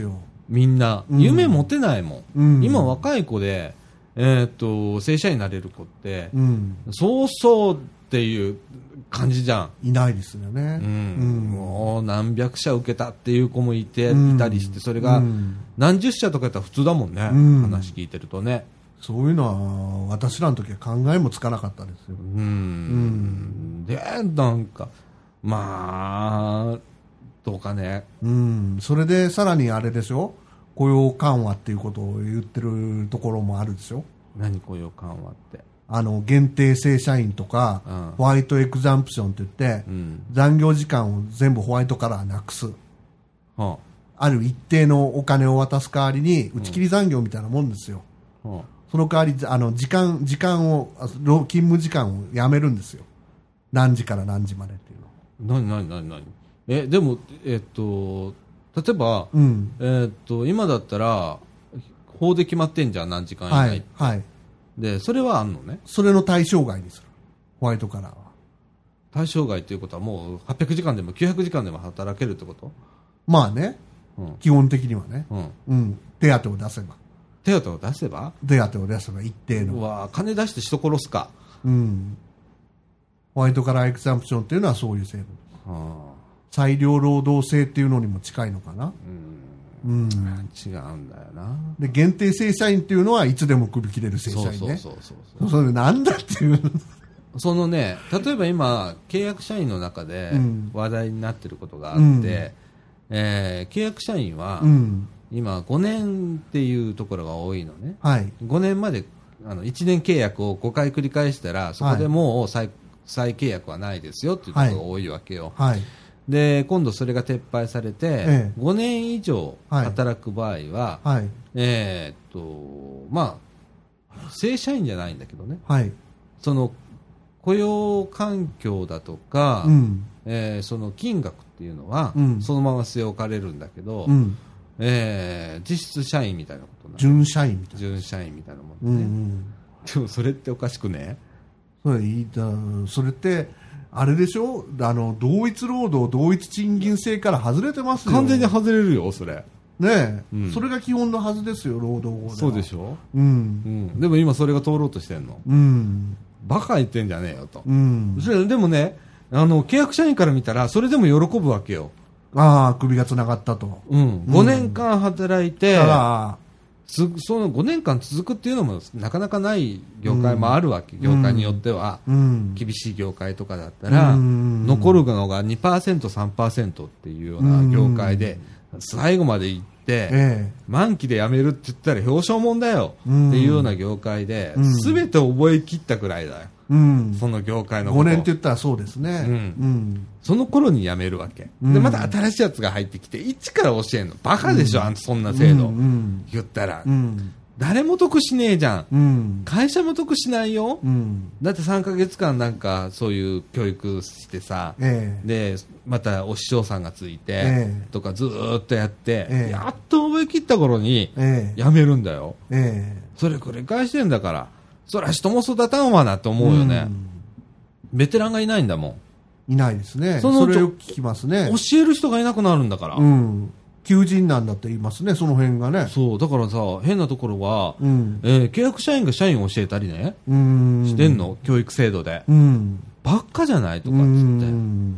Speaker 1: みんな、うん、夢持てないもん、うん、今若い子で、えー、っと正社員になれる子って、うん、そうそうっていう感じじゃん。
Speaker 2: いないですよね、
Speaker 1: うんうん、もう何百社受けたっていう子もいて、うん、いたりして、それが何十社とかやったら普通だもんね、うん、話聞いてるとね。
Speaker 2: そういうのは私らの時は考えもつかなかったですよ。うん、うん、
Speaker 1: でなんかまあどうかね、
Speaker 2: うん、それでさらにあれでしょ、雇用緩和っていうことを言ってるところもあるでしょ。
Speaker 1: 何雇用緩和って。
Speaker 2: あの限定正社員とか、うん、ホワイトエクザンプションって言って、うん、残業時間を全部ホワイトカラーなくす、はあ、ある一定のお金を渡す代わりに打ち切り残業みたいなもんですよ、うんはあ、その代わりあの時間時間を勤務時間をやめるんですよ。何時から何時までっていう
Speaker 1: の。何何何何えでもえっと例えば、うん、えっと今だったら法で決まってんじゃん、何時間以内って、はいはい、でそれはあんのね。
Speaker 2: それの対象外にする、ホワイトカラーは。
Speaker 1: 対象外ということはもうはっぴゃくじかんでもきゅうひゃくじかんでも働けるってこと。
Speaker 2: まあね、うん、基本的にはね、うんうん、手当を出せば
Speaker 1: 手当を出せば
Speaker 2: 手当を出せば一定の。
Speaker 1: うわ金出して人殺すか、うん、
Speaker 2: ホワイトカラーエクザンプションっていうのはそういう制度です、はあ、裁量労働制っていうのにも近いのかな、うん、うん、
Speaker 1: 違うんだよな。
Speaker 2: で限定正社員っていうのはいつでも首切れる正社員ね。そうそうそうそうそれなんだっていう
Speaker 1: そのね、例えば今契約社員の中で話題になってることがあって、うん、えー、契約社員は今ごねんっていうところが多いのね、はい、ごねんまであのいちねん契約をごかい繰り返したらそこでもう 再,、はい、再契約はないですよっていうところが多いわけよ、はいはい、で今度それが撤廃されて、ええ、ごねん以上働く場合は、はいはい、えー、っとまあ正社員じゃないんだけどね、はい、その雇用環境だとか、うん、えー、その金額っていうのは、うん、そのまま据え置かれるんだけど、うん、えー、実質社員みたいなことなの。
Speaker 2: 準社員みたいな。
Speaker 1: 準社員みたいなもんね、うんうん、でもそれっておかしくね。
Speaker 2: それいいだそれってあれでしょ、あの同一労働同一賃金制から外れてますよ。
Speaker 1: 完全に外れるよそれ
Speaker 2: ねえ、うん、それが基本のはずですよ、労働法では。
Speaker 1: そうでしょ、うんうん、でも今それが通ろうとしてんの、うん、バカ言ってんじゃねえよと、うん、それでもね、あの契約社員から見たらそれでも喜ぶわけよ。
Speaker 2: ああ、首がつながったと、
Speaker 1: うん、ごねんかん働いて、うん、そのごねんかん続くっていうのもなかなかない業界もあるわけ、うん、業界によっては、うん、厳しい業界とかだったら、うん、残るのが にパーセント、さんパーセント っていうような業界で、うん、最後まで行って、ええ、満期で辞めるって言ったら表彰もんだよ、うん、っていうような業界で、うん、全て覚え切ったくらいだよ、うん、その業界のこと。
Speaker 2: ごねんって言ったらそうですね、うんうん、
Speaker 1: その頃に辞めるわけ、うん、でまた新しいやつが入ってきて一から教えるのバカでしょ、うん、あんたそんな制度、うんうん、言ったら、うん、誰も得しねえじゃん、うん、会社も得しないよ、うん、だってさんかげつかんなんかそういう教育してさ、えー、でまたお師匠さんがついて、えー、とかずーっとやって、えー、やっと覚え切った頃に辞めるんだよ、えー、それ繰り返してんだからそりゃ人も育たんわなと思うよね、うん、ベテランがいないんだも
Speaker 2: ん。いないですね。そのそれよく聞きますね。
Speaker 1: 教える人がいなくなるんだから、う
Speaker 2: ん、求人なんだって言いますね、その辺がね。
Speaker 1: そうだからさ、変なところは、うん、えー、契約社員が社員を教えたりね、うん、してんの、教育制度で、うん、ばっかじゃないとかっつって、うん、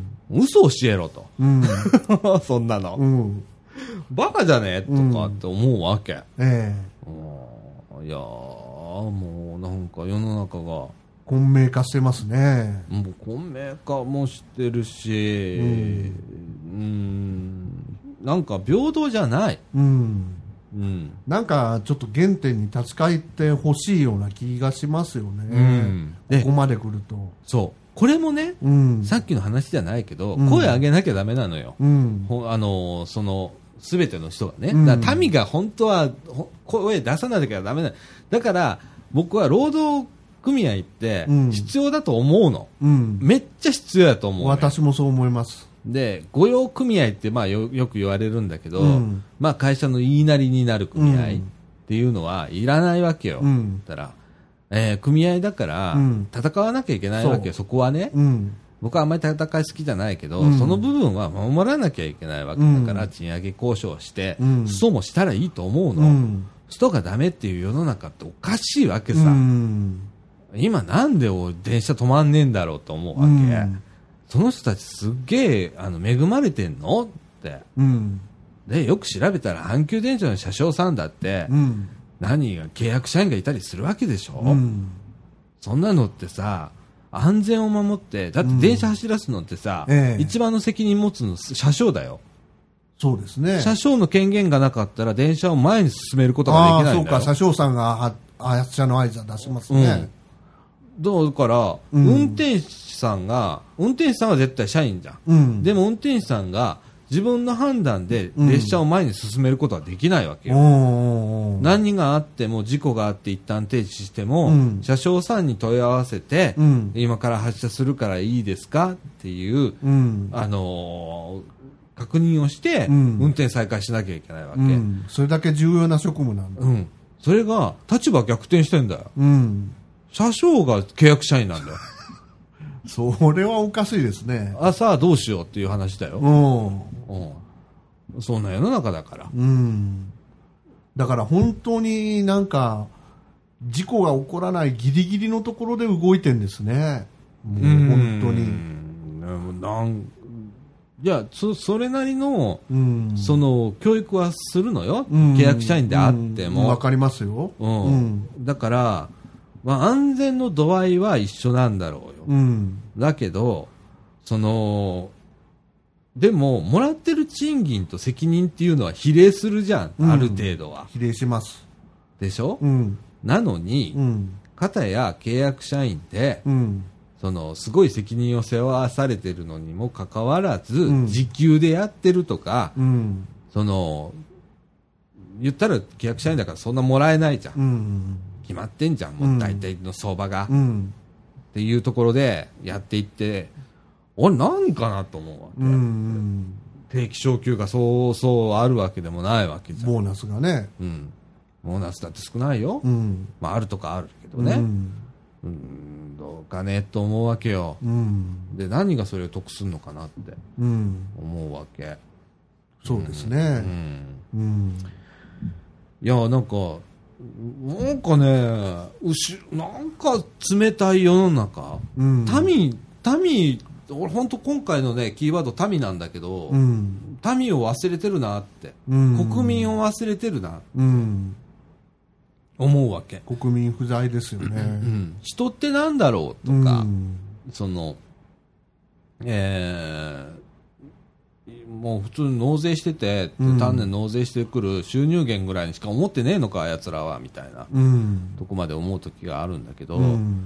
Speaker 1: 嘘教えろと、うん、そんなの、うん、バカじゃねとかって思うわけ、うん、えー、いやもうなんか世の中が
Speaker 2: 混迷化してますね。
Speaker 1: もう混迷化もしてるし、うん、うーんなんか平等じゃない、うん
Speaker 2: うん、なんかちょっと原点に立ち返ってほしいような気がしますよね、うん、ここまで来ると。
Speaker 1: そうこれもね、うん、さっきの話じゃないけど、うん、声上げなきゃダメなのよ、うん、あのその全ての人がね、うん、だから民が本当は声出さなきゃダメな。だから僕は労働組合って必要だと思うの、うん、めっちゃ必要だと思う、ね、
Speaker 2: 私もそう思います。で
Speaker 1: 御用組合ってまあ よ, よく言われるんだけど、うん、まあ会社の言いなりになる組合っていうのはいらないわけよ、うん、だから、えー、組合だから戦わなきゃいけないわけよ、うん、そこはね、うん、 僕はあんまり戦い好きじゃないけど、うん、その部分は守らなきゃいけないわけだから、うん、賃上げ交渉して、うん、ストもしたらいいと思うの、うん、ストがダメっていう世の中っておかしいわけさ、うん、今なんで電車止まんねえんだろうと思うわけ、うん、その人たちすっげえあの恵まれてんのって、うん、でよく調べたら阪急電車の車掌さんだって、うん、何が契約社員がいたりするわけでしょ、うん、そんなのってさ安全を守って、だって電車走らすのってさ、うんええ、一番の責任持つの車掌だよ。
Speaker 2: そうですね。
Speaker 1: 車掌の権限がなかったら電車を前に進めることができないんだよ。
Speaker 2: ああ、そうか、車掌さんが発車の合図は出しますね。
Speaker 1: うん、だから、うん、運転手さんが、運転手さんは絶対社員じゃん。うん、でも運転手さんが自分の判断で列車を前に進めることはできないわけよ。うん、何があっても事故があって一旦停止しても、うん、車掌さんに問い合わせて、うん、今から発車するからいいですかっていう、うん、あのー、確認をして、うん、運転再開しなきゃいけないわけ、うん、
Speaker 2: それだけ重要な職務なんだ、
Speaker 1: うん、それが立場逆転してんだよ、うん、車掌が契約社員なんだよ
Speaker 2: それはおかしいですね。
Speaker 1: あ、さあどうしようっていう話だよ。うん。うん。そんな世の中だから。
Speaker 2: うん。だから本当になんか、事故が起こらないギリギリのところで動いてんですね。もう本当に。
Speaker 1: うんなんいや、そ、それなりの、うん、その、教育はするのよ。うん、契約社員であっても。
Speaker 2: わ、うん、かりますよ。
Speaker 1: うん。うん、だから、まあ、安全の度合いは一緒なんだろうよ、うん、だけどそのでももらってる賃金と責任っていうのは比例するじゃん、うん、ある程度は
Speaker 2: 比例します
Speaker 1: でしょ、うん、なのに、うん、片や契約社員で、うん、そのすごい責任を背負わされてるのにもかかわらず、うん、時給でやってるとか、うん、その言ったら契約社員だからそんなもらえないじゃん、うん決まってんじゃん、もう大体の相場が、うん、っていうところでやっていって、俺何かなと思うわけ、うん、定期昇給がそうそうあるわけでもないわけじゃん。
Speaker 2: ボーナスがね、
Speaker 1: うん、ボーナスだって少ないよ、うん、まああるとかあるけどね、うんうん、どうかねと思うわけよ、うん、で何がそれを得するのかなって思うわけ、
Speaker 2: そうですね、うんうん、
Speaker 1: いやなんかなんかね、うしなんか冷たい世の中、うん、民、民、俺本当今回のねキーワード民なんだけど、うん、民を忘れてるなって、うん、国民を忘れてるなって、うん、思うわけ。
Speaker 2: 国民不在ですよね、うん、
Speaker 1: 人ってなんだろうとか、うん、その、えーもう普通に納税してて、うん、単年納税してくる収入源ぐらいにしか思ってねえのかあやつらはみたいな、うん、とこまで思う時があるんだけど、うん、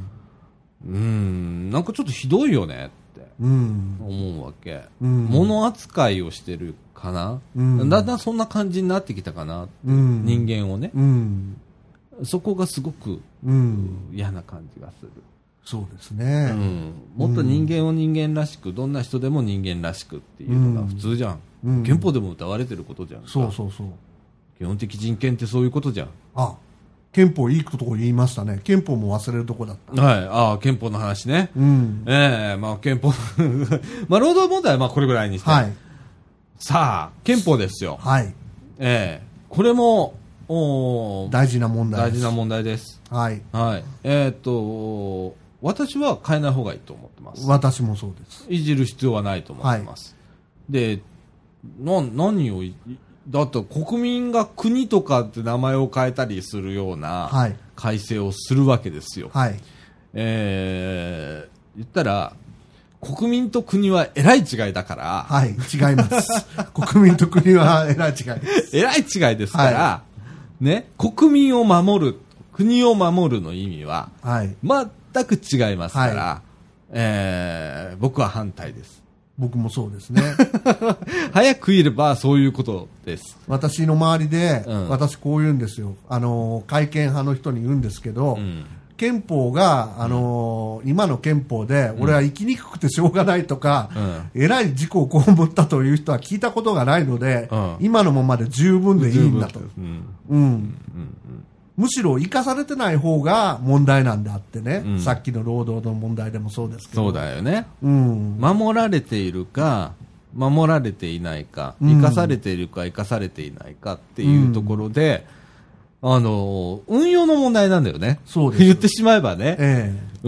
Speaker 1: うんなんかちょっとひどいよねって思うわけ、うん、物扱いをしてるかな、うん、だんだんそんな感じになってきたかな、うん、人間をね、うん、そこがすごく、うん、嫌な感じがする。
Speaker 2: そうですね、うん、
Speaker 1: もっと人間を人間らしく、うん、どんな人でも人間らしくっていうのが普通じゃん、うん、憲法でも謳われてることじゃん、
Speaker 2: そうそうそう、
Speaker 1: 基本的人権ってそういうことじゃん。
Speaker 2: あ、憲法いいこと言いましたね。憲法も忘れるとこだった。
Speaker 1: はい、ああ憲法の話ね、うん、ええー、まあ憲法まあ労働問題はまあこれぐらいにして、はい、さあ憲法ですよ、はい、ええー、これもお
Speaker 2: 大事な問題
Speaker 1: です。大事な問題です。
Speaker 2: はい、
Speaker 1: はい、えー、っと私は変えない方がいいと思ってます。
Speaker 2: 私もそうです。
Speaker 1: いじる必要はないと思ってます、はい、でな何をだって国民が国とかって名前を変えたりするような改正をするわけですよ、はい、えー、言ったら国民と国はえらい違いだから、
Speaker 2: はい、違います国民と国はえらい違いです
Speaker 1: えらい違いですから、はい、ね、国民を守る国を守るの意味は、はい、全く違いますから、はい、えー、僕は反対です。
Speaker 2: 僕もそうですね
Speaker 1: 早く言えばそういうことです。
Speaker 2: 私の周りで、うん、私こう言うんですよ、あの改憲派の人に言うんですけど、うん、憲法が、あのー、今の憲法で、うん、俺は生きにくくてしょうがないとか、うん、えらい事故を被ったという人は聞いたことがないので、うん、今のままで十分でいいんだと、うんうんうん、 むしろ生かされてない方が問題なんであってね、うん、さっきの労働の問題でもそうですけど。
Speaker 1: そうだよね。
Speaker 2: うん、
Speaker 1: 守られているか、守られていないか、生かされているか生かされていないかっていうところで、うん、あの、運用の問題なんだよね。
Speaker 2: そうです。
Speaker 1: 言ってしまえばね。
Speaker 2: え
Speaker 1: え、うん。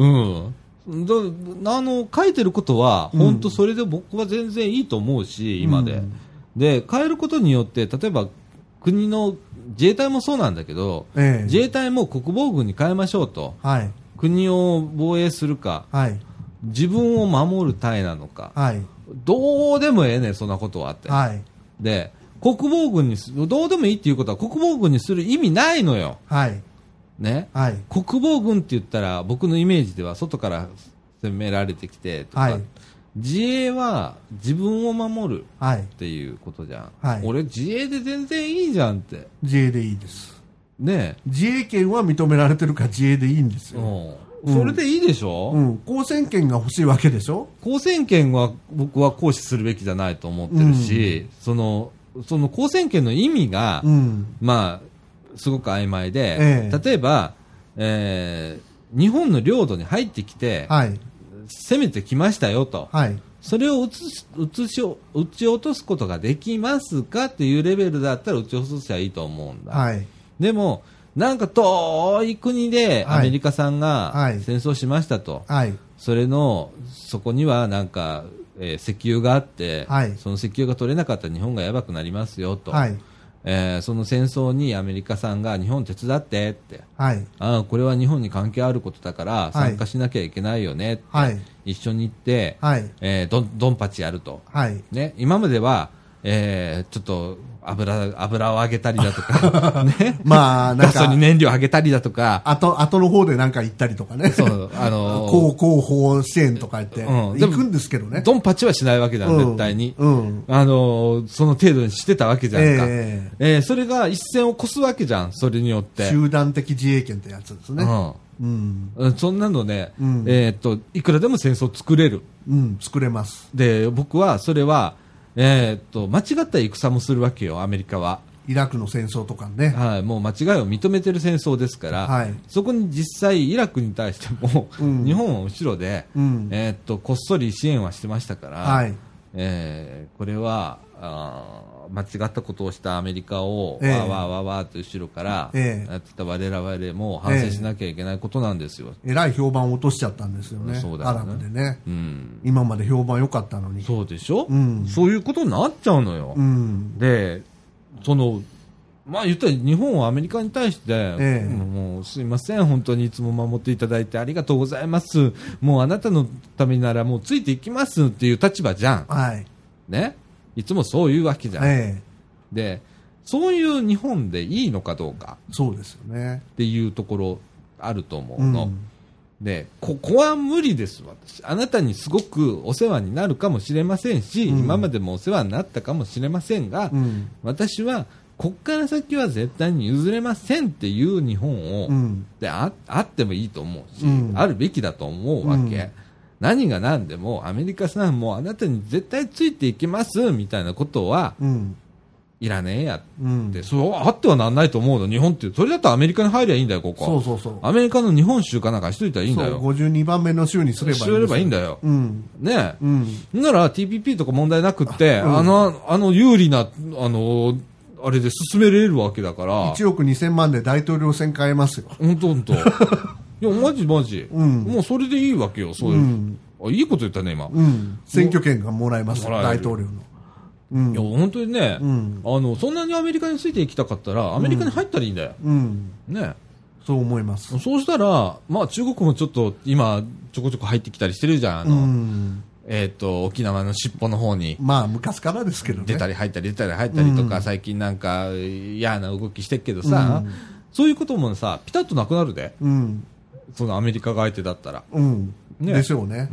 Speaker 1: あの、書いてることは、本当それで僕は全然いいと思うし、今で。うん、で、変えることによって、例えば、国の自衛隊もそうなんだけど、ええ、自衛隊も国防軍に変えましょうと、
Speaker 2: はい、
Speaker 1: 国を防衛するか、
Speaker 2: はい、
Speaker 1: 自分を守る隊なのか、
Speaker 2: はい、
Speaker 1: どうでもええねん、そんなことはあって、
Speaker 2: はい、
Speaker 1: で国防軍にすどうでもいいっていうことは国防軍にする意味ないのよ、
Speaker 2: はい
Speaker 1: ね
Speaker 2: はい、
Speaker 1: 国防軍って言ったら僕のイメージでは外から攻められてきてとか、はい、自衛は自分を守るっていうことじゃん、はい、俺自衛で全然いいじゃんって。
Speaker 2: 自衛でいいです、
Speaker 1: ね、
Speaker 2: 自衛権は認められてるから自衛でいいんですよ、
Speaker 1: うん、それでいいでしょ、
Speaker 2: うん、交戦権が欲しいわけでしょ。
Speaker 1: 交戦権は僕は行使するべきじゃないと思ってるし、うん、そのその交戦権の意味が、うん、まあすごく曖昧で、ええ、例えば、えー、日本の領土に入ってきて、はい、攻めてきましたよと、はい、それを撃つ撃ち撃ち落とすことができますかっていうレベルだったら撃ち落とせばいいと思うんだ、はい、でもなんか遠い国でアメリカさんが戦争しましたと、はいはい、それのそこにはなんか、えー、石油があって、はい、その石油が取れなかったら日本がやばくなりますよと、はい、えー、その戦争にアメリカさんが日本手伝ってって、はい、あこれは日本に関係あることだから参加しなきゃいけないよねって、はい、一緒に行って、はい、えー、ドン、ドンパチやると、はいね、今までは、えー、ちょっと油、油を上げたりだとか、ね。まあ、なんか。ガソリン燃料上げたりだとか。
Speaker 2: あと、後の方でなんか行ったりとかね。
Speaker 1: そう、あのー、
Speaker 2: 高広報支援とか言って、うん、行くんですけどね。
Speaker 1: ドンパチはしないわけじゃん、うん、絶対に。うん。あのー、その程度にしてたわけじゃんか。えー、えー、それが一線を越すわけじゃん、それによって。
Speaker 2: 集団的自衛権ってやつですね。
Speaker 1: うん。うん。そんなのね、うん、えー、っと、いくらでも戦争作れる。
Speaker 2: うん、作れます。
Speaker 1: で、僕はそれは、えー、っと間違った戦もするわけよ、アメリカは。
Speaker 2: イラクの戦争とかね、
Speaker 1: はい、もう間違いを認めてる戦争ですから、はい、そこに実際イラクに対しても、うん、日本は後ろで、うん、えー、っとこっそり支援はしてましたから、はい、えー、これはあ間違ったことをしたアメリカを、えー、わーわーわーわーと後ろからやってた我々も反省しなきゃいけないことなんですよ。
Speaker 2: えー、えらい評判を落としちゃったんですよね、そうだよね、アラブでね、うん、今まで評判良かったのに。
Speaker 1: そうでしょ、うん、そういうことになっちゃうのよ、うん、でそのまあ言ったら日本はアメリカに対して、ええ、もうすいません本当にいつも守っていただいてありがとうございます、もうあなたのためならもうついていきますっていう立場じゃん、はいね、いつもそういうわけじゃん、ええ、でそういう日本でいいのかどうか、
Speaker 2: そうですよね
Speaker 1: っていうところあると思うの、うん、でここは無理です私、あなたにすごくお世話になるかもしれませんし、うん、今までもお世話になったかもしれませんが、うん、私はこっから先は絶対に譲れませんっていう日本を、うん、で あ, あってもいいと思うし、うん、あるべきだと思うわけ、うん、何が何でもアメリカさんもあなたに絶対ついていきますみたいなことは、うん、いらねえやって、うん、そうあってはなんないと思うの日本って。それだとアメリカに入りゃいいんだよここ。そうそうそう、アメリカの日本州かなんかしといたらいいんだよ。そうご
Speaker 2: じゅうにばんめの州にすればいいんですよ。すればいいんだ
Speaker 1: よ、うん、ねえ、うん、なら ティーピーピー とか問題なくって、うん、あのあの有利なあのあれで進めれるわけだからい
Speaker 2: ちおくにせんまんで大統領選変えますよ。
Speaker 1: 本当本当いやマジマジ、うん、もうそれでいいわけよそういう、うん、あいいこと言ったね今、うん、
Speaker 2: 選挙権がもらえます大統領の、
Speaker 1: うん、いや本当にね、うん、あのそんなにアメリカについていきたかったらアメリカに入ったらいいんだよ、うんうん、ね
Speaker 2: そう思います。
Speaker 1: そうしたら、まあ、中国もちょっと今ちょこちょこ入ってきたりしてるじゃんあの、うんえー、と沖縄の尻尾の方に、
Speaker 2: まあ昔からですけどね、
Speaker 1: 出たり入ったり出たり入ったりとか、うん、最近なんか嫌な動きしてるけどさ、うん、そういうこともさピタッとなくなるで、うん、そのアメリカが相手だったら、
Speaker 2: うんね、でしょうね、うん、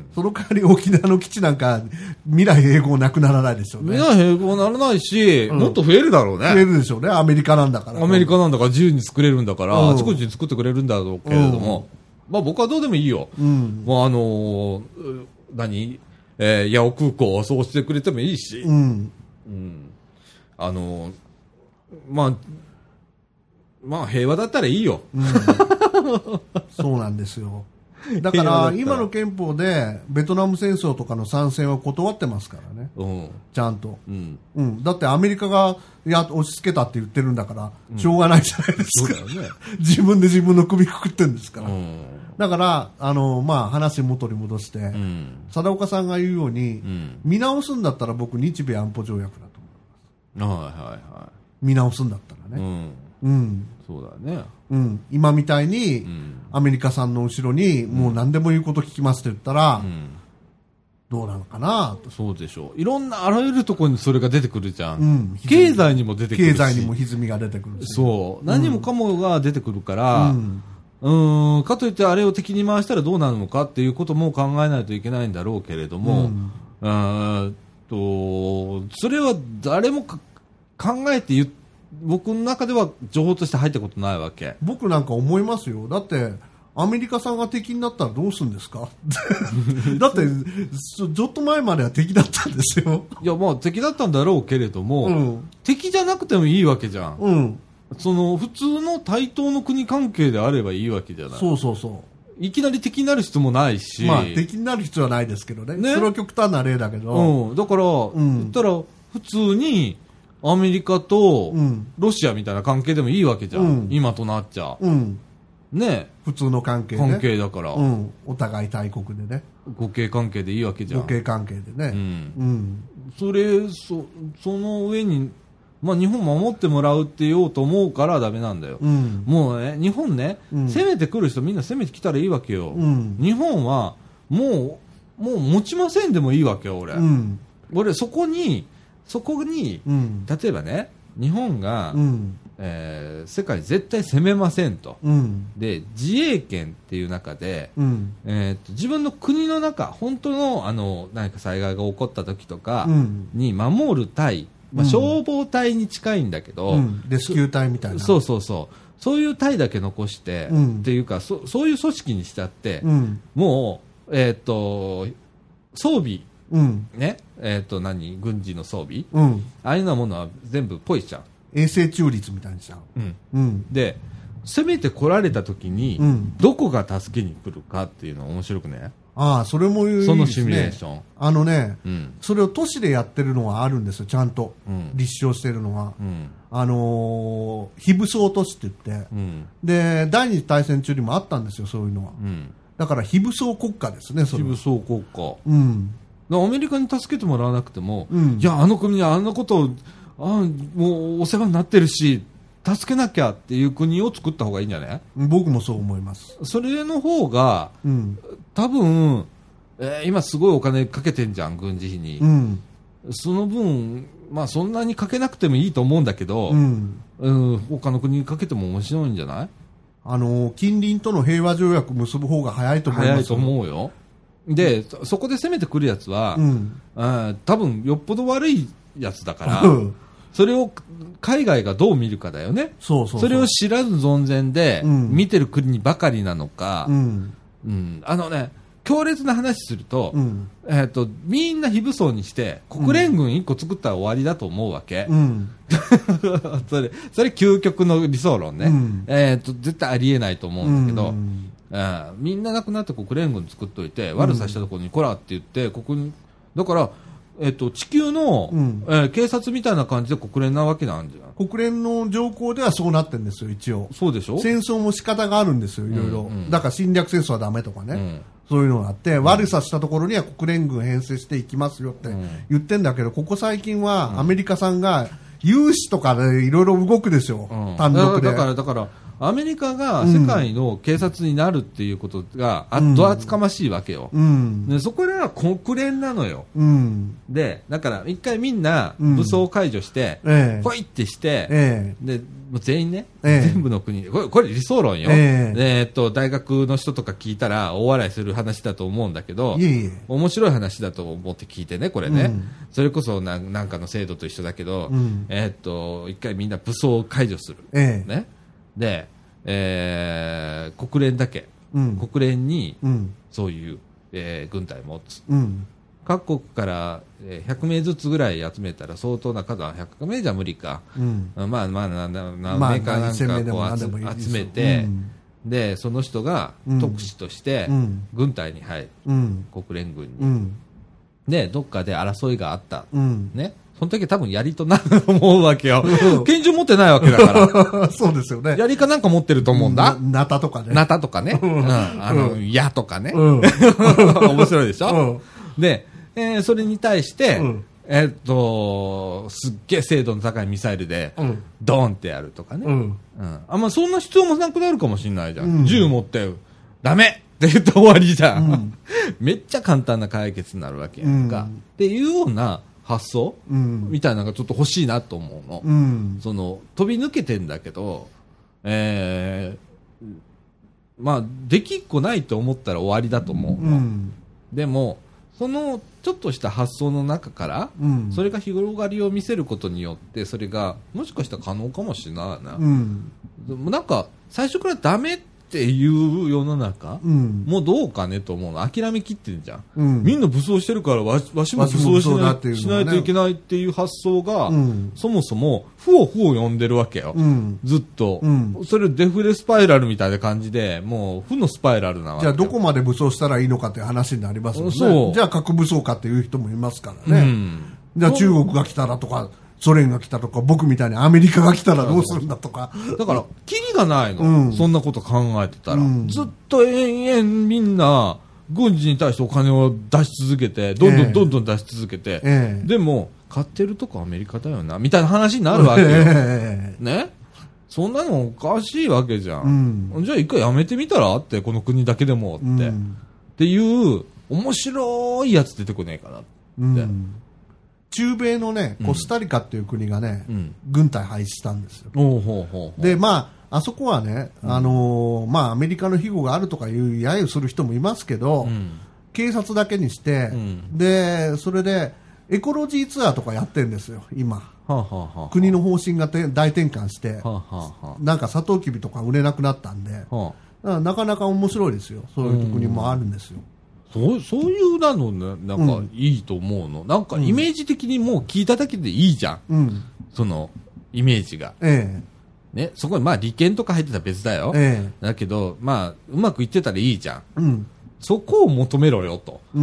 Speaker 2: その代わり沖縄の基地なんか未来永劫なくならないでしょうね。
Speaker 1: 未来永劫ならないし、うん、もっと増えるだろうね。
Speaker 2: 増えるでしょうね。アメリカなんだから、
Speaker 1: アメリカなんだから自由に作れるんだから、うん、あちこちに作ってくれるんだろうけれども、うん、まあ僕はどうでもいいよ、うん、もうあのー、何えー、八尾空港をそうしてくれてもいいし、うんうん、あのまあまあ平和だったらいいよ。
Speaker 2: うん、そうなんですよ。だから今の憲法でベトナム戦争とかの参戦は断ってますからね、うん、ちゃんと、うんうん、だってアメリカがや押し付けたって言ってるんだから、うん、しょうがないじゃないですか、そうだよね、自分で自分の首くくってるんですから、うん、だからあの、まあ、話元に戻して、うん、貞岡さんが言うように、うん、見直すんだったら僕日米安保条約だと思います、はいはいはい、見直すんだったらね、うんうん、
Speaker 1: そうだね、
Speaker 2: うん、今みたいに、うん、アメリカさんの後ろに、もう何でも言うこと聞きますって言ったら、うん、どうなのかなと。
Speaker 1: そうでしょう。いろんなあらゆるところにそれが出てくるじゃん。うん、経済にも出てくるし。
Speaker 2: 経済にも歪みが出てくるし。
Speaker 1: そう。何もかもが出てくるから、うん、うーんかといってあれを敵に回したらどうなるのかっていうことも考えないといけないんだろうけれども、うん、あとそれは誰も考えて言って僕の中では情報として入ったことないわけ。
Speaker 2: 僕なんか思いますよ。だってアメリカさんが敵になったらどうするんですかだってちょっと前までは敵だったんですよ。
Speaker 1: いやまあ敵だったんだろうけれども、うん、敵じゃなくてもいいわけじゃん、うん、その普通の対等の国関係であればいいわけじゃない。
Speaker 2: そうそうそう。
Speaker 1: いきなり敵になる必要もないし、
Speaker 2: まあ敵になる必要はないですけど ね, ねそれは極端な例だけど、
Speaker 1: うん、だから、うん、言ったら普通にアメリカとロシアみたいな関係でもいいわけじゃん、うん、今となっちゃ、うん、ね
Speaker 2: 普通の関係、ね、
Speaker 1: 関係だから、
Speaker 2: うん、お互い大国でね
Speaker 1: 互恵関係でいいわけじゃん。
Speaker 2: 互恵関係でね、うん
Speaker 1: うん、それ そ, その上に、まあ、日本守ってもらうって言おうと思うからダメなんだよ、うん、もうね日本ね、うん、攻めてくる人みんな攻めてきたらいいわけよ、うん、日本はもうもう持ちませんでもいいわけよ俺、うん、俺そこにそこに、うん、例えばね日本が、うんえー、世界絶対攻めませんと、うん、で自衛権っていう中で、うんえー、と自分の国の中本当の、あの何か災害が起こった時とかに守る隊、まあ、消防隊に近いんだけど、うん、
Speaker 2: レスキュー隊みたいな
Speaker 1: そうそうそうそういう隊だけ残して、うん、っていうか そ, そういう組織にしちゃって、うん、もう、えー、と装備うんねえー、と何軍事の装備、うん、ああいうようなものは全部ポイしちゃう。
Speaker 2: 衛星中立みたいにしちゃう、うん
Speaker 1: うん、で攻めて来られた時に、うん、どこが助けに来るかっていうのは面白くね。
Speaker 2: ああそれもいいですね。
Speaker 1: そのシミュレーション
Speaker 2: あのね、うん、それを都市でやってるのはあるんですよちゃんと、うん、立証してるのは、うん、あのー、非武装都市って言って、うん、で第二次大戦中にもあったんですよそういうのは、うん、だから非武装国家ですねそれは。
Speaker 1: 非武装国家、うんアメリカに助けてもらわなくても、うん、いやあの国にあんなことをあもうお世話になってるし助けなきゃっていう国を作った方がいいんじゃない？
Speaker 2: 僕もそう思います。
Speaker 1: それの方が、うん、多分、えー、今すごいお金かけてんじゃん軍事費に、うん、その分、まあ、そんなにかけなくてもいいと思うんだけど、うんうん、他の国にかけても面白いんじゃない？
Speaker 2: あの近隣との平和条約結ぶ方が早いと思います。
Speaker 1: 早いと思うよ。でそこで攻めてくるやつは、うん、あ多分よっぽど悪いやつだから、うん、それを海外がどう見るかだよね。そうそうそうそれを知らず存然で見てる国ばかりなのか、うんうん、あのね強烈な話すると、うん、えー、とみんな非武装にして国連軍いっこ作ったら終わりだと思うわけ、うん、それそれ究極の理想論ね、うん、えー、と絶対ありえないと思うんだけど、うんあみんな亡くなって国連軍作っといて悪さしたところにこらって言ってここにだから、えっと、地球の、うんえー、警察みたいな感じで国連なわけなんじゃない？
Speaker 2: 国連の条項ではそうなってるんですよ一応。
Speaker 1: そうでしょ？戦
Speaker 2: 争も仕方があるんですよいろいろ、うんうん、だから侵略戦争はダメとかね、うん、そういうのがあって、うん、悪さしたところには国連軍編成していきますよって言ってんだけどここ最近はアメリカさんが有志とかでいろいろ動くですよ、うん、単独で。
Speaker 1: だからだからアメリカが世界の警察になるっていうことがど厚かましいわけよ、うん、でそこでは国連なのよ、うん、でだから一回みんな武装解除して、うん、ポイってして、えー、でもう全員ね、えー、全部の国これ、これ理想論よ、えーえー、っと大学の人とか聞いたら大笑いする話だと思うんだけどいえいえ面白い話だと思って聞いてねこれね、うん、それこそななんかの制度と一緒だけど、うんえー、っと一回みんな武装解除する、えーねで、えー、国連だけ、うん、国連にそういう、えー、軍隊を持つ、うん、 各国からひゃくめいずつぐらい集めたら相当な数はひゃくめいじゃ無理か、うん、まあまあ何名かなんかこう集めて、うん、でその人が特使として軍隊に入る、うん、国連軍に、うん、でどっかで争いがあった、うん、ね、その時多分槍となると思うわけよ。拳銃持ってないわけだから。そうですよね。槍かなんか持ってると思うんだ。
Speaker 2: ナタとかね。
Speaker 1: ナタとかね。うん、あの、矢とかね。うん、面白いでしょ、うん、で、えー、それに対して、うん、えー、っと、すっげえ精度の高いミサイルで、うん、ドーンってやるとかね。うん。うん、あんまそんな必要もなくなるかもしれないじゃん。うん、銃持って、ダメって言って終わりじゃん。うん、めっちゃ簡単な解決になるわけやんか。うん、っていうような発想、うん、みたいなのがちょっと欲しいなと思うの。うん、その、飛び抜けてんだけど、えー、まあ、できっこないと思ったら終わりだと思うの。うん、でも、そのちょっとした発想の中から、うん、それが広がりを見せることによってそれがもしかしたら可能かもしれないな、うん、なんか最初からダメっていう世の中、うん、もうどうかねと思うの。諦めきってんじゃん、うん、みんな武装してるからわわしも武装しない、ね、しないといけないっていう発想が、うん、そもそも負を負を呼んでるわけよ、うん、ずっと、うん、それデフレスパイラルみたいな感じでもう負のスパイラルなわけ。
Speaker 2: じゃあどこまで武装したらいいのかっていう話になりますもんね。そうじゃあ核武装かっていう人もいますからね、うん、じゃあ中国が来たらとかソ連が来たとか僕みたいにアメリカが来たらどうするんだとか。
Speaker 1: だからキリがないの、うん、そんなこと考えてたら、うん、ずっと延々みんな軍事に対してお金を出し続けてどんどんどんどん出し続けて、ええ、でも買ってるとこアメリカだよなみたいな話になるわけよ、ええ、ね。そんなのおかしいわけじゃん、うん、じゃあ一回やめてみたらってこの国だけでもって、うん、っていう面白いやつ出てこねえかなって、うん、
Speaker 2: 中米のねコスタリカっていう国がね、うん、軍隊廃止したんですよ、うん、ほうほうほう。でまああそこはね、うん、あのー、まあアメリカの庇護があるとかいう揶揄する人もいますけど、うん、警察だけにして、うん、でそれでエコロジーツアーとかやってるんですよ今、はあはあはあ、国の方針が大転換して、はあはあ、なんかサトウキビとか売れなくなったんで、はあ、だからなかなか面白いですよ。そういう国もあるんですよ。
Speaker 1: そう、そういうなのね、なんかいいと思うの、うん、なんかイメージ的にもう聞いただけでいいじゃん、うん、そのイメージが、ええね、そこにまあ利権とか入ってたら別だよ、ええ、だけどまあうまくいってたらいいじゃん、うん、そこを求めろよと、うん、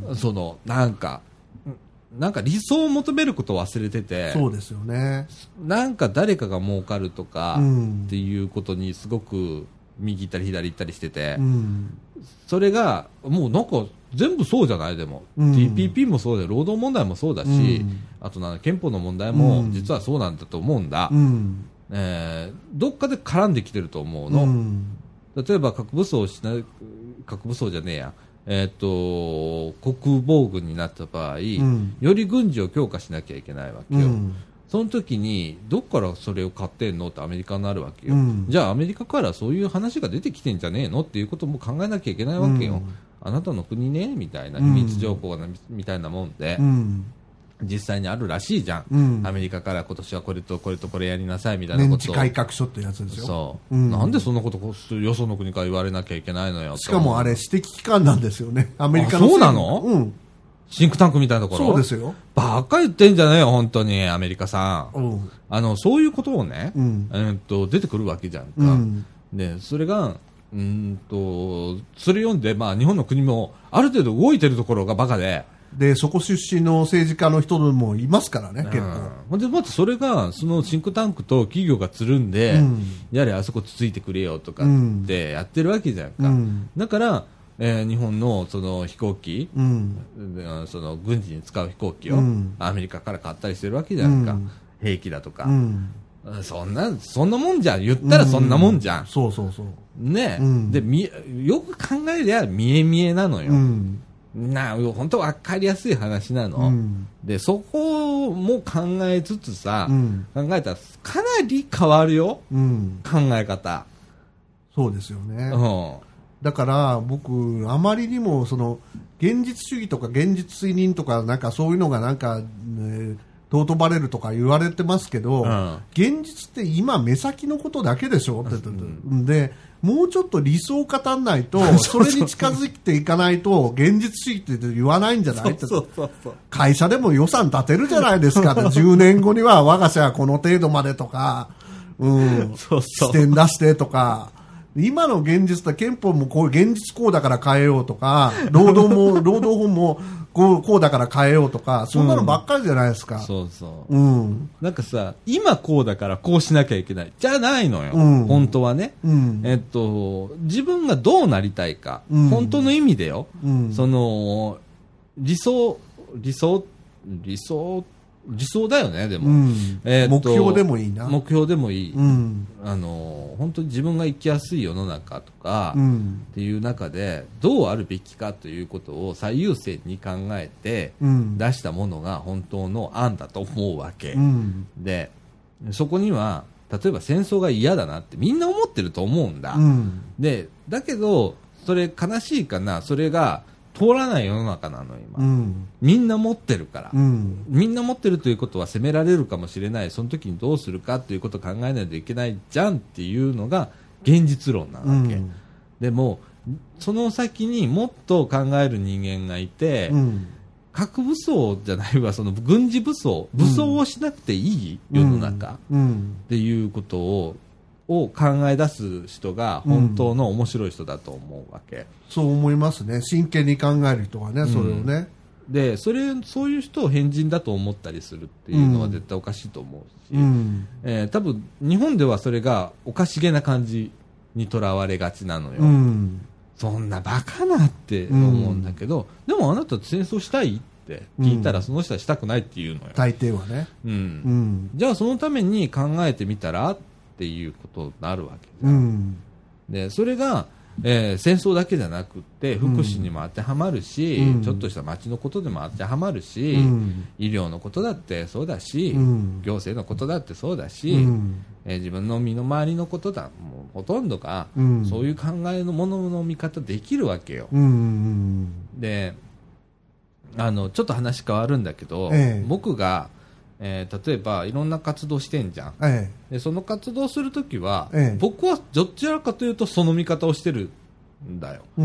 Speaker 1: そのなんかなんか理想を求めることを忘れてて、
Speaker 2: そうですよね。
Speaker 1: なんか誰かが儲かるとか、うん、っていうことにすごく右行ったり左行ったりしてて、うん、それがもうなんか全部そうじゃない。でも、うん、ティーピーピー もそうだよ、労働問題もそうだし、うん、あとなんか憲法の問題も実はそうなんだと思うんだ、うんえー、どっかで絡んできてると思うの、うん、例えば核武装しない核武装じゃねえやえー、と国防軍になった場合、うん、より軍事を強化しなきゃいけないわけよ、うん、その時にどっからそれを買ってんのってアメリカになるわけよ、うん、じゃあアメリカからそういう話が出てきてんじゃねえのっていうことも考えなきゃいけないわけよ、うん、あなたの国ねみたいな秘密情報なみたいなもんで、うん、実際にあるらしいじゃん、うん、アメリカから今年はこれとこれとこれやりなさいみたいなことを、
Speaker 2: 年次改革書ってやつですよ。
Speaker 1: そう、うん、なんでそんなことよその国から言われなきゃいけないのよ。
Speaker 2: しかもあれ私的機関なんですよね、アメリカの。
Speaker 1: そうなの、うん、シンクタンクみたいなところ。
Speaker 2: そうですよ。
Speaker 1: バカ言ってんじゃねえよ本当にアメリカさん、うん、あのそういうことをね、うんえー、っと出てくるわけじゃんか、うん、でそれがうんとそれ読んで、まあ、日本の国もある程度動いてるところがバカで、
Speaker 2: でそこ出身の政治家の人もいますからね、結構。
Speaker 1: でまたそれがそのシンクタンクと企業がつるんで、うん、やれあそこつついてくれよとかってやってるわけじゃんか、うん、だから、えー、日本のその飛行機、うん、その軍事に使う飛行機を、うん、アメリカから買ったりしてるわけじゃんか、うん、兵器だとか、うん、そんなそんなもんじゃん、言ったらそんなもんじゃん、うん、
Speaker 2: そうそうそう
Speaker 1: ね、うん、でみよく考えりゃ見え見えなのよ、うんな本当分かりやすい話なの、うん、でそこも考えつつさ、うん、考えたらかなり変わるよ、うん、考え方。
Speaker 2: そうですよね、うん、だから僕あまりにもその現実主義とか現実追認とかなんかそういうのがなんか、ね、 尊ばれるとか言われてますけど、うん、現実って今目先のことだけでしょって、うん、でもうちょっと理想を語んないとそれに近づいていかないと現実主義って言わないんじゃないって。
Speaker 1: そうそうそう、
Speaker 2: 会社でも予算立てるじゃないですかってじゅうねんごには我が社はこの程度までとか、うん、そうそう、視点出してとか、今の現実と憲法もこう現実こうだから変えようとか、労働も労働法もこう、こうだから変えようとか、そんなのばっかりじゃないですか。
Speaker 1: うん、そうそう、うん、なんかさ、今こうだからこうしなきゃいけないじゃないのよ、うん、本当はね、うん、えっと自分がどうなりたいか、うん、本当の意味でよ、うん、その理想理想理想理想だよね、でも、うん、えー、
Speaker 2: 目標でもいいな、
Speaker 1: 目標でもいい、うん、あの本当に自分が生きやすい世の中とか、うん、っていう中でどうあるべきかということを最優先に考えて出したものが本当の案だと思うわけ、うん、でそこには例えば戦争が嫌だなってみんな思ってると思うんだ、うん、でだけどそれ悲しいかな、それが通らない世の中なの今、うん、みんな持ってるから、うん、みんな持ってるということは責められるかもしれない、その時にどうするかということを考えないといけないじゃんっていうのが現実論なわけ、うん、でもその先にもっと考える人間がいて、うん、核武装じゃないわ、その軍事武装武装をしなくていい世の中っていうことをを考え出す人が本当の面白い人だと思うわけ、うん、
Speaker 2: そう思いますね。真剣に考える人はね、それをね、
Speaker 1: うん、でそれそういう人を変人だと思ったりするっていうのは絶対おかしいと思うし、うんえー、多分日本ではそれがおかしげな感じにとらわれがちなのよ、うん、そんなバカなって思うんだけど、うん、でもあなた戦争したいって聞いたらその人はしたくないって言うのよ、
Speaker 2: 大抵はね、うんうん、
Speaker 1: じゃあそのために考えてみたらっていうことになるわけじゃん、うん、でそれが、えー、戦争だけじゃなくって福祉にも当てはまるし、うん、ちょっとした街のことでも当てはまるし、うん、医療のことだってそうだし、うん、行政のことだってそうだし、うんえー、自分の身の回りのことだもうほとんどが、うん、そういう考えのものの見方できるわけよ、うん、であのちょっと話変わるんだけど、ええ、僕がえー、例えばいろんな活動してんじゃん、ええ、でその活動するときは、ええ、僕はどちらかというとその見方をしてるんだよ、うん、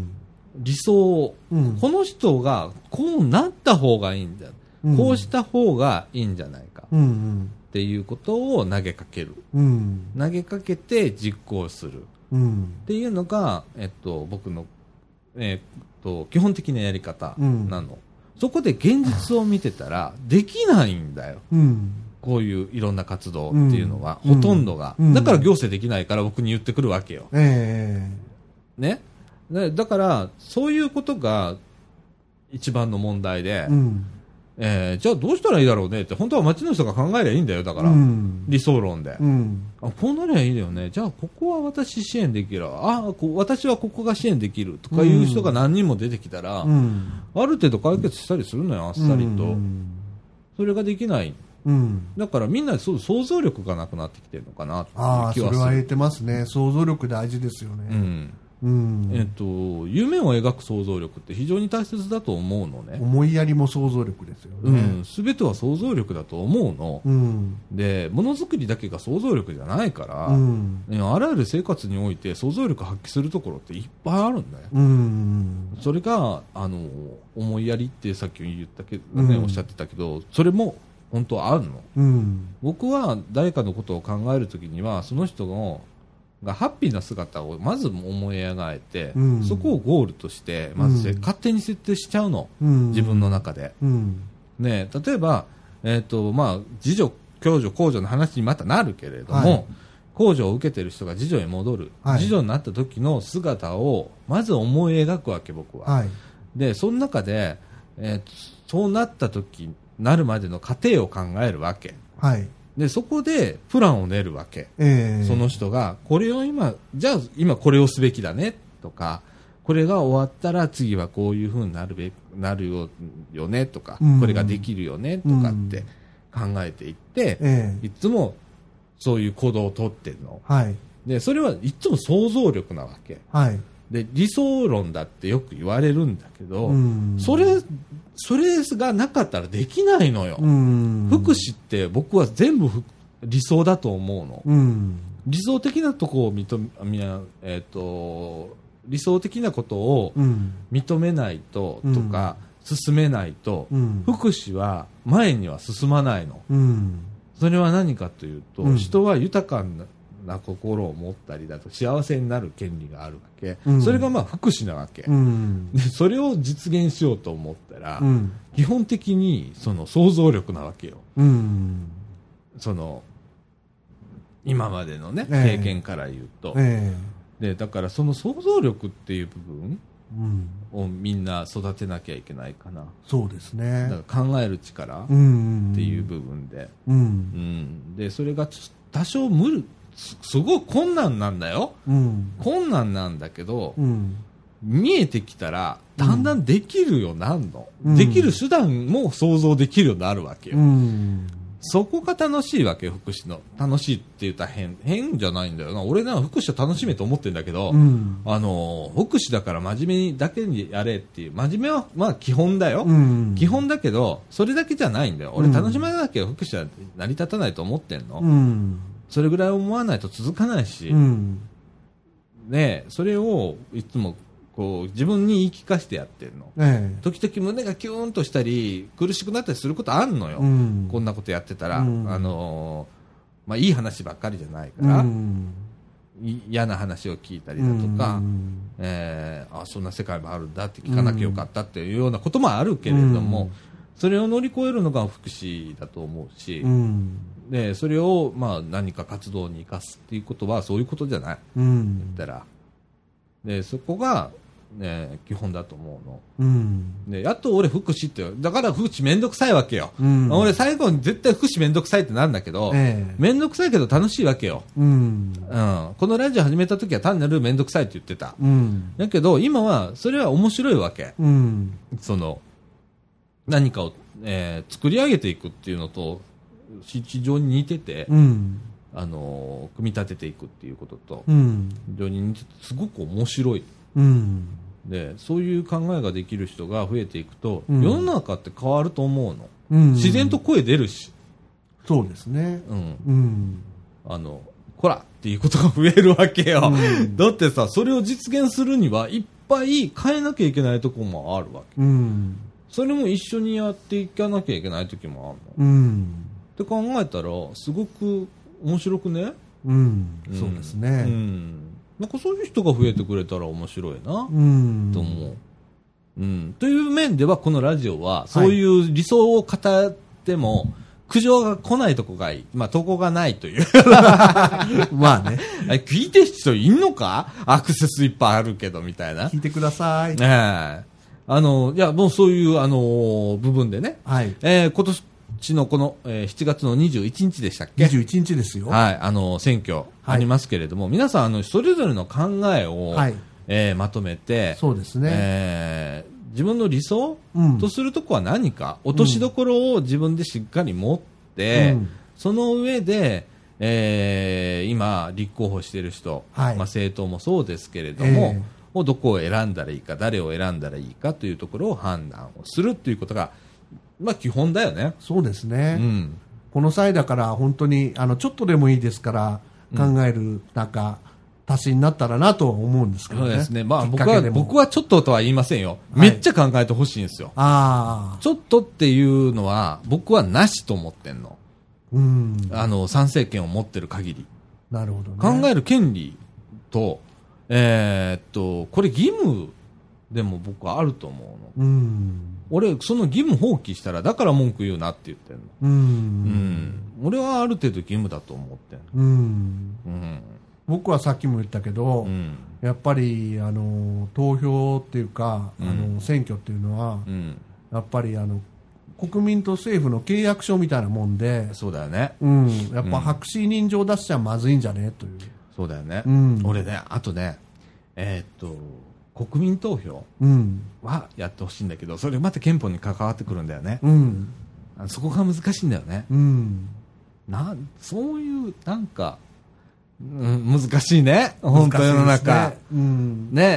Speaker 1: 理想、うん、この人がこうなった方がいいんだよ、うん、こうした方がいいんじゃないか、うんうん、っていうことを投げかける、うん、投げかけて実行する、うん、っていうのが、えっと、僕の、えっと、基本的なやり方なの、うんそこで現実を見てたらできないんだよ、うん、こういういろんな活動っていうのは、うん、ほとんどが、うん、だから行政できないから僕に言ってくるわけよ、えーね、だからそういうことが一番の問題で、うんえー、じゃあどうしたらいいだろうねって本当は町の人が考えりゃいいんだよ、だから、うん、理想論で、うん、あこうなりゃいいよね、じゃあここは私支援できる、あこ私はここが支援できるとかいう人が何人も出てきたら、うん、ある程度解決したりするのよ、あっさりと、うん、それができない、うん、だからみんなそう想像力がなくなってきてるのかなっていう気はする。
Speaker 2: あそれは言えてますね、想像力大事ですよね、うん
Speaker 1: うんえっと、夢を描く想像力って非常に大切だと思うのね。
Speaker 2: 思いやりも想像力ですよね、
Speaker 1: うん、全ては想像力だと思うの、うん、でものづくりだけが想像力じゃないから、うん、あらゆる生活において想像力発揮するところっていっぱいあるんだよ、うん、それがあの思いやりってさっき言ったけど、ねうん、おっしゃってたけどそれも本当はあるの、うん、僕は誰かのことを考えるときにはその人のがハッピーな姿をまず思い描いて、うん、そこをゴールとしてまず、うん、勝手に設定しちゃうの、うん、自分の中で、うんね、例えば、えーとまあ、自助共助公助の話にまたなるけれども、はい、公助を受けてる人が自助に戻る、はい、自助になった時の姿をまず思い描くわけ僕は、はい、でその中で、えーと、そうなった時なるまでの過程を考えるわけ、はいでそこでプランを練るわけ、えー、その人がこれを今じゃあ今これをすべきだねとかこれが終わったら次はこういう風になるべなる よ, よねとか、うん、これができるよねとかって考えていって、うんえー、いつもそういう行動をとってるの、はい、でそれはいつも想像力なわけ、はい、 で理想論だってよく言われるんだけど、うん、それそれがなかったらできないのよ、うん、福祉って僕は全部理想だと思うの、うん、理想的なところを認め、えーと、理想的なことを認めないと、うん、とか進めないと、うん、福祉は前には進まないの、うん、それは何かというと、うん、人は豊かな心を持ったりだと幸せになる権利があるわけ、うん、それがまあ福祉なわけ、うん、でそれを実現しようと思ったら、うん、基本的にその想像力なわけよ、うん、その今までのね、えー、経験から言うと、えー、でだからその想像力っていう部分をみんな育てなきゃいけないかな。
Speaker 2: そうですね。
Speaker 1: だから考える力っていう部分で、うんうん、でそれが多少無理、す, すごい困難なんだよ、うん、困難なんだけど、うん、見えてきたらだんだんできるようになるの、うん、できる手段も想像できるようになるわけよ、うん、そこが楽しいわけよ。福祉の楽しいって言ったら変変じゃないんだよな。俺なら福祉は楽しめと思ってるんだけど、うん、あの福祉だから真面目にだけにやれっていう、真面目はまあ基本だよ、うん、基本だけどそれだけじゃないんだよ。俺楽しまなきゃ福祉は成り立たないと思ってんの、うん、それぐらい思わないと続かないし、うん、ね、それをいつもこう自分に言い聞かせてやってるの、ええ、時々胸がキューンとしたり苦しくなったりすることあるのよ、うん、こんなことやってたら、うん、あのーまあ、いい話ばっかりじゃないから、うん、嫌な話を聞いたりだとか、うん、えー、あそんな世界もあるんだって聞かなきゃよかったっていうようなこともあるけれども、うん、それを乗り越えるのが福祉だと思うし、うん、でそれをまあ何か活動に生かすっていうことはそういうことじゃない、うん、言ったらでそこがね、基本だと思うの、うん、でやっと俺福祉ってだから福祉めんどくさいわけよ、うん、俺最後に絶対福祉めんどくさいってなるんだけど、えー、めんどくさいけど楽しいわけよ、うんうん、このラジオ始めた時は単なるめんどくさいって言ってた、うん、だけど今はそれは面白いわけ、うん、その何かを、えー、作り上げていくっていうのと非常に似てて、うん、あの組み立てていくっていうことと、うん、非常に似ててすごく面白い、うん、でそういう考えができる人が増えていくと、うん、世の中って変わると思うの、うん、自然と声出るし、
Speaker 2: そうですね、うん
Speaker 1: うん、あのこらっていうことが増えるわけよ、うん、だってさそれを実現するにはいっぱい変えなきゃいけないところもあるわけ、うん、それも一緒にやっていかなきゃいけない時もあるの、うん、って考えたらすごく面白くね、
Speaker 2: うんうん、そうですね、うん、
Speaker 1: なんかそういう人が増えてくれたら面白いな、うん、と思う、うん、という面ではこのラジオはそういう理想を語っても苦情が来ないとこがいい、まあ投稿がないという
Speaker 2: まあね
Speaker 1: 聞いてる人いんのか、アクセスいっぱいあるけどみたいな、
Speaker 2: 聞いてください、
Speaker 1: ね、あのいやもうそういうあの部分でね、はい、えー、今年のこの、えー、しちがつのにじゅういちにちでしたっけ、
Speaker 2: にじゅういちにちですよ、
Speaker 1: はい、あの選挙ありますけれども、はい、皆さんあのそれぞれの考えを、はい、えー、まとめて、
Speaker 2: そうですね、
Speaker 1: えー、自分の理想、うん、とするとこは何か落としどころを自分でしっかり持って、うん、その上で、えー、今立候補している人、はい、まあ、政党もそうですけれども、えー、をどこを選んだらいいか、誰を選んだらいいかというところを判断をするということがまあ基本だよね。
Speaker 2: そうですね、うん、この際だから本当にあのちょっとでもいいですから考える、うん、なんか足しになったらなとは思うんですけどね。
Speaker 1: そうですね、まあ、僕は僕はちょっととは言いませんよ、はい、めっちゃ考えてほしいんですよ。あ、ちょっとっていうのは僕はなしと思ってんの、うん、あの参政権を持ってる限り。
Speaker 2: なるほどね、
Speaker 1: 考える権利と、えー、っとこれ義務でも僕はあると思うの、うん、俺その義務放棄したらだから文句言うなって言ってんの、うん、うん、俺はある程度義務だと思ってんの、うんうん、
Speaker 2: 僕はさっきも言ったけど、うん、やっぱりあの投票っていうか、うん、あの選挙っていうのは、うん、やっぱりあの国民と政府の契約書みたいなもんで、
Speaker 1: そうだよね、
Speaker 2: うん、やっぱ白紙人情出しちゃまずいんじゃねという。
Speaker 1: そうだよね、うん、俺ね、あとね、えー、っと国民投票はやってほしいんだけど、それまた憲法に関わってくるんだよね、うん、あのそこが難しいんだよね、うん、なそういうなんか、うん、難しいね本当世の中、うん、ね、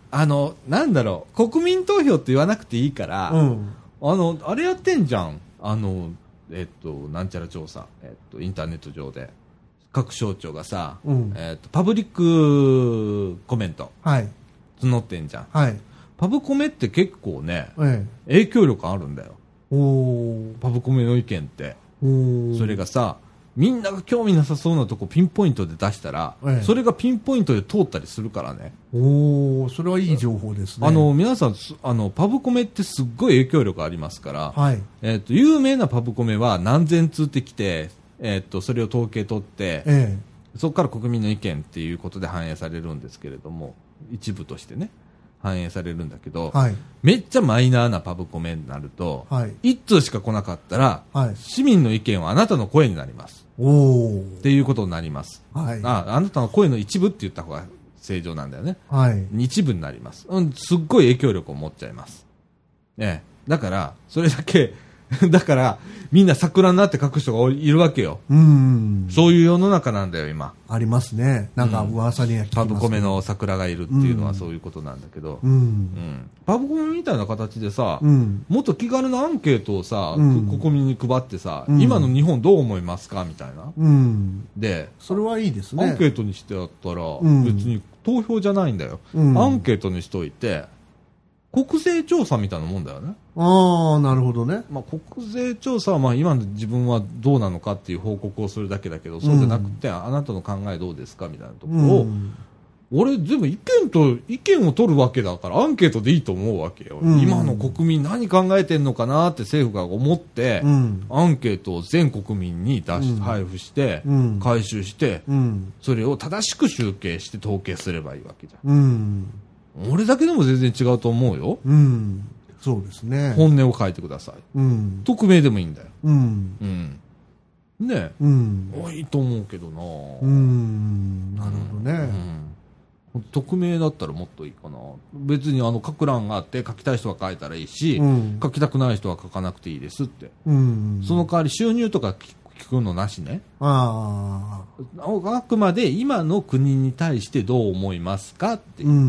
Speaker 1: あの、なんだろう、国民投票って言わなくていいから、うん、あの、あれやってんじゃん。あの、えっと、なんちゃら調査。えっと、インターネット上で。各省庁がさ、うん、えっと、パブリックコメント。はい。募ってんじゃん。はい。パブコメって結構ね、ええ、影響力あるんだよ。おパブコメの意見って。おそれがさ、みんなが興味なさそうなとこピンポイントで出したら、ええ、それがピンポイントで通ったりするからね。
Speaker 2: おそれはいい情報ですね。
Speaker 1: あの皆さんあのパブコメってすっごい影響力ありますから、はい、えー、と有名なパブコメは何千通ってきて、えー、とそれを統計取って、ええ、そこから国民の意見っていうことで反映されるんですけれども、一部としてね反映されるんだけど、はい、めっちゃマイナーなパブコメになると、はい、一通しか来なかったら、はい、市民の意見はあなたの声になります。おっていうことになります、はい、あ, あなたの声の一部って言った方が正常なんだよね、はい、一部になります、うん、すっごい影響力を持っちゃいます、ね、だからそれだけだからみんな桜になって書く人がいるわけよ。うん、そういう世の中なんだよ今。
Speaker 2: ありますね。なんか噂には聞きます、ね、
Speaker 1: パブコメの桜がいるっていうのはそういうことなんだけど、うんうん、パブコメみたいな形でさ、うん、もっと気軽なアンケートをさ、うん、国民に配ってさ、うん、今の日本どう思いますかみたいな、うん、で
Speaker 2: それはいいですね。
Speaker 1: アンケートにしてやったら、うん、別に投票じゃないんだよ、うん、アンケートにしといて国勢調査みたいなもんだよね。
Speaker 2: ああ、なるほどね。
Speaker 1: まあ、国勢調査はまあ今の自分はどうなのかっていう報告をするだけだけど、そうじゃなくて、うん、あなたの考えどうですかみたいなところを、うん、俺全部意見と意見を取るわけだからアンケートでいいと思うわけよ、うん、今の国民何考えてんのかなって政府が思って、うん、アンケートを全国民に出し、うん、配布して、うん、回収して、うん、それを正しく集計して統計すればいいわけじゃん、うん、俺だけでも全然違うと思うよ、うん、
Speaker 2: そうですね。
Speaker 1: 本音を書いてください、うん、匿名でもいいんだよ、うんうん、ね、うん、いいと思うけどな、うん、
Speaker 2: なるほどね、
Speaker 1: うん、匿名だったらもっといいかな。別にあの書く欄があって書きたい人は書いたらいいし、うん、書きたくない人は書かなくていいですって、うん、その代わり収入とか聞くのなしね。ああくまで今の国に対してどう思いますかって、うん、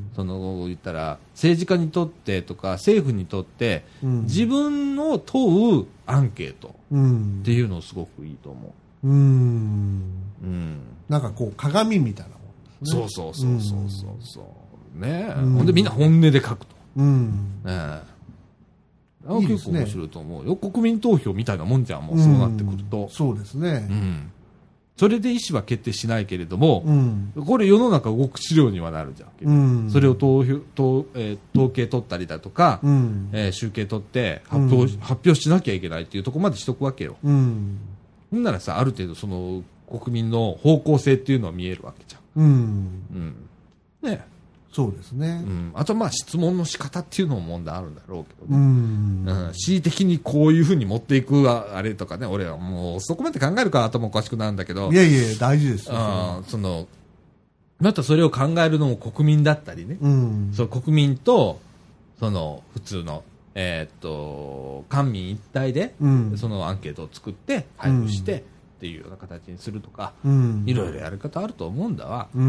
Speaker 1: その言ったら政治家にとってとか政府にとって、うん、自分の問うアンケートっていうのすごくいいと思う、うん
Speaker 2: うん、なんかこう鏡みたいなもんです
Speaker 1: ね。そうそうそうそうそうそうね、うん、ほんでみんな本音で書くと、うんね、いい結構面白いと思うよ。国民投票みたいなもんじゃん、もうそうなってくると、
Speaker 2: うん、そうですね、うん、
Speaker 1: それで意思は決定しないけれども、うん、これ世の中動く資料にはなるじゃんけど、うん、それを投票と、えー、統計取ったりだとか、うんえー、集計取って発表、うん、発表しなきゃいけないっていうところまでしとくわけよ、うん、ほんならさある程度その国民の方向性っていうのは見えるわけじゃん、うんうん、ね
Speaker 2: そうですね、
Speaker 1: うん、あとまあ質問の仕方っていうのも問題あるんだろうけどね、うんうん、恣意的にこういうふうに持っていくあれとかね、俺はもうそこまで考えるから頭おかしくなるんだけど、
Speaker 2: いやいや大事ですよ、
Speaker 1: あそのまたそれを考えるのも国民だったりね、うん、そう国民とその普通の、えー、っと官民一体で、うん、そのアンケートを作って配布して、うんっていうような形にするとか、うん、いろいろやり方あると思うんだわ、うん、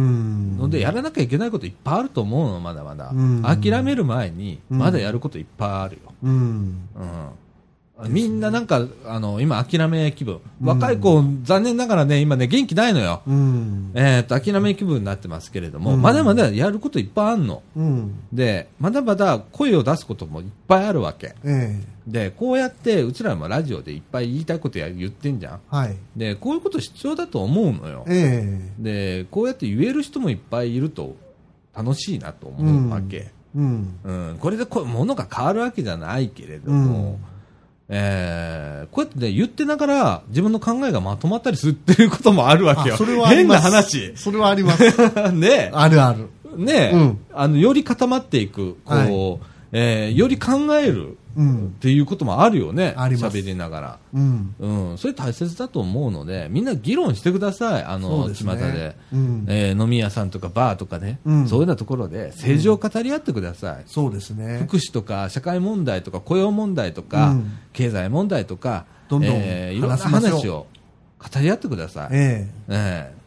Speaker 1: のでやらなきゃいけないこといっぱいあると思うの、まだまだ、うん、諦める前にまだやることいっぱいあるよ、うんうん、みんななんかあの今諦め気分、若い子残念ながらね今ね元気ないのよ、うんえー、っと諦め気分になってますけれども、うん、まだまだやることいっぱいあるの、うん、でまだまだ声を出すこともいっぱいあるわけ、えーでこうやってうちらもラジオでいっぱい言いたいことや言ってんじゃん、はい、でこういうこと必要だと思うのよ、えー、でこうやって言える人もいっぱいいると楽しいなと思うわけ、うんうんうん、これでこう物が変わるわけじゃないけれども、うんえー、こうやって、ね、言ってながら自分の考えがまとまったりするっていうこともあるわけよ。
Speaker 2: それはあります。
Speaker 1: 変な話。
Speaker 2: それはあります
Speaker 1: ね
Speaker 2: あるある
Speaker 1: ね、うん、あのより固まっていくこう、はいえー、より考えるっていうこともあるよね、喋りながら、うんうん、それ大切だと思うのでみんな議論してください。あの巷で、ねうんえー、飲み屋さんとかバーとかね、うん、そういうようなところで政治を語り合ってください、うん、
Speaker 2: そうですね。
Speaker 1: 福祉とか社会問題とか雇用問題とか、うん、経済問題とか
Speaker 2: どんどん、
Speaker 1: えー、いろんな話を語り合ってください、えーえー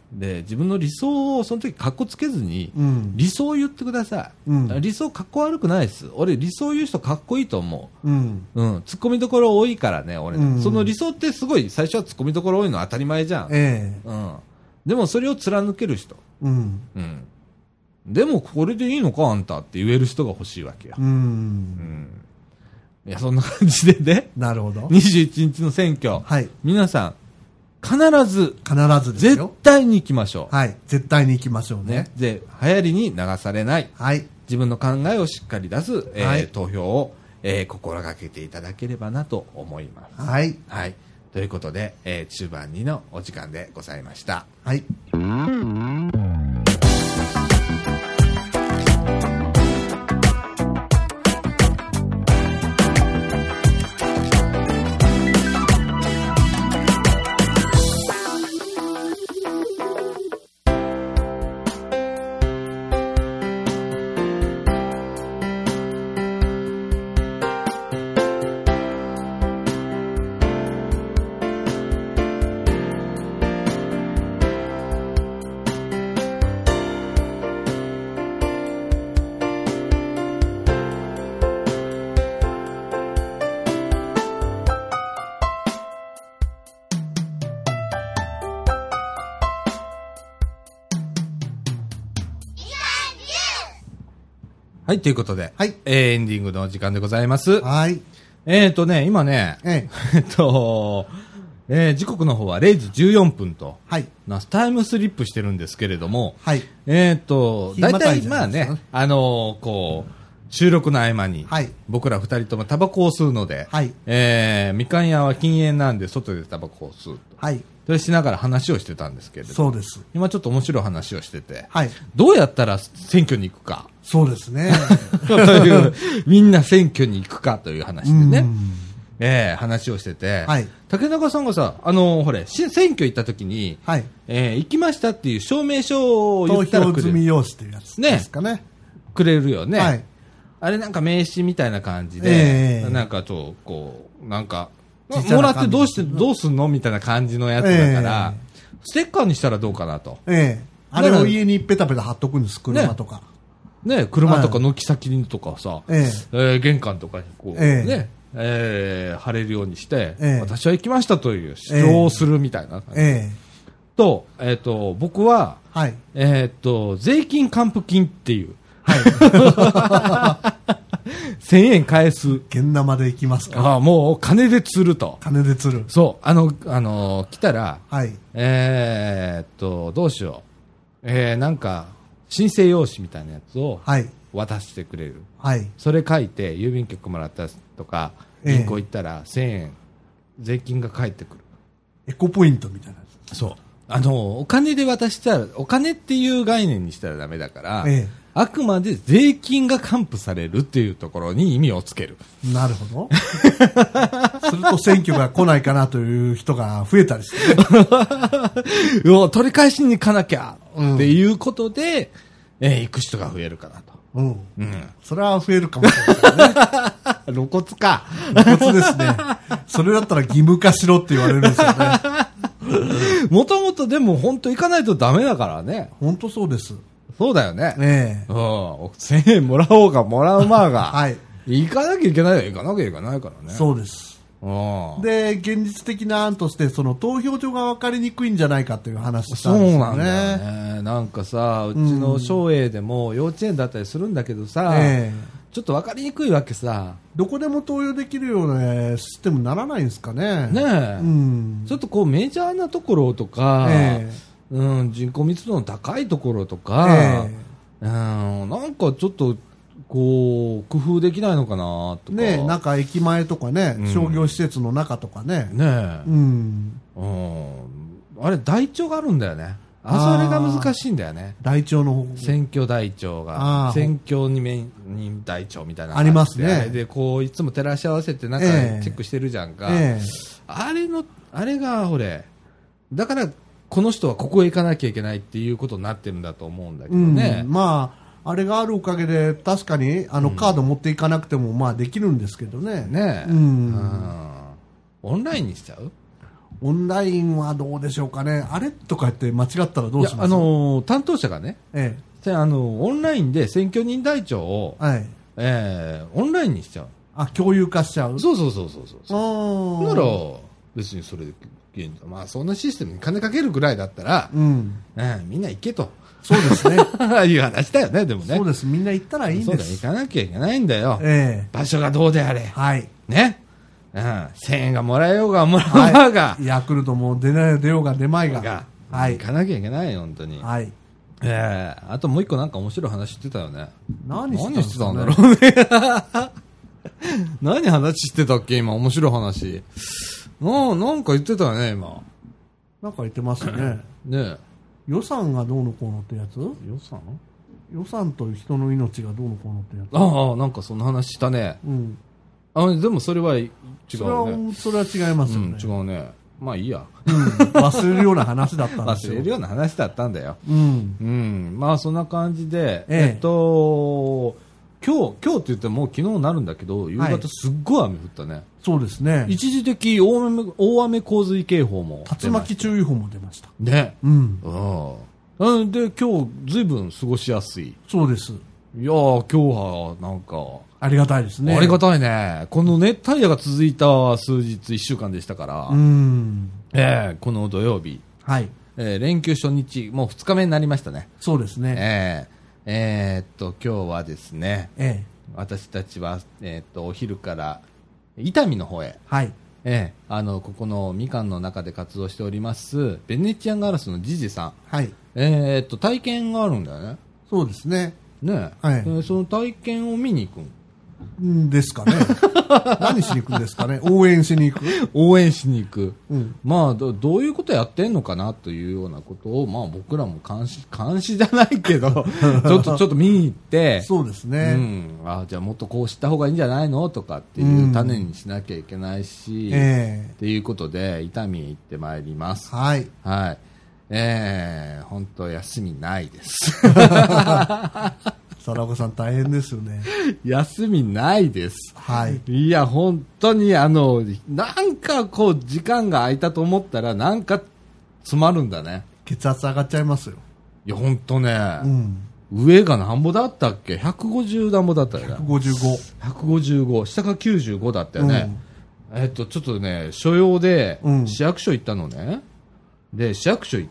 Speaker 1: で、自分の理想をその時かっこつけずに、うん、理想を言ってください、うん、理想かっこ悪くないです。俺理想言う人かっこいいと思う、うんうん、ツッコミどころ多いからね俺、うん、その理想ってすごい最初はツッコミどころ多いのは当たり前じゃん、えーうん、でもそれを貫ける人、うんうん、でもこれでいいのかあんたって言える人が欲しいわけよ、うんうん、いやそんな感じでね、なるほど、にじゅういちにちの選挙、はい、皆さん必ず、必ずですよ。絶対に行きましょう。はい。絶対に行きましょうね。ねで、流行りに流されない。はい。自分の考えをしっかり出す、えーはい、投票を、えー、心がけていただければなと思います。はい。はい。ということで、えー、中盤にのお時間でございました。はい。はい、ということで、はい、えー、エンディングの時間でございます。はい。えっ、ー、とね、今ね、ええっと、えー、時刻の方はれいじじゅうよんぷんと、はい。タイムスリップしてるんですけれども、はい。えっ、ー、と、だいたいまあね、あのー、こう、収録の合間に、はい、僕ら二人ともタバコを吸うので、はい、えー、みかん屋は禁煙なんで外でタバコを吸うと。はい。それしながら話をしてたんですけれども、そうです。今ちょっと面白い話をしてて、はい。どうやったら選挙に行くか。そうですね。という、みんな選挙に行くかという話でね、えー、話をしてて、はい。竹中さんがさ、あのー、ほれ、選挙行った時に、はい。えー、行きましたっていう証明書を言ったらくれる。投票済み用紙というやつですかね。ね。くれるよね。はい。あれなんか名刺みたいな感じで、えー、なんかちょっと、こう、なんか、もらってどうして、どうすんのみたいな感じのやつだから、えー、ステッカーにしたらどうかなと。ええー。あれを家にペタペタ貼っとくんです、車とか。ね、ね車とか軒先とかさ、えーえー、玄関とかにこう、えー、ね、えー、貼れるようにして、えー、私は行きましたという主張をするみたいな。えー、と、えっ、ー、と、僕は、はい、えっ、ー、と、税金還付金っていう、はい。せんえん返す。現生で行きますか。ああ、もう金で釣ると。金で釣る。そう。あの、あのー、来たら、はい。えー、っと、どうしよう。えー、なんか、申請用紙みたいなやつを、はい。渡してくれる。はい。それ書いて、郵便局もらったとか、銀行行ったら、せんえん、税金が返ってくる。エコポイントみたいなやつ。そう。あの、お金で渡したら、お金っていう概念にしたらダメだから、ええ。あくまで税金が還付されるっていうところに意味をつける。なるほど。すると選挙が来ないかなという人が増えたりして、ね、取り返しに行かなきゃっていうことで、うん、えー、行く人が増えるかなと。うん。うん。それは増えるかもしれないね。露骨か。露骨ですね。それだったら義務化しろって言われるんですよね。もともとでも本当行かないとダメだからね。本当そうです。そうだよね。ええ。うん。せんえんもらおうがもらうまうが。はい。行かなきゃいけないよ。行かなきゃいけないからね。そうです。うん。で、現実的な案として、その投票所が分かりにくいんじゃないかという話したんですよね。そうなんだよね。なんかさ、うちの省営でも幼稚園だったりするんだけどさ、ええ、ちょっと分かりにくいわけさ。どこでも投票できるようなシステムにならないんですかね。ねえ。うん。ちょっとこうメジャーなところとか、ええ、うん、人口密度の高いところとか、えー、うん、なんかちょっとこう工夫できないのかなとかね、なんか駅前とかね、うん、商業施設の中とかね、ね、うん、うん、あれ台帳があるんだよね。あそれが難しいんだよね。台帳の方、選挙台帳が選挙に面に台帳みたいなありますね。でこういつも照らし合わせてなんかチェックしてるじゃんか。えー、あれのあれがほれだから。この人はここへ行かなきゃいけないっていうことになってるんだと思うんだけどね。うん、まあ、あれがあるおかげで確かにあのカード持っていかなくてもまあできるんですけどね。ねえ。うん。オンラインにしちゃう？
Speaker 2: オンラインはどうでしょうかね。あれとか言って間違ったらどうします？
Speaker 1: あのー、担当者がね、
Speaker 2: え
Speaker 1: え、あのオンラインで選挙人台帳を、はいえー、オンラインにしちゃう。
Speaker 2: あ、共有化しちゃう。
Speaker 1: そうそうそうそうそうそう。なら別にそれでまあそんなシステムに金かけるぐらいだったら、うんえー、みんな行けと。
Speaker 2: そうですね。
Speaker 1: いう話だよね、でもね。
Speaker 2: そうです。みんな行ったらいいんです。そうだ、
Speaker 1: 行かなきゃいけないんだよ。ええー、場所がどうであれ。はい。ね。うん。せんえんがもらえようがもらおうが。はい、
Speaker 2: ヤクルトも出ない出ようが出まいが。が
Speaker 1: はい。行かなきゃいけないよ、本当に。はい。ええー、あともう一個なんか面白い話してたよね。
Speaker 2: 何してたんですかね。
Speaker 1: 何してたんだろうね。何話してたっけ今、面白い話。な、なんか言ってたよね、今。
Speaker 2: なんか言ってますね。ねえ。予算がどうのこうのってやつ？
Speaker 1: 予算？
Speaker 2: 予算と人の命がどうのこうのってやつ？
Speaker 1: ああ、なんかそんな話したね。うん。あ、でもそれは違うね。
Speaker 2: それは、それは違いますよね。
Speaker 1: うん、違うね。まあいいや。
Speaker 2: うん。忘れるような話だったんですよ。
Speaker 1: 忘れるような話だったんだよ。うん。うん。まあそんな感じで、ええ、えっと、今日、今日って言ってもう昨日になるんだけど、夕方すっごい雨降ったね。はい、そうですね。一時的大雨、大雨洪水警報も。
Speaker 2: 竜巻注意報も出ました。
Speaker 1: ね。うん。うん。で、今日ずいぶん過ごしやすい。
Speaker 2: そうです。
Speaker 1: いやー、今日はなんか。
Speaker 2: ありがたいですね。
Speaker 1: ありがたいね。この熱帯夜が続いた数日、一週間でしたから。うん。ええー、この土曜日。はい。えー、連休初日、もう二日目になりましたね。
Speaker 2: そうですね。
Speaker 1: ええーえー、っと今日はですね、ええ、私たちは、えー、っとお昼から伊丹の方へ、はいええ、あのここのみかんの中で活動しておりますベネチアンガラスのジジさん、はいえー、っと体験があるんだよね。
Speaker 2: そうですね。
Speaker 1: ねえ、はいえー、その体験を見に行くん
Speaker 2: んですかね。何しに行くんですかね。応援しに行く
Speaker 1: 応援しに行く、うん、まあ ど, どういうことやってんのかなというようなことを、まあ、僕らも監視監視じゃないけどちょっとちょっと見に行って
Speaker 2: そうですね、う
Speaker 1: ん、あじゃあもっとこうした方がいいんじゃないのとかっていう種にしなきゃいけないし、うんえー、っていうことで伊丹へ行ってまいります。はい、はいえー、本当休みないです
Speaker 2: サラゴさん大変ですよね。
Speaker 1: 休みないです。はい。いや本当にあのなんかこう時間が空いたと思ったらなんか詰まるんだね。
Speaker 2: 血圧上がっちゃいますよ。
Speaker 1: いや本当ね。うん。上がなんぼだったっけ？ひゃくごじゅうなんぼだったよね。
Speaker 2: ひゃくごじゅうご。ひ
Speaker 1: ゃくごじゅうご。下がきゅうじゅうごだったよね。うん、えっとちょっとね所用で市役所行ったのね。うん、で市役所行って、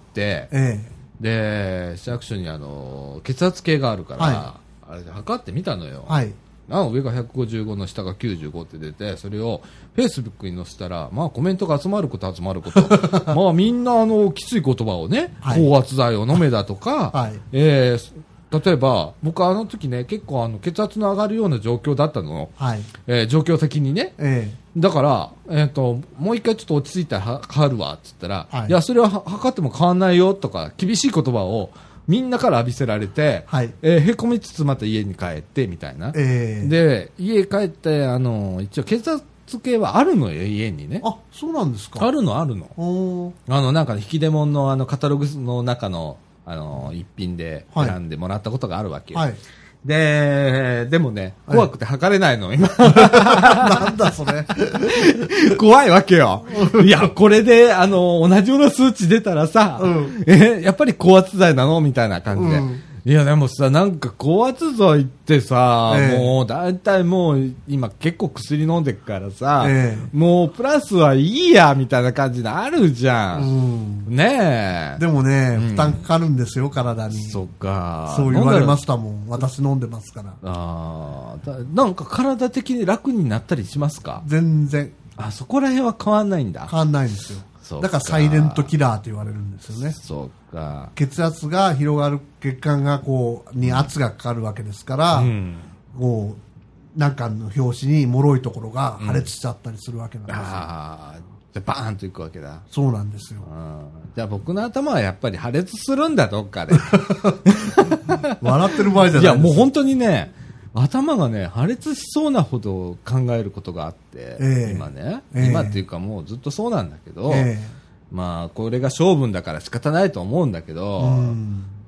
Speaker 1: ええ、で市役所にあの血圧計があるから。はいあれで測ってみたのよ、はい、な上がひゃくごじゅうごの下がきゅうじゅうごって出てそれをフェイスブックに載せたら、まあ、コメントが集まること集まることまあみんなあのきつい言葉をね、はい、高圧剤を飲めだとか、はいえー、例えば僕あの時ね結構あの血圧の上がるような状況だったの、はいえー、状況的にね、えー、だから、えー、ともう一回ちょっと落ち着いたら変わるわって言ったら、はい、いやそれは測っても変わんないよとか厳しい言葉をみんなから浴びせられて、はいえー、へこみつつまた家に帰ってみたいな、えー、で家帰ってあの一応血圧計はあるのよ家にね。
Speaker 2: あそうなんですか。
Speaker 1: あるのあるのあのなんか引き出物のあのカタログの中のあの一品で選んでもらったことがあるわけよ、はい、ででもね怖くて測れないの、はい、今
Speaker 2: なんだそれ
Speaker 1: 怖いわけよ。いやこれであの同じような数値出たらさ、うん、えやっぱり高圧剤なのみたいな感じで、うん、いやでもさなんか高圧剤ってさ、えー、もうだいたいもう今結構薬飲んでっからさ、えー、もうプラスはいいやみたいな感じであるじゃん、うん、ねえ
Speaker 2: でもね、うん、負担かかるんですよ体に。
Speaker 1: そっか
Speaker 2: そう言われましたもん。私飲んでますから。
Speaker 1: あだなんか体的に楽になったりしますか？
Speaker 2: 全然。
Speaker 1: あそこら辺は変わんないんだ。
Speaker 2: 変わんないんですよ。だからサイレントキラーと言われるんですよね。
Speaker 1: そうか。
Speaker 2: 血圧が広がる血管がこうに圧がかかるわけですから、うん、こうなんかの拍子に脆いところが破裂しちゃったりするわけなんですよ。うん、あ
Speaker 1: じゃバーンといくわけだ。
Speaker 2: そうなんですよ。
Speaker 1: うん、じゃあ僕の頭はやっぱり破裂するんだどっかで。
Speaker 2: 笑ってる場合じゃないです。いや
Speaker 1: もう本当にね。頭がね破裂しそうなほど考えることがあって、えー、今ね、えー、今っていうかもうずっとそうなんだけど、えー、まあこれが性分だから仕方ないと思うんだけど、うん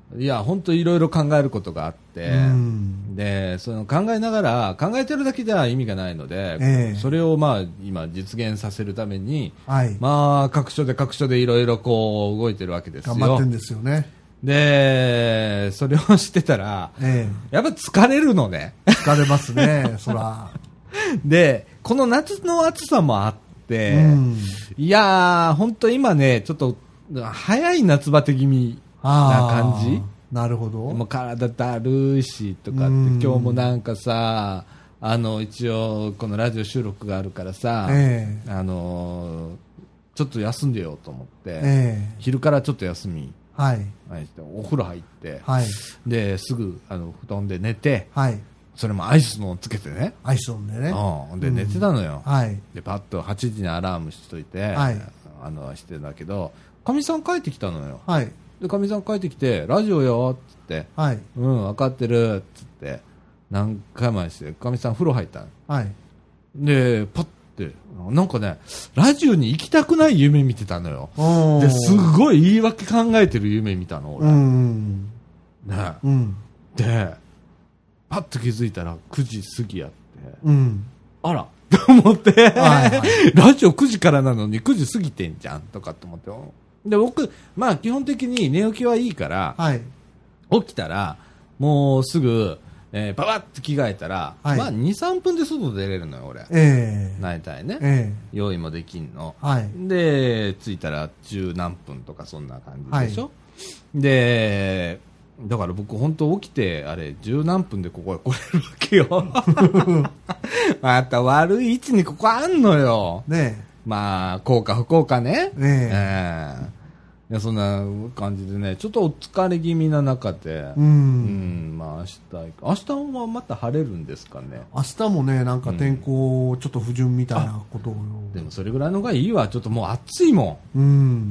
Speaker 1: いや本当いろいろ考えることがあって、うん、でその考えながら考えてるだけでは意味がないので、えー、それをまあ今実現させるために、はい、まあ各所で各所でいろいろこう動いてるわけですよ。
Speaker 2: 頑張ってるんですよね。
Speaker 1: でそれをしてたら、えー、やっぱ疲れるのね。
Speaker 2: 疲れますねそら。
Speaker 1: でこの夏の暑さもあって、うん、いやー本当今ねちょっと早い夏バテ気味な感じ。
Speaker 2: なるほど。
Speaker 1: もう体だるいしとかって、今日もなんかさ、あの一応このラジオ収録があるからさ、えー、あのちょっと休んでようと思って、えー、昼からちょっと休み、はい、お風呂入って、はい、ですぐあの布団で寝て、はい、それもアイスのつけてね、
Speaker 2: アイス飲んでね、
Speaker 1: うん、で寝てたのよ、
Speaker 2: うん、はい、
Speaker 1: でパッとはちじにアラームしといて、はい、あのしてんだけど、かみさん帰ってきたのよ。はい、でかみさん帰ってきてラジオよっつって、はい、うん分かってるっつって何回もしてかみさん風呂入ったの、はい、でパッてなんかねラジオに行きたくない夢見てたのよ。ですごい言い訳考えてる夢見たの俺、うんね、うん、でパッと気づいたらくじ過ぎやって、うん、あらと思って、はいはい、ラジオくじからなのにくじ過ぎてんじゃんとかって思って、で僕、まあ、基本的に寝起きはいいから、はい、起きたらもうすぐ、えー、ババッと着替えたら、はい、まあ、にさんぷんで外出れるのよ俺、えー、大体ね、えー、用意もできんの、はい、で着いたら十何分とかそんな感じでしょ、はい、でだから僕本当起きてあれ十何分でここへ来れるわけよまた悪い位置にここあんのよねえ、まあ、効果不効果ね。ねえー、いやそんな感じでね、ちょっとお疲れ気味な中で、うん、うん、まあ明日、明日はまた晴れるんですかね。
Speaker 2: 明日もね、なんか天候ちょっと不順みたいなことを、うん、
Speaker 1: でもそれぐらいのがいいわ。ちょっともう暑いもん。うん。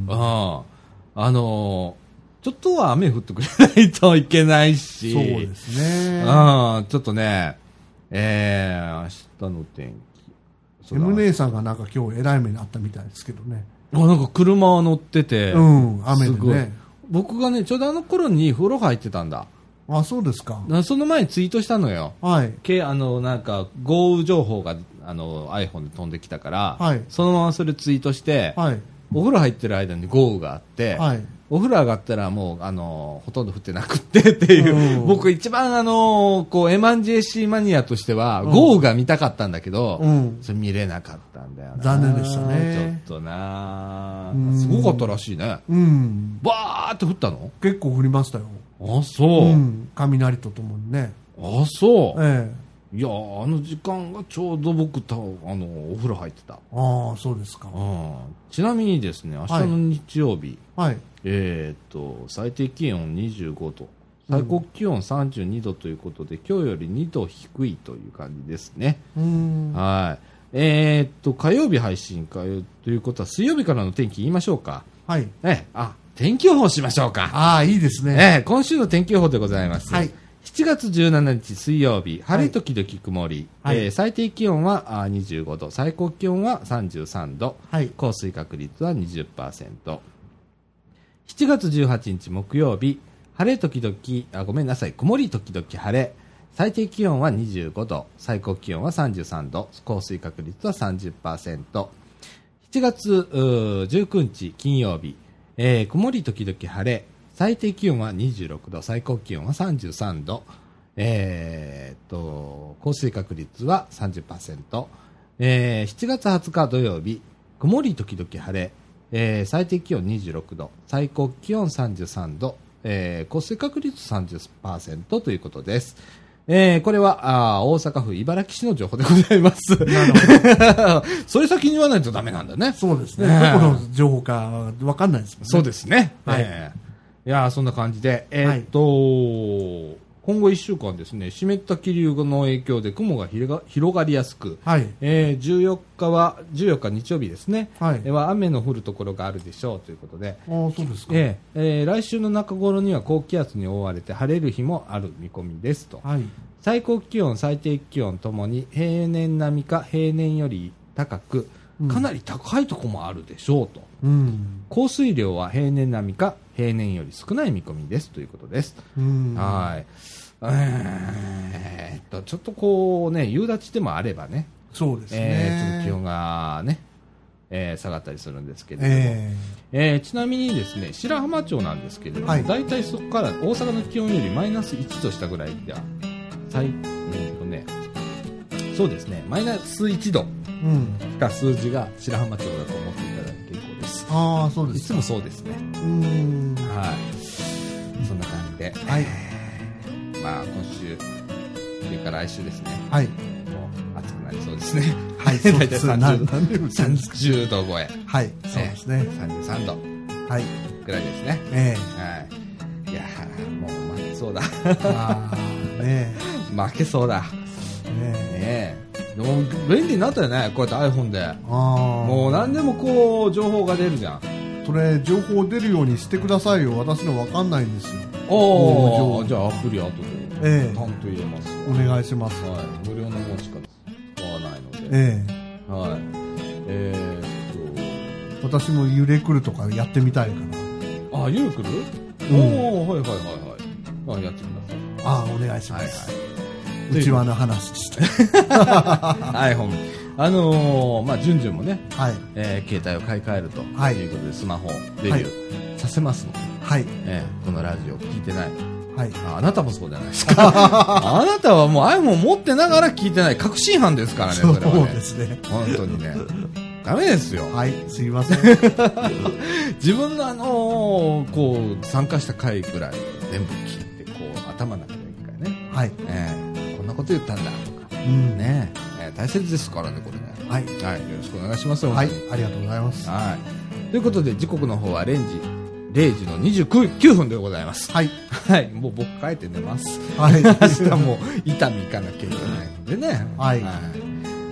Speaker 1: ああのー、ちょっとは雨降ってくれないといけないし。
Speaker 2: そうですね。
Speaker 1: うん、ちょっとね、えー、明日の天気。
Speaker 2: エム 姉さんがなんか今日えらい目にあったみたいですけどね。
Speaker 1: あ、なんか車乗ってて、
Speaker 2: うん、雨でね。
Speaker 1: 僕がね、ちょうどあの頃に風呂入ってたんだ。
Speaker 2: あ、そうですか。
Speaker 1: その前にツイートしたのよ。はい。けあのなんか豪雨情報があの iPhone で飛んできたから、はい。そのままそれツイートして、はい。お風呂入ってる間に豪雨があって、はい。お風呂上がったらもうあのほとんど降ってなくってっていう、うん、僕一番あのこう エムワンジェーシー マニアとしては、うん、豪雨が見たかったんだけど、うん、それ見れなかったんだよな。
Speaker 2: 残念でしたね。
Speaker 1: ちょっとな、うん、すごかったらしいね。うん、バーって降ったの？
Speaker 2: 結構降りましたよ。
Speaker 1: あ、そう、うん、
Speaker 2: 雷とともにね。
Speaker 1: あ、そう、ええ、いやあの時間がちょうど僕たあのお風呂入ってた。あ
Speaker 2: あ、そうですか。
Speaker 1: ちなみにですね、明日の日曜日、はい、えー、と最低気温にじゅうごど、最高気温さんじゅうにどということで、うん、今日よりにど低いという感じですね。うん、はい、えー、と火曜日配信かということは水曜日からの天気言いましょうか。はい、えあ天気予報しましょうか。
Speaker 2: ああ、いいですね。
Speaker 1: え今週の天気予報でございます。はい、しちがつじゅうしちにち水曜日、晴れ時々曇り、はい、えー、最低気温はにじゅうごど、最高気温はさんじゅうさんど、はい、降水確率は にじゅっパーセント。しちがつじゅうはちにち木曜日、晴れ時々あごめんなさい曇り時々晴れ、最低気温はにじゅうごど、最高気温はさんじゅうさんど、降水確率は さんじゅっパーセント。しちがつじゅうくにち金曜日、えー、曇り時々晴れ、最低気温はにじゅうろくど、最高気温はさんじゅうさんど、えー、と降水確率は さんじゅっパーセント。えー、しちがつはつか土曜日、曇り時々晴れ、えー、最低気温にじゅうろくど、最高気温さんじゅうさんど、えー、降水確率 さんじゅっパーセント ということです。えー、これはあ大阪府茨木市の情報でございます。なるほどそれ先に言わないとダメなんだね。
Speaker 2: そうですね。えー、どこの情報か分かんないですもんね。
Speaker 1: そうですね。はい、えー、いやそんな感じで、えー、っと、はい、今後いっしゅうかんですね、湿った気流の影響で雲が広がりやすく、はい、えー、じゅうよっかはじゅうよっか日曜日ですね、はい、は雨の降るところがあるでしょうということで、
Speaker 2: あ、そうですか。
Speaker 1: えーえー、来週の中頃には高気圧に覆われて晴れる日もある見込みですと、はい、最高気温最低気温ともに平年並みか平年より高く、 かなり高いところもあるでしょうと、
Speaker 2: うん、
Speaker 1: 降水量は平年並みか平年より少ない見込みですということです、
Speaker 2: うん、
Speaker 1: はいえー、っとちょっとこうね夕立でもあればね
Speaker 2: そうですね、
Speaker 1: えー、ちょっと気温がね、えー、下がったりするんですけれども、
Speaker 2: えー
Speaker 1: えー、ちなみにですね白浜町なんですけれども、
Speaker 2: はい、
Speaker 1: だいたいそこから大阪の気温よりマイナスいちど下ぐらいで最、うんとね、そうですねマイナスいちどが数字が白浜町だと思っていただいて結構です。
Speaker 2: ああそうです。
Speaker 1: いつもそうですね。
Speaker 2: うーん
Speaker 1: はいそんな感じで、
Speaker 2: はい、
Speaker 1: えー、まあ今週それから来週ですね。
Speaker 2: はい
Speaker 1: もう暑くなりそうですね。
Speaker 2: はいそうです。
Speaker 1: さんじゅうど超え。
Speaker 2: はいそうですね。
Speaker 1: さんじゅうさんど
Speaker 2: はい
Speaker 1: ぐらいですね。
Speaker 2: え
Speaker 1: えー、はいいやもう負けそうだ。
Speaker 2: あね
Speaker 1: 負けそうだ。
Speaker 2: ね
Speaker 1: えでも便利になったよねこうやって iPhone で。
Speaker 2: あ
Speaker 1: もう何でもこう情報が出るじゃん。
Speaker 2: それ情報出るようにしてくださいよ。私の分かんないんですよ。
Speaker 1: おおじゃあアプリ後で
Speaker 2: ええ
Speaker 1: ちゃんと入れます。
Speaker 2: お願いします。
Speaker 1: はい無料のものしか使わないので。
Speaker 2: え
Speaker 1: えはいえー、っ
Speaker 2: と私も揺れ来るとかやってみたいか
Speaker 1: な。あゆるくる、うん、おおはいはいはいはいあやってください。
Speaker 2: あお願いします。
Speaker 1: はいはい
Speaker 2: うちわの話でした。
Speaker 1: iPhone あのー、まあ順々もね、
Speaker 2: はい
Speaker 1: えー、携帯を買い替えるということで、スマホデビューさせますので、
Speaker 2: はい
Speaker 1: えー、このラジオ聞いてない、
Speaker 2: はい、
Speaker 1: あ, あなたもそうじゃないですか。あなたはもう iPhone 持ってながら聞いてない確信犯ですからね。それはね
Speaker 2: そうですね
Speaker 1: 本当にねダメですよ。
Speaker 2: はいすいません。
Speaker 1: 自分のあのー、こう参加した回ぐらい全部聞いてこう頭の中で一回ね、
Speaker 2: はい
Speaker 1: えー、こんなこと言ったんだとか、うんねえー、大切ですからねこれね。
Speaker 2: はい、
Speaker 1: はい、よろしくお願いしますよ。
Speaker 2: はいありがとうございます。
Speaker 1: はいということで時刻の方はレンジれいじのにじゅうきゅうふんでございます。
Speaker 2: はい。
Speaker 1: はい。もう僕帰って寝ます。
Speaker 2: はい。
Speaker 1: 明日も伊丹行かなきゃいけないのでね。
Speaker 2: はい。
Speaker 1: はい。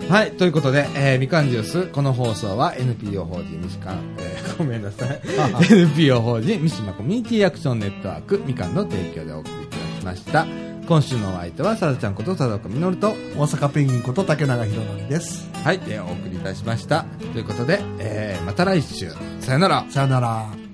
Speaker 1: はい、ということで、えー、みかんジュース、この放送は エヌピーオー 法人みしかん、えー、ごめんなさい。エヌピーオー 法人三島コミュニティアクションネットワークみかんの提供でお送りいただきました。今週のお相手はさだちゃんこと佐岡みのると
Speaker 2: 大阪ペンギンこと竹永宏典です。
Speaker 1: はい、えー、お送りいたしました。ということで、えー、また来週。さよなら。
Speaker 2: さよなら。